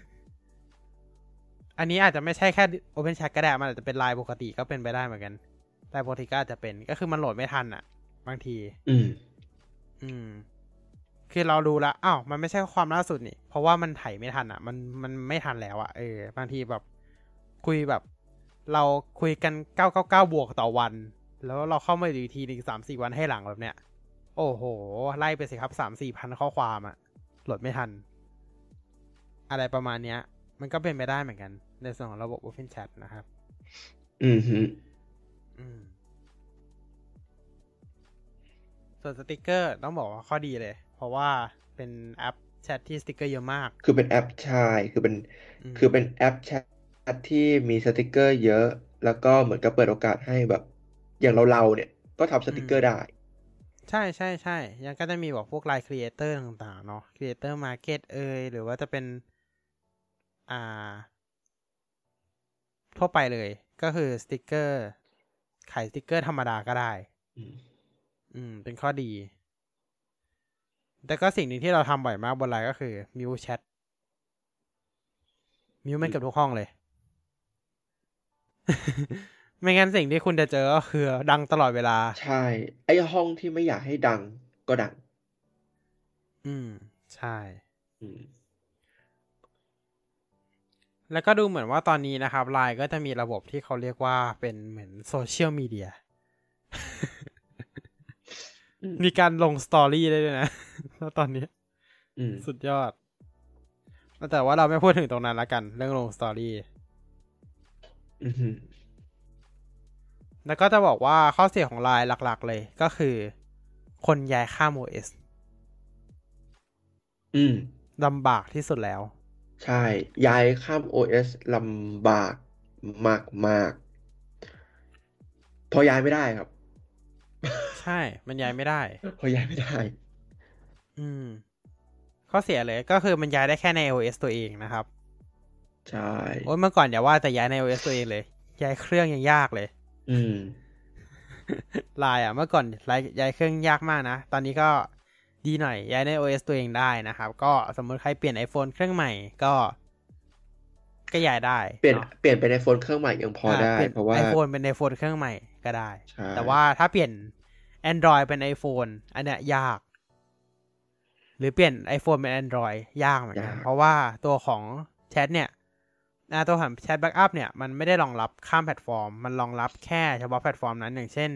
ๆอันนี้อาจจะไม่ใช่แค่ Open Chat ก็ได้มันอาจจะเป็นไลน์ปกติก็เป็นไปได้เหมือนกันไลน์ปกติก็อาจจะเป็นก็คือมันโหลดไม่ทันอะบางทีอืมอืมคือเราดูแล้วอ้าวมันไม่ใช่ความล่าสุดนี่เพราะว่ามันไถไม่ทันอ่ะมันมันไม่ทันแล้วอ่ะเออบางทีแบบคุยแบบเราคุยกันเก้าเก้าเก้าบวกต่อวันแล้วเราเข้ามาอีกทีนึง สามสี่ วันให้หลังแบบเนี้ยโอ้โหไล่ไปสิครับ สามสี่ พันข้อความอ่ะโหลดไม่ทันอะไรประมาณเนี้ยมันก็เป็นไปได้เหมือนกันในส่วนของระบบ Open Chat นะครับอือฮึอืมส่วนสติกเกอร์ต้องบอกว่าข้อดีเลยเพราะว่าเป็นแอปแชทที่สติกเกอร์เยอะมากคือเป็นแอปใช่คือเป็นคือเป็นแอปแชทที่มีสติกเกอร์เยอะแล้วก็เหมือนกับเปิดโอกาสให้แบบอย่างเราเราเนี่ยก็ทำสติกเกอร์ได้ใช่ใช่ใช่ยังก็จะมีบอกพวกไลน์ครีเอเตอร์ต่างๆเนาะครีเอเตอร์มาร์เก็ตเอยหรือว่าจะเป็นอ่าทั่วไปเลยก็คือสติกเกอร์ขายสติกเกอร์ธรรมดาก็ได้อืมเป็นข้อดีแต่ก็สิ่งหนึ่งที่เราทำบ่อยมากบนไลน์ก็คือมิวแชทมิวมันเกือบทุกห้องเลย ไม่งั้นสิ่งที่คุณจะเจอก็คือดังตลอดเวลาใช่ไอ้ห้องที่ไม่อยากให้ดังก็ดังอืมใช่อืมแล้วก็ดูเหมือนว่าตอนนี้นะครับไลน์ก็จะมีระบบที่เขาเรียกว่าเป็นเหมือนโซเชียลมีเดียมีการลงสตอรี่ได้ด้วยนะแล้วตอนนี้สุดยอดแต่ว่าเราไม่พูดถึงตรงนั้นละกันเรื่องลงสตอรี่แล้วก็จะบอกว่าข้อเสียของไลน์หลักๆเลยก็คือคนย้ายข้าม โอ เอสอืมลำบากที่สุดแล้วใช่ย้ายข้าม โอ เอส ลำบากมากมากพอย้ายไม่ได้ครับใช่มันย้ายไม่ได้พอย้ายไม่ได้อืมข้อเสียเลยก็คือมันย้ายได้แค่ใน โอ เอส ตัวเองนะครับใช่โอ้ยเมื่อก่อนอย่าว่าแต่ย้ายใน โอ เอส ตัวเองเลยย้ายเครื่องยังยากเลยอืมไลน์อ่ะเมื่อก่อนย้ายเครื่องยากมากนะตอนนี้ก็ดีหน่อยย้ายใน โอ เอส ตัวเองได้นะครับก็สมมติใครเปลี่ยน iPhone เครื่องใหม่ก็ก็ย้ายได้เปลี่ยนเปลี่ยนเป็น iPhone เครื่องใหม่ยังพอได้เพราะว่า iPhone เป็น iPhone เครื่องใหม่ก็ได้แต่ว่าถ้าเปลี่ยน Android เป็น iPhone อันเนี้ยยากหรือเปลี่ยน iPhone เป็น Android ยากเหมือนกันเพราะว่าตัวของแชทเนี่ยตัวของแชทแบ็กอัพเนี่ยมันไม่ได้รองรับข้ามแพลตฟอร์มมันรองรับแค่เฉพาะแพลตฟอร์มนั้นอย่างเช่น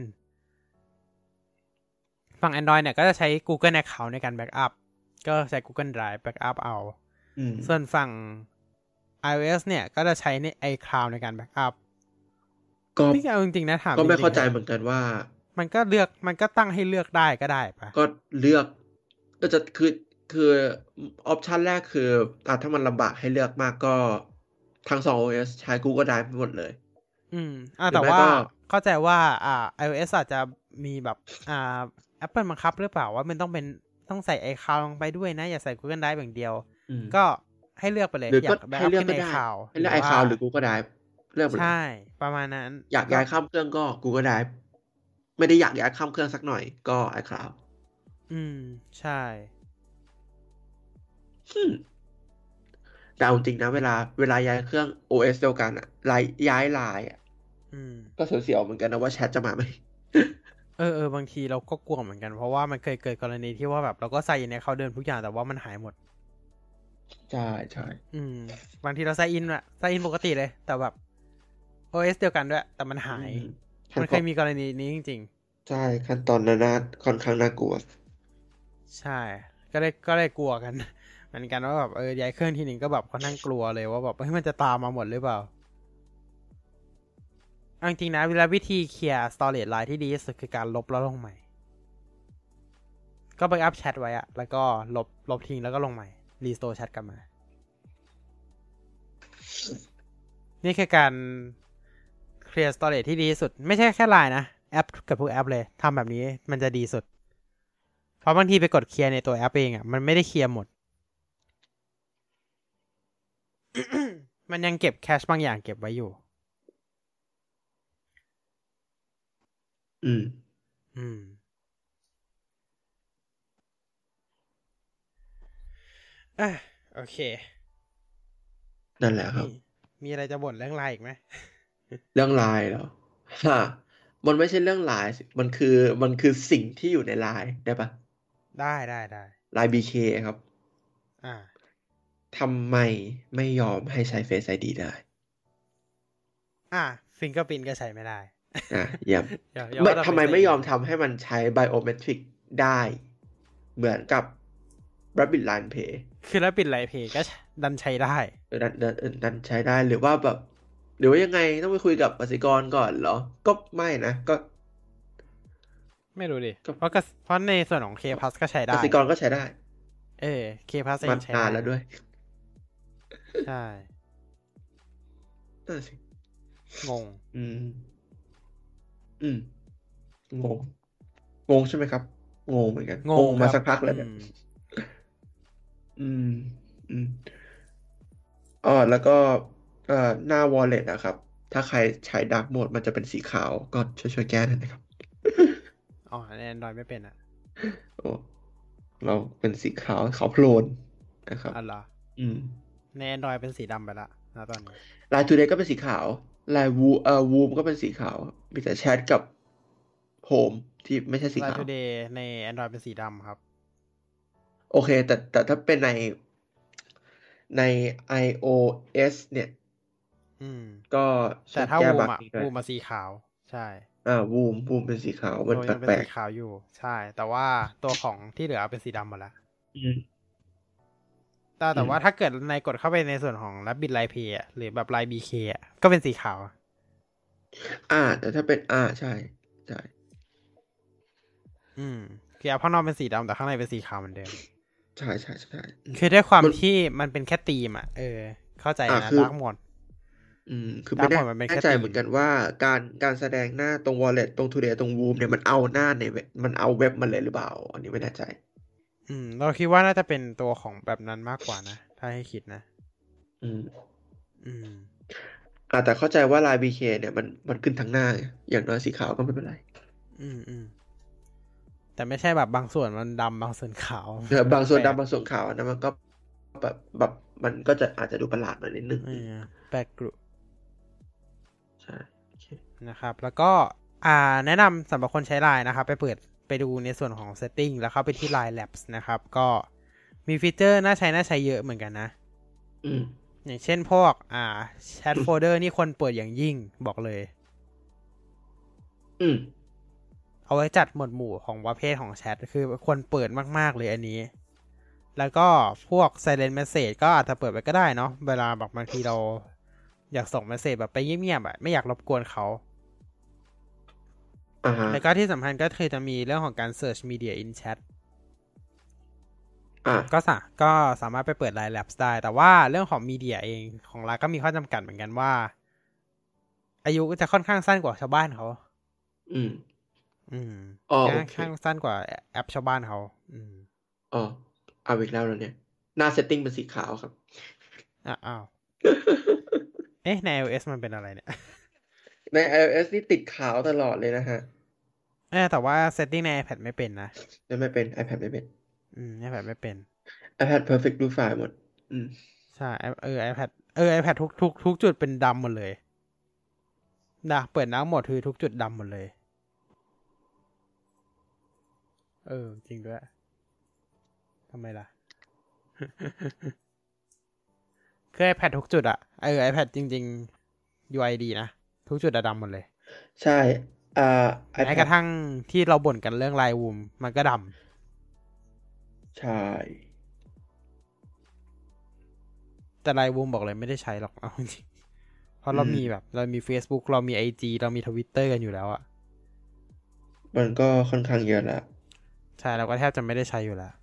ฝั่ง Android เนี่ยก็จะใช้ Google Account ในการแบ็กอัพก็ใช้ Google Drive แบ็กอัพเอาส่วนฝั่ง iOS เนี่ยก็จะใช้ใน iCloud ในการแบ็กอัพก็ที่เอาจริงๆนะถามก็ไม่เข้าใจเหมือนกันว่ามันก็เลือกมันก็ตั้งให้เลือกได้ก็ได้ปะก็เลือกก็จะคือคือออปชันแรกคืออ่ะถ้ามันลำบากให้เลือกมากก็ทั้งสอง โอ เอส ใช้ Google Drive หมดเลยอืมอ่าแต่ว่าเข้าใจว่าอ่า iOS อาจจะมีแบบอ่า Apple บังคับหรือเปล่าว่ามันต้องเป็นต้องใส่ iCloud ลงไปด้วยนะอย่าใส่ Google Drive อย่างเดียวก็ให้เลือกไปเลยอยากให้เลือกก็ได้ให้เลือก iCloud หรือ Google Drive เลือกไปเลยใช่ประมาณนั้นอยากย้ายข้ามเครื่องก็ Google Drive ไม่ได้อยากย้ายข้ามเครื่องสักหน่อยก็ iCloud อืมใช่แต่เอาจริงนะเวลาเวลาย้ายเครื่อง โอ เอส เดียวกันอ่ะย้ายไลน์อ่ะก็เสียวๆเหมือนกันนะว่าแชทจะมาไหมเออเออบางทีเราก็กลัวเหมือนกันเพราะว่ามันเคยเกิดกรณีที่ว่าแบบเราก็ใส่ในเขาเดินทุกอย่างแต่ว่ามันหายหมดใช่ใช่อืมบางทีเราใส่อินอะใส่อินปกติเลยแต่แบบ โอ เอส เดียวกันด้วยแต่มันหายมันเคยมีกรณีนี้จริงๆใช่ขั้นตอนนั้นน่าค่อนข้างน่ากลัวใช่ก็เลยก็เลยกลัวกันเหมือนกันว่าแบบเออย้ายเครื่องทีหนึ่งก็แบบค่อนข้างกลัวเลยว่าแบบเฮ้ยมันจะตามมาหมดหรือเปล่าจริงๆนะเวลาวิธีเคลียร์ storage line ที่ดีที่สุดคือการลบแล้วลงใหม่ก็แบ็กอัพแชทไว้อะแล้วก็ลบลบทิ้งแล้วก็ลงใหม่รีสโตร์แชทกลับมานี่คือการเคลียร์ storage ที่ดีที่สุดไม่ใช่แค่ Line นะแอปกับพวกแอปเลยทำแบบนี้มันจะดีสุดเพราะบางทีไปกดเคลียร์ในตัวแอปเองอะมันไม่ได้เคลียร์หมด มันยังเก็บแคชบางอย่างเก็บไว้อยู่อืมอืมอ่ะโอเคนั่นแหละครับมีอะไรจะบ่นเรื่องไลน์อีกไหมเรื่องไลน์เหรอฮะมันไม่ใช่เรื่องไลน์มันคือมันคือสิ่งที่อยู่ในไลน์ได้ปะได้ได้ได้ไลน์บีเคครับอ่าทำไมไม่ยอมให้ใช้ Face ไอ ดี ได้อ่าฟิงเกอร์พิ้นก็ใช้ไม่ได้อ่ะเยี่ยมไม่ทำไมไม่ยอมทำให้มันใช้ Biometric ได้เหมือนกับ Rabbit Line Pay คือแล้วปิดไลน์เพย์ก็ดันใช้ได้ดันดันดันใช้ได้หรือว่าแบบหรือว่ายังไงต้องไปคุยกับกสิกรก่อนเหรอก็ไม่นะก็ไม่รู้ดิเพราะก็เพราะในส่วนของ K Plus ก็ใช้ได้กสิกรก็ใช้ได้เออ K Plus มัยันงใช้นาได้นแล้วด้วยใช่นั่นสิงงอืมอืมงงงงใช่ไหมครับงงเหมือนกันงงมาสักพักแล้วเนี่ยอืมอืมอ๋อแล้วก็เอ่อหน้า wallet นะครับถ้าใครใช้ dark mode มันจะเป็นสีขาวก็ช่วยช่วยแก้หน่อยนะครับอ๋อใน Android ไม่เป็นอ่ะโอ้เราเป็นสีขาวขาวโพลนนะครับอ๋อเหรออืมใน Android เป็นสีดำไปละนะตอนนี้ลาย Today ก็เป็นสีขาวลายวูเอ่อวูมก็เป็นสีขาวมีแต่แชทกับโฮมที่ไม่ใช่สี Line ขาว Today ใน Android เป็นสีดำครับโอเคแต่แต่ถ้าเป็นในใน iOS เนี่ยอืมก็ช่แต่ถ้าวยแก้วูมอ่ะบั๊กนี้ด้วยวูมมาสีขาวใช่อ่าวูมวูมเป็นสีขาวมันตัวแยังเป็นสีปลกขาวอยู่ใช่แต่ว่าตัวของที่เหลือเป็นสีดำหมดแล้วๆอืมแต่อืมแต่ว่าถ้าเกิดในกดเข้าไปในส่วนของ Rabbit Line Pay อ่ะหรือแบบ Line บี เค อ่ะก็เป็นสีขาวอ่าแต่ถ้าเป็นอ่าใช่ใช่อืมคือแอปข้างนอกเป็นสีดำแต่ข้างในเป็นสีขาวเหมือนเดิมใช่ใช่ใช่คือด้วยความมันที่มันเป็นแค่ธีมอ่ะเออเข้าใจอ่านะคือดาร์กหมดอืมคือดาไม่แน่ร์กหมดมันเป็นแน่ใจแค่ธีมเหมือนกันว่าการการแสดงหน้าตรง wallet ตรง today ตรง Woom เนี่ยมันเอาหน้าในเว็บมันเอาเว็บมาเลยหรือเปล่าอันนี้ไม่แน่ใจอืมเราคิดว่าน่าจะเป็นตัวของแบบนั้นมากกว่านะถ้าให้คิดนะอืมอืมอ่าแต่เข้าใจว่าลาย บี เค เนี่ยมันมันขึ้นทั้งหน้าไงอย่างน้อยสีขาวก็ไม่เป็นไรอืมอืมแต่ไม่ใช่แบบบางส่วนมันดำบางส่วนขาวเออบางส่วนแปลกดำบางส่วนขาวนะมันก็แบบแบบมันก็จะอาจจะดูประหลาดหน่อยนิดนึงๆเออแปลกกรุใช่โอเคนะครับแล้วก็อ่าแนะนำสำหรับคนใช้ Line นะครับไปเปิดไปดูในส่วนของ setting แล้วเข้าไปที่ Line Labs นะครับก็มีฟีเจอร์น่าใช้น่าใช้เยอะเหมือนกันนะอืมอย่างเช่นพวกอ่าแชทโฟลเดอร์นี่คนเปิดอย่างยิ่งบอกเลยอืมเอาไว้จัดหมวดหมู่ของประเภทของแชทคือควรเปิดมากๆเลยอันนี้แล้วก็พวก silent message ก็อาจจะเปิดไปก็ได้เนาะเวลาแบบบางทีเราอยากส่งเมสเซจแบบไปเงียบๆอ่ะไม่อยากรบกวนเขาอ่าฮะแล้วก็ที่สำคัญก็คือจะมีเรื่องของการ search media in chat อ่าก็สาก็สามารถไปเปิด Line Labs ได้แต่ว่าเรื่องของมีเดียเองของร้านก็มีข้อจำกัดเหมือนกันว่าอายุจะค่อนข้างสั้นกว่าชาวบ้านเขาอืมอืมอ๋อโอค่อนเคข้างสั้นกว่าแอปชาวบ้านเขาอืมอ๋อเอาอีกแล้วแล้วเนี่ยหน้าเซตติ้งเป็นสีขาวครับอ่ะอ้าวเอ๊ะใน iOS มันเป็นอะไรเนี่ยใน iOS นี่ติดขาวตลอดเลยนะฮะเออแต่ว่า setting ใน iPad ไม่เป็นนะไม่เป็น iPad ไม่เป็นอืม iPad ไม่เป็น iPad perfect blue file หมดอืมใช่เออ iPad เออ iPad ทุกทุกทุกจุดเป็นดำหมดเลยนะเปิดน้ำหมดคือทุกจุดดำหมดเลยเออจริงด้วยทำไมล่ะ คือ iPad ทุกจุดอะเออ iPad จริงๆ ยู ไอ ดีนะทุกจุดดำหมดเลยใช่อ่าแม้กระทั่งที่เราบ่นกันเรื่อง Lightroom มันก็ดำใช่แต่ Lightroom บอกเลยไม่ได้ใช้หรอกเอาจริงเพราะเรามีแบบเรามี Facebook เรามี ไอ จี เรามี Twitter กันอยู่แล้วอะมันก็ค่อนข้างเยอะแล้วใช่เราก็แทบจะไม่ได้ใช้อยู่แล้ว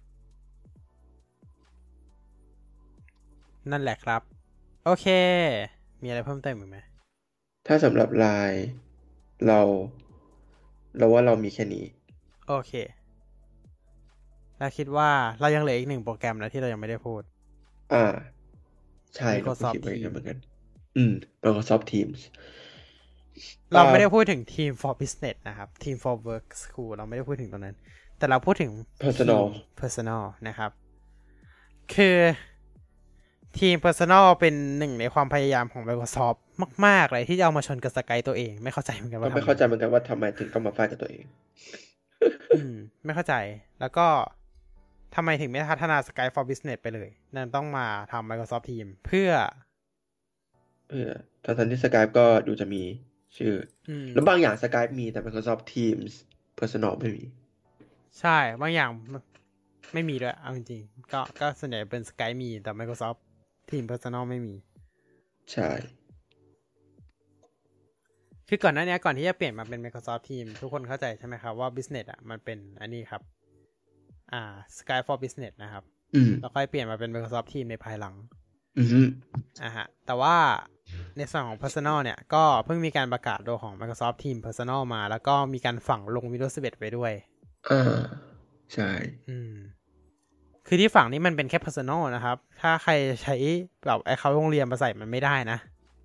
นั่นแหละครับโอเคมีอะไรเพิ่มเติมอีกไหมถ้าสำหรับ ไลน์ เราเราว่าเรามีแค่นี้โอเคเราคิดว่าเรายังเหลืออีกหนึ่งโปรแกรมนะที่เรายังไม่ได้พูดอ่าใช่ Microsoft เราคิดไว้ Teams เหมือนกันอืม Microsoft Teams เราไม่ได้พูดถึง Team for Business นะครับ Team for Work School เราไม่ได้พูดถึงตรงนั้นแต่เราพูดถึง Personal Team Personal นะครับคือทีม Personal เป็นหนึ่งในความพยายามของ Microsoft มากๆเลยที่จะเอามาชนกับ Skype ตัวเองไม่เข้าใจเหมือนกันว่าไม่เข้าใจเหมือนกันว่าทำไมถึงต้องมาฟาดกับตัวเองอืมไม่เข้าใจแล้วก็ทำไมถึงไม่พัฒนา Skype for Business ไปเลยนั่นต้องมาทำ Microsoft Team เพื่อเพื่อทั้งที่ Skype ก็ดูจะมีชื่อแล้วบางอย่าง Skype มีแต่ Microsoft Teams Personal ไม่มีใช่บางอย่างไม่มีด้วยเอาจริงๆก็ก็ส่วนใหญ่เป็น Skype มีแต่ Microsoft Team Personal ไม่มีใช่คือก่อนหน้านี้ก่อนที่จะเปลี่ยนมาเป็น Microsoft Team ทุกคนเข้าใจใช่ไหมครับว่า Business อ่ะมันเป็นอันนี้ครับอ่า Skype for Business นะครับแล้วค่อยเปลี่ยนมาเป็น Microsoft Team ในภายหลังอือฮึอ่าฮะแต่ว่าในส่วนของ Personal เนี่ยก็เพิ่งมีการประกาศตัวของ Microsoft Team Personal มาแล้วก็มีการฝังลง Windows สิบเอ็ดไปด้วยอ่าใช่อืมคือที่ฝั่งนี้มันเป็นแค่ personal นะครับถ้าใครใช้แบบไอ้เขาโรงเรียนมาใส่มันไม่ได้นะ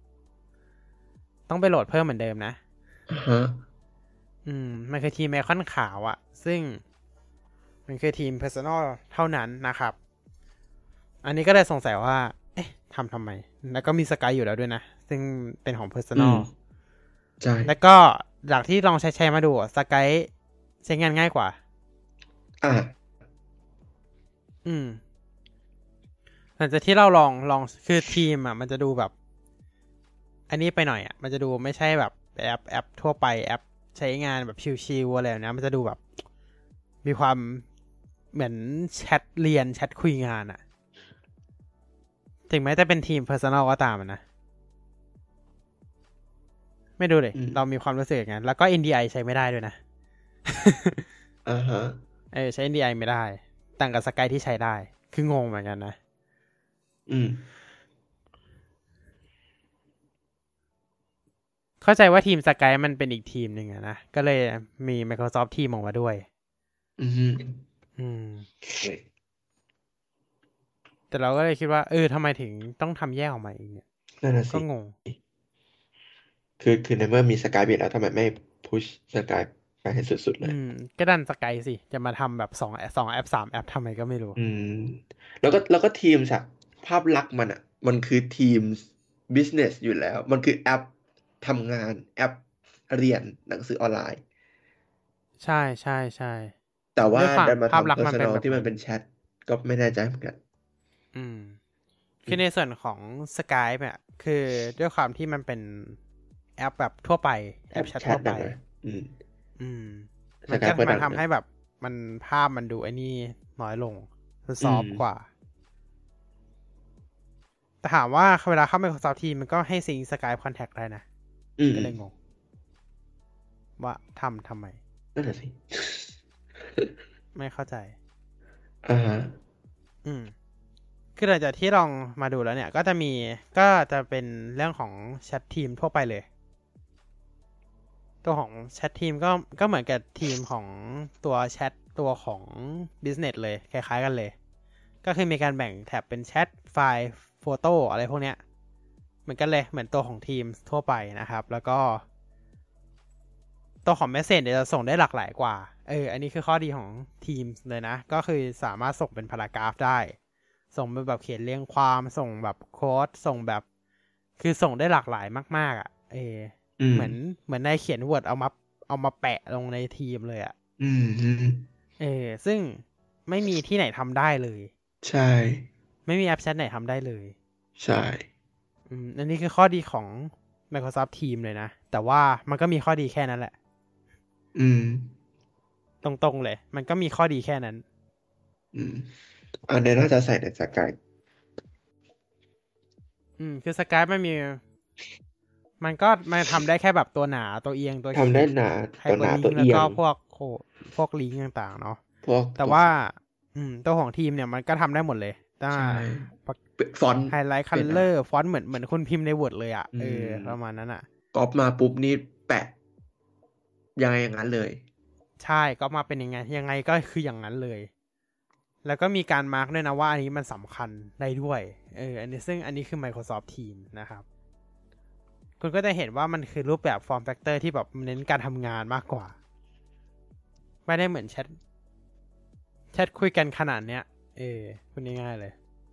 ต้องไปโหลดเพิ่มเหมือนเดิมนะฮะอืมมันคือทีมไอคอนขาวอะซึ่งมันคือทีม personal เท่านั้นนะครับอันนี้ก็เลยสงสัยว่าเอ๊ะทำทำไมแล้วก็มีสกายอยู่แล้วด้วยนะซึ่งเป็นของ personal ใช่แล้วก็จากที่ลองใช้ใช้มาดูสกายใช้งานง่ายกว่าอ่าอืมหลังจากที่เราลองลองคือทีมอ่ะมันจะดูแบบอันนี้ไปหน่อยอ่ะมันจะดูไม่ใช่แบบแอปแอปทั่วไปแอปใช้งานแบบชิวๆอะไรแบบนี้มันจะดูแบบมีความเหมือนแชทเรียนแชทคุยงานอ่ะถึงแม้จะเป็นทีม Personal ก็ตามนะไม่ดูเลยเรามีความรู้สึกอย่างนั้นแล้วก็ เอ็น ดี ไอ ใช้ไม่ได้ด้วยนะอ่าฮะเออใช้ เอ็น ดี ไอ ไม่ได้ต่างกับสกายที่ใช้ได้คืองงเหมือนกันนะอืมเข้าใจว่าทีมสกายมันเป็นอีกทีมหนึ่งนะก็เลยมี Microsoft Team ออกมาด้วยอืมอืมแต่เราก็เลยคิดว่าเออทำไมถึงต้องทำแยกออกมาอีกเนี่ยก็งงคือคือในเมื่อมีสกายบิดแล้วทำไมไม่พุชสกายไปให้สุดๆเลยอืมก็ดันสกายสิจะมาทำแบบสองสองแอปสามแอปทำไมก็ไม่รู้อืมแล้วก็แล้วก็ทีมสักภาพลักษณ์มันอ่ะมันคือทีมบิสเนสอยู่แล้วมันคือแอปทำงานแอปเรียนหนังสือออนไลน์ใช่ใช่ใช่แต่ว่าดันมาภาพทำลักษณ์มันเป็น Personal แบบที่มันเป็นแชทก็ไม่แน่ใจเหมือนกันอืมคือในส่วนของ Skype เนี่ยคือด้วยความที่มันเป็นแอปแบบทั่วไปแอปแชททั่วไปอืมอืมมันก็มันทำให้แบบมันภาพมันดูไอ้นี่น้อยลงมันซอฟต์กว่าแต่ถามว่าเวลาเข้า Microsoft Teams มันก็ให้ซิงค์ Skype Contact ได้นะก็เลยงงว่าทำทำไมนั่นแหละสิไม่เข้าใจอ่าฮะอืมคือหลังจากที่ลองมาดูแล้วเนี่ยก็จะมีก็จะเป็นเรื่องของแชททีมทั่วไปเลยตัวของแชททีมก็ก็เหมือนกับทีมของตัวแชทตัวของ business เลยคล้ายๆกันเลยก็คือมีการแบ่งแท็บเป็นแชทไฟล์โฟโต้อะไรพวกเนี้ยเหมือนกันเลยเหมือนตัวของทีมทั่วไปนะครับแล้วก็ตัวของ Message เนี่ยจะส่งได้หลากหลายกว่าเอออันนี้คือข้อดีของ Teams เลยนะก็คือสามารถส่งเป็นพารากราฟได้ส่งเป็นแบบเขียนเรียงความส่งแบบโค้ดส่งแบบคือส่งได้หลากหลายมากๆอ่ะเออเหมือนเหมือนในเขียน Word เอามาเอามาแปะลงในทีมเลยอ่ะอืมเออซึ่งไม่มีที่ไหนทำได้เลยใช่ไม่มีแอปแชทไหนทำได้เลยใช่อืมอันนี้คือข้อดีของ Microsoft Teams เลยนะแต่ว่ามันก็มีข้อดีแค่นั้นแหละอืมตรงๆเลยมันก็มีข้อดีแค่นั้นอืมอันนี้น่าจะใส่ในสกายอืมคือสกายมันมีมันก็มันทำได้แค่แบบตัวหนาตัวเอียงตัวทำได้หนาตัวหนาตัวเอียงแล้วก็พวกโคพวกลิงก์ต่างๆเนาะพวกแต่ว่าอืมตัวของทีมเนี่ยมันก็ทำได้หมดเลยได้ฟอนต์ไฮไลท์คัลเลอร์ฟอนต์เหมือนเหมือนคุณพิมพ์ใน Word เลยอ่ะเออประมาณนั้นอ่ะก๊อปมาปุ๊บนี่แปะยังไงอย่างนั้นเลยใช่ก็มาเป็นยังไงยังไงก็คืออย่างนั้นเลยแล้วก็มีการมาร์กด้วยนะว่าอันนี้มันสำคัญได้ด้วยเอออันนี้ซึ่งอันนี้คือ Microsoft Teams นะครับคุณก็จะเห็นว่ามันคือรูปแบบ form factor ที่แบบเน้นการทำงานมากกว่าไม่ได้เหมือนแชทแชทคุยกันขนาดเนี้ยเออพูดง่ายๆเลย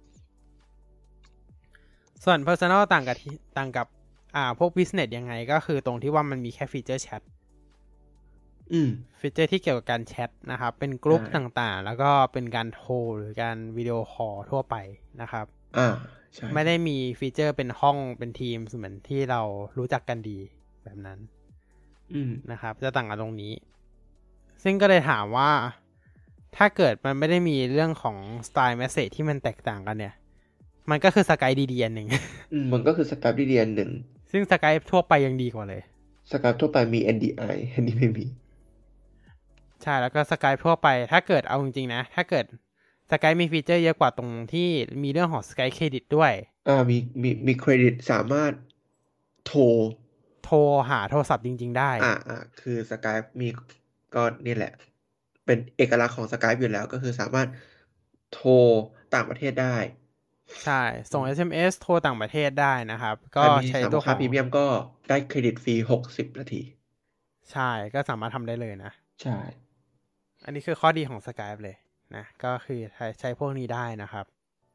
ส่วน personal ต่างกับต่างกับอ่าพวก business ยังไงก็คือตรงที่ว่ามันมีแค่ฟีเจอร์แชทอืมฟีเจอร์ที่เกี่ยวกับการแชทนะครับเป็นกลุ่มต่างๆแล้วก็เป็นการโทรหรือการวิดีโอคอลทั่วไปนะครับอ่าใช่ไม่ได้มีฟีเจอร์เป็นห้องเป็นทีมเหมือนที่เรารู้จักกันดีแบบนั้นอืมนะครับจะต่างกันตรงนี้ซึ่งก็เลยถามว่าถ้าเกิดมันไม่ได้มีเรื่องของสไตล์เมสเสจที่มันแตกต่างกันเนี่ยมันก็คือสกายดีๆอันหนึ่งอืมมันก็คือสกายดีๆอันหนึ่งซึ่งสกายทั่วไปยังดีกว่าเลยสกายทั่วไปมี เอ็น ดี ไอ อันนี้ไม่มีใช่แล้วก็สกายทั่วไปถ้าเกิดเอาจริงๆนะถ้าเกิดสกายมีฟีเจอร์เยอะกว่าตรงที่มีเรื่องของสกายเครดิตด้วยอ่ามีมีมีเครดิตสามารถโทรโทรหาโทรศัพท์จริงๆได้อ่าอ่าคือสกายมีก็นี่แหละเป็นเอกลักษณ์ของสกายอยู่แล้วก็คือสามารถโทรต่างประเทศได้ใช่ส่ง เอส เอ็ม เอส โทรต่างประเทศได้นะครับก็ใช้ตัวของพรีเมียมก็ได้เครดิตฟรีหกสิบนาทีใช่ก็สามารถทำได้เลยนะใช่อันนี้คือข้อดีของ Skype เลยนะก็คือใช้ใช้พวกนี้ได้นะครับ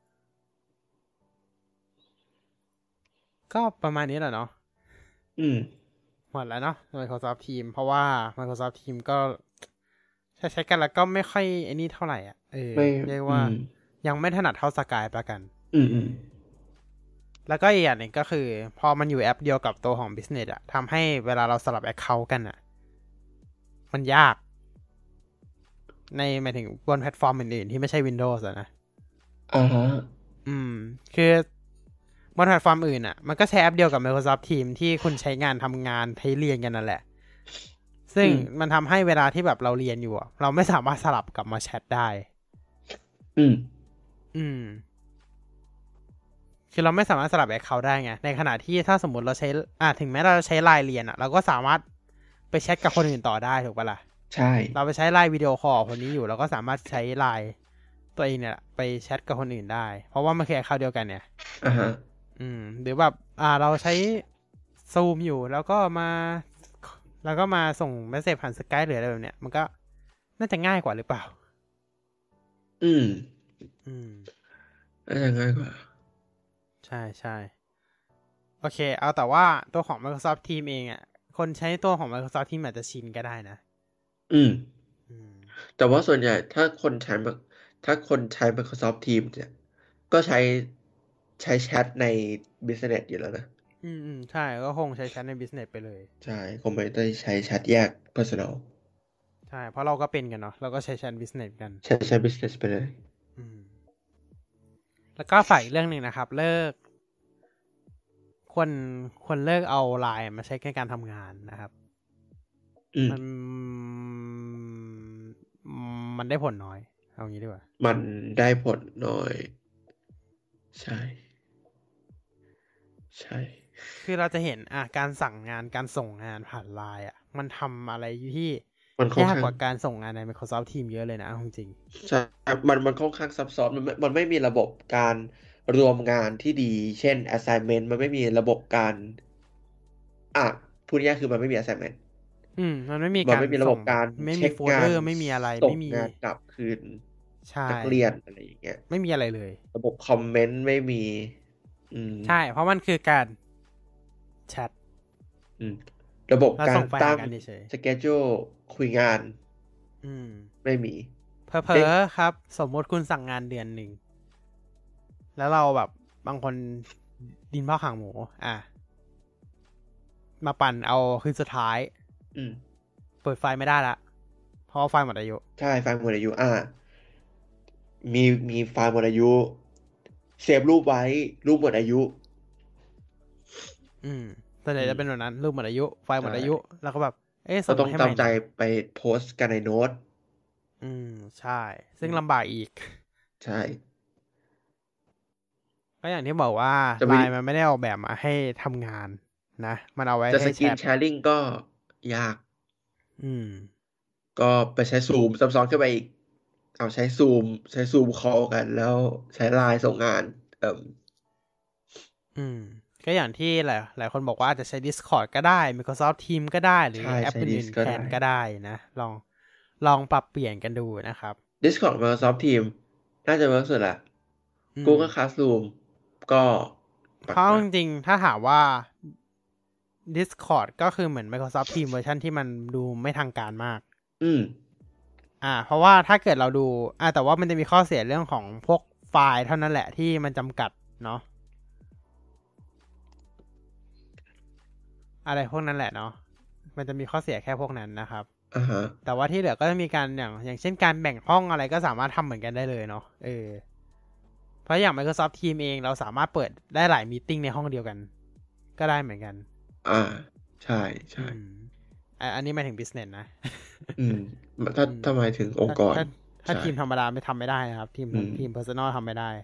ก็ประมาณนี้แหละเนาะอืมหมดแล้วเนาะ Microsoft Teams เพราะว่า Microsoft Teams ก็ใช้ใช้กันแล้วก็ไม่ค่อยไอ้นี่เท่าไหร่อ่ะเออเรียกว่ายังไม่ถนัดเท่า Skype ประกันอืมอืมแล้วก็อีกอย่างหนึ่งก็คือพอมันอยู่แอปเดียวกับตัวของ Business อะทำให้เวลาเราสลับ Account กันอะมันยากในหมายถึงบนแพลตฟอร์มอื่นๆที่ไม่ใช่ Windows อะนะอ่าฮะอืมคือบนแพลตฟอร์มอื่นอะมันก็ใช้แอปเดียวกับ Microsoft Teams ที่คุณใช้งานทำงานใช้เรียนกันนั่นแหละซึ่งมันทำให้เวลาที่แบบเราเรียนอยู่เราไม่สามารถสลับกลับมาแชทได้อืมอืมคือเราไม่สามารถสลับแอคเคาท์ได้ไงในขณะที่ถ้าสมมติเราใช้อ่าถึงแม้เราใช้ไลน์เรียนอ่ะเราก็สามารถไปแชทกับคนอื่นต่อได้ถูกปะล่ะใช่เราไปใช้ไลน์วิดีโอคอลคนนี้อยู่เราก็สามารถใช้ไลน์ตัวเองเนี่ยไปแชทกับคนอื่นได้เพราะว่ามันคือแอคเคาท์เดียวกันเนี่ยอ่าฮะอืมหรือแบบอ่าเราใช้ซูมอยู่แล้วก็มาแล้วก็มาส่งเมสเสจผ่านสกายหรืออะไรแบบเนี้ยมันก็น่าจะง่ายกว่าหรือเปล่าอืมอืมน่าจะง่ายกว่าใช่ใช่โอเคเอาแต่ว่าตัวของ Microsoft Teams เองอ่ะคนใช้ตัวของ Microsoft Teams อาจจะชินก็ได้นะอืมอืมแต่ว่าส่วนใหญ่ถ้าคนใช้ถ้าคนใช้ Microsoft Teams เนี่ยก็ใช้ใช้แชทใน Business อยู่แล้วนะอืมอืมใช่ก็คงใช้แชทใน Business ไปเลยใช่คงไม่ได้ใช้แชทแยก Personal ใช่เพราะเราก็เป็นกันเนาะเราก็ใช้แชท Business กันใช้ใช้ Business ไปเลยอืมแล้วก็ฝ่ายเรื่องหนึ่งนะครับเลิกควรควรเลิกเอาไลน์มาใช้ในการทำงานนะครับมันมันได้ผลน้อยเอางี้ดีกว่ามันได้ผลน้อยใช่ใช่คือเราจะเห็นอ่ะการสั่งงานการส่งงานผ่านไลน์อ่ะมันทำอะไรที่ยากกว่าการส่งงานใน Microsoft Teams เยอะเลยนะจริงใช่มันมันค่อนข้างซับซ้อนมันมันไม่มีระบบการรวมงานที่ดีเช่น assignment มันไม่มีระบบการอ่ะพูดง่ายๆคือมันไม่มี assignment อืมมันไม่มีมันการไม่มีระบบการไม่มีเช็คงานไม่มีอะไรส่งไม่มีงานกลับคืนใช่นักเรียนอะไรอย่างเงี้ยไม่มีอะไรเลยระบบคอมเมนต์ไม่มีอืมใช่เพราะมันคือการแชทอืมระบบการตั้งเฉย schedule คุยงานอืมไม่มีเพอเพอครับ สมมติคุณสั่งงานเดือนหนึ่งแล้วเราแบบบางคนดินพอกหางหมูอ่ะมาปั่นเอาคืนสุดท้ายอืมเปิดไฟล์ไม่ได้ละเพราะว่าไฟล์หมดอายุใช่ไฟล์หมดอายุอ่ามีมีไฟล์หมดอายุเซฟรูปไว้รูปหมดอายุอืมแต่ไหนจะเป็นแบบนั้นรูปหมดอายุไฟล์หมดอายุแล้วก็แบบเอ๊ะส่เรางต้องมาให้ใหม่จำใจไปโพสต์กันในโน้ตอืมใช่ซึ่งลำบากอีกใช่ก็อย่างที่บอกว่าจะไลวิน์มันไม่ได้ออกแบบมาให้ทำงานนะมันเอาไว้จะสให้แชกรีนทแชร์ลิงก็ยากอืมก็ไปใช้ซูมซับซ้อนขึ้นไปอีกเอาใช้ซูมใช้ซูมคอลกันแล้วใช้ไลน์ส่งงานเอ่มอืมก็อย่างที่หลายหลายคนบอกว่าอาจจะใช้ Discord ก็ได้ Microsoft Teams ก็ได้หรือใช่แอปใช้ดิอื่สนๆก็แทนได้ก็ได้นะลองลองปรับเปลี่ยนกันดูนะครับ Discord Microsoft Teams น่าจะเวิร์กสุดละอืม Google Classroom ก็เพปักราะปะจริงๆถ้าถามว่า Discord ก็คือเหมือน Microsoft Teams เวอร์ชันที่มันดูไม่ทางการมากอืมอ่าเพราะว่าถ้าเกิดเราดูอ่าแต่ว่ามันจะมีข้อเสียเรื่องของพวกไฟล์เท่านั้นแหละที่มันจำกัดเนาะอะไรพวกนั้นแหละเนาะมันจะมีข้อเสียแค่พวกนั้นนะครับอ่าฮะแต่ว่าที่เหลือก็จะมีการอย่างอย่างเช่นการแบ่งห้องอะไรก็สามารถทำเหมือนกันได้เลยเนาะเออเพราะอย่าง Microsoft Teams เองเราสามารถเปิดได้หลายมีตติ้งในห้องเดียวกันก็ได้เหมือนกันอ่าใช่ใช่อ่าอันนี้หมายถึง business นะอืมถ้าถ้าหมายถึงองค์กรถ้าถ้าทีมธรรมดาไม่ทำไม่ได้นะครับทีมทีม personal ทำไม่ได้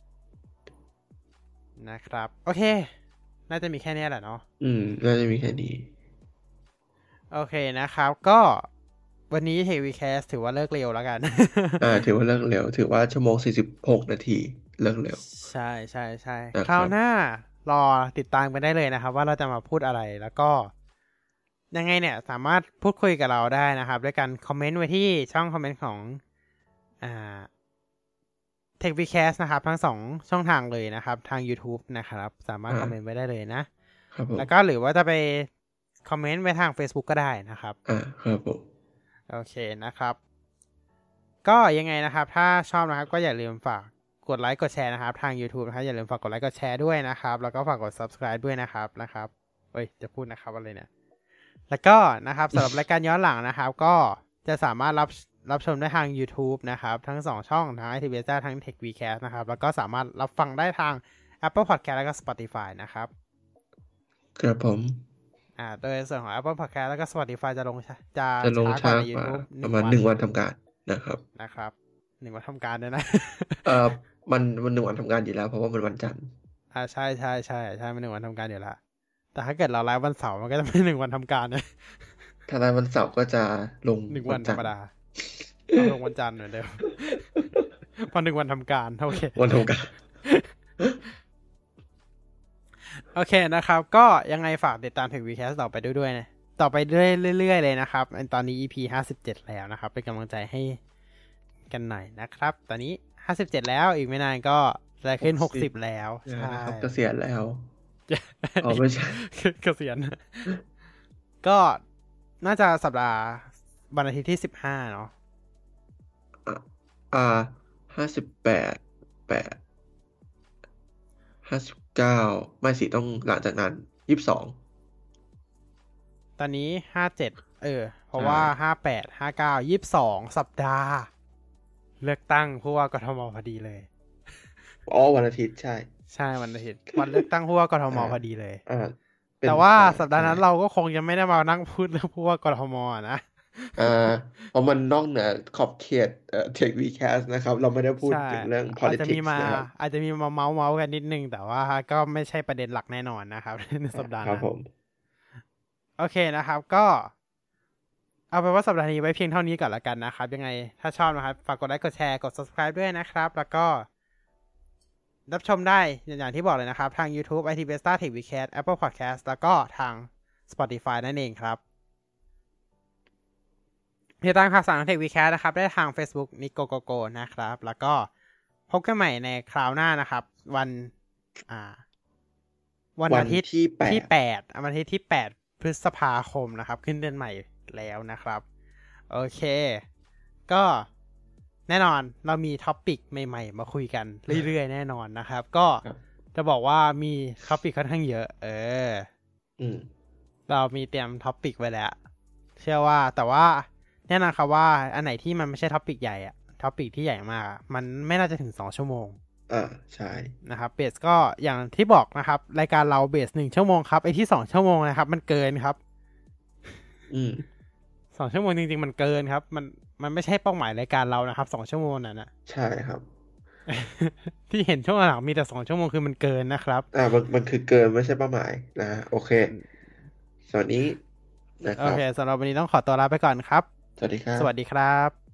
นะครับโอเคน่าจะมีแค่นี้แหละเนาะอืมน่าจะมีแค่นี้โอเคนะครับก็วันนี้ Heavycast ถือว่าเลิกเร็วแล้วกันอ่าถือว่าเลิกเร็วถือว่าชั่วโมงสี่สิบหกนาทีเลิกเร็วใช่ใช่ใช่นะคราวหน้ารอติดตามกันได้เลยนะครับว่าเราจะมาพูดอะไรแล้วก็ยังไงเนี่ยสามารถพูดคุยกับเราได้นะครับด้วยการคอมเมนต์ไว้ที่ช่องคอมเมนต์ของอ่า Techvcast นะครับทั้งสองช่องทางเลยนะครับทาง YouTube นะครับสามารถคอมเมนต์ไว้ได้เลยนะครับแล้วก็หรือว่าจะไปคอมเมนต์ไว้ทาง Facebook ก็ได้นะครับอ่าครับผมโอเคนะครับก็ยังไงนะครับถ้าชอบนะครับก็อย่าลืมฝากกดไลค์กดแชร์นะครับทาง YouTube นะครับอย่าลืมฝากกดไลค์กดแชร์ด้วยนะครับแล้วก็ฝากกด Subscribe ด้วยนะครับนะครับเอ้ยจะพูดนะครับอะไรเนี่ยแล้วก็นะครับสำหรับรายการย้อนหลังนะครับก็จะสามารถรับรับชมได้ทาง YouTube นะครับทั้งสองช่องทั้ง ไอ ที บี เอส ทั้ง Techvcast นะครับแล้วก็สามารถรับฟังได้ทาง Apple Podcast แล้วก็ Spotify นะครับครับผมอ่าโดยส่วนของ Apple Podcast แล้วก็ Spotify จะลงจะจะลงช้ากว่าใน YouTube ประมาณหนึ่งวันทำการนะครับนะครับหนึ่งวันทำการด้วยนะเอ่อมันมันหนึ่งวันทำการอยู่แล้วเพราะว่ามันวันจันทร์อ่าใช่ใช่ใช่ใช่มันหนึ่งวันทำการอยู่แล้วแต่ถ้าเกิดเราไลฟ์วันเสาร์มันก็จะไม่หนึ่งวันทำการนะถ้าไลฟ์วันเสาร์ก็จะลงหนึ่งวันธรรมดาลงวันจันทร์เหมือนเดิมพอหนึ่งวันทำการโอเควันทำการโอเคนะครับก็ยังไงฝากติดตาม Techvcast ต่อไปด้วยๆนะต่อไปเรื่อยๆเลยนะครับตอนนี้ อี พี ห้าสิบเจ็ดแล้วนะครับเป็นกำลังใจให้กันหน่อยนะครับตอนนี้ห้าสิบเจ็ดแล้วอีกไม่นานก็จะขึ้นหกสิบแล้วใช่ครับเกษียณแล้วอ๋อไม่ใช่เกษียณก็น่าจะสัปดาห์วันอาทิตย์ที่สิบห้าเนาะอ่าห้าสิบแปดแปดห้าสิบเก้าไม่สิต้องหลังจากนั้นยี่สิบสองตอนนี้ห้าเจ็ดเออเพราะว่าห้าแปดห้าเก้ายี่สิบสองสัปดาห์เลือกตั้งผู้ว่ากทมพอดีเลยอ๋อวันอาทิตย์ใช่ใช่วันอาทิตย์วันเลือกตั้งผู้ว่ากทมพอดีเลยอ่าแต่ว่าสัปดาห์นั้นเราก็คงจะไม่ได้มานั่งพูดเรื่องผู้ว่ากทมนะอ่าเพราะมันนอกเหนือขอบเขตเอ่อ Techvcast นะครับเราไม่ได้พูดถึงเรื่อง politics นะครับอาจจะมีมาเมาส์เมาส์กันนิดนึงแต่ว่าก็ไม่ใช่ประเด็นหลักแน่นอนนะครับในสัปดาห์นั้นโอเคนะครับก็เอาเป็นว่าสัปดาห์นี้ไว้เพียงเท่านี้ก่อนละกันนะครับยังไงถ้าชอบนะครับฝากกดไลค์กดแชร์กด Subscribe ด้วยนะครับแล้วก็รับชมได้อย่างที่บอกเลยนะครับทาง YouTube ไอ ที บี เอส Techvcast Apple Podcast แล้วก็ทาง Spotify นั่นเองครับติดตามข่าวสารของ Techvcast นะครับได้ทาง Facebook Nicogogo นะครับแล้วก็พบกันใหม่ในคราวหน้านะครับวันอ่าวันอาทิตย์ที่แปดวันอาทิตย์ที่แปดพฤษภาคมนะครับขึ้นเดือนใหม่แล้วนะครับโอเคก็แน่นอนเรามีท็อปิกใหม่ๆมาคุยกันเรื่อยๆแน่นอนนะครับก็จะบอกว่ามีท็อปิกค่อนข้างเยอะเอออืมเรามีเตรียมท็อปิกไว้แล้วเชื่อว่าแต่ว่าแน่นอนครับว่าอันไหนที่มันไม่ใช่ท็อปิกใหญ่อะท็อปิกที่ใหญ่มากมันไม่น่าจะถึงสองชั่วโมงอ่าใช่นะครับเบสก็อย่างที่บอกนะครับรายการเราเบสหนึ่งชั่วโมงครับไอ้ที่สองชั่วโมงนะครับมันเกินครับอืมสองชั่วโมงจริงๆมันเกินครับมันมันไม่ใช่เป้าหมายรายการเรานะครับสองชั่วโมงนั่นนะใช่ครับที่เห็นช่วงหลังมีแต่สองชั่วโมงคือมันเกินนะครับอ่ามันมันคือเกินไม่ใช่เป้าหมายนะโอเคสวัสดีนะคโอรับเคสำหรับวันนี้ต้องขอตัวลาไปก่อนครับสวัสดีครับสวัสดีครับ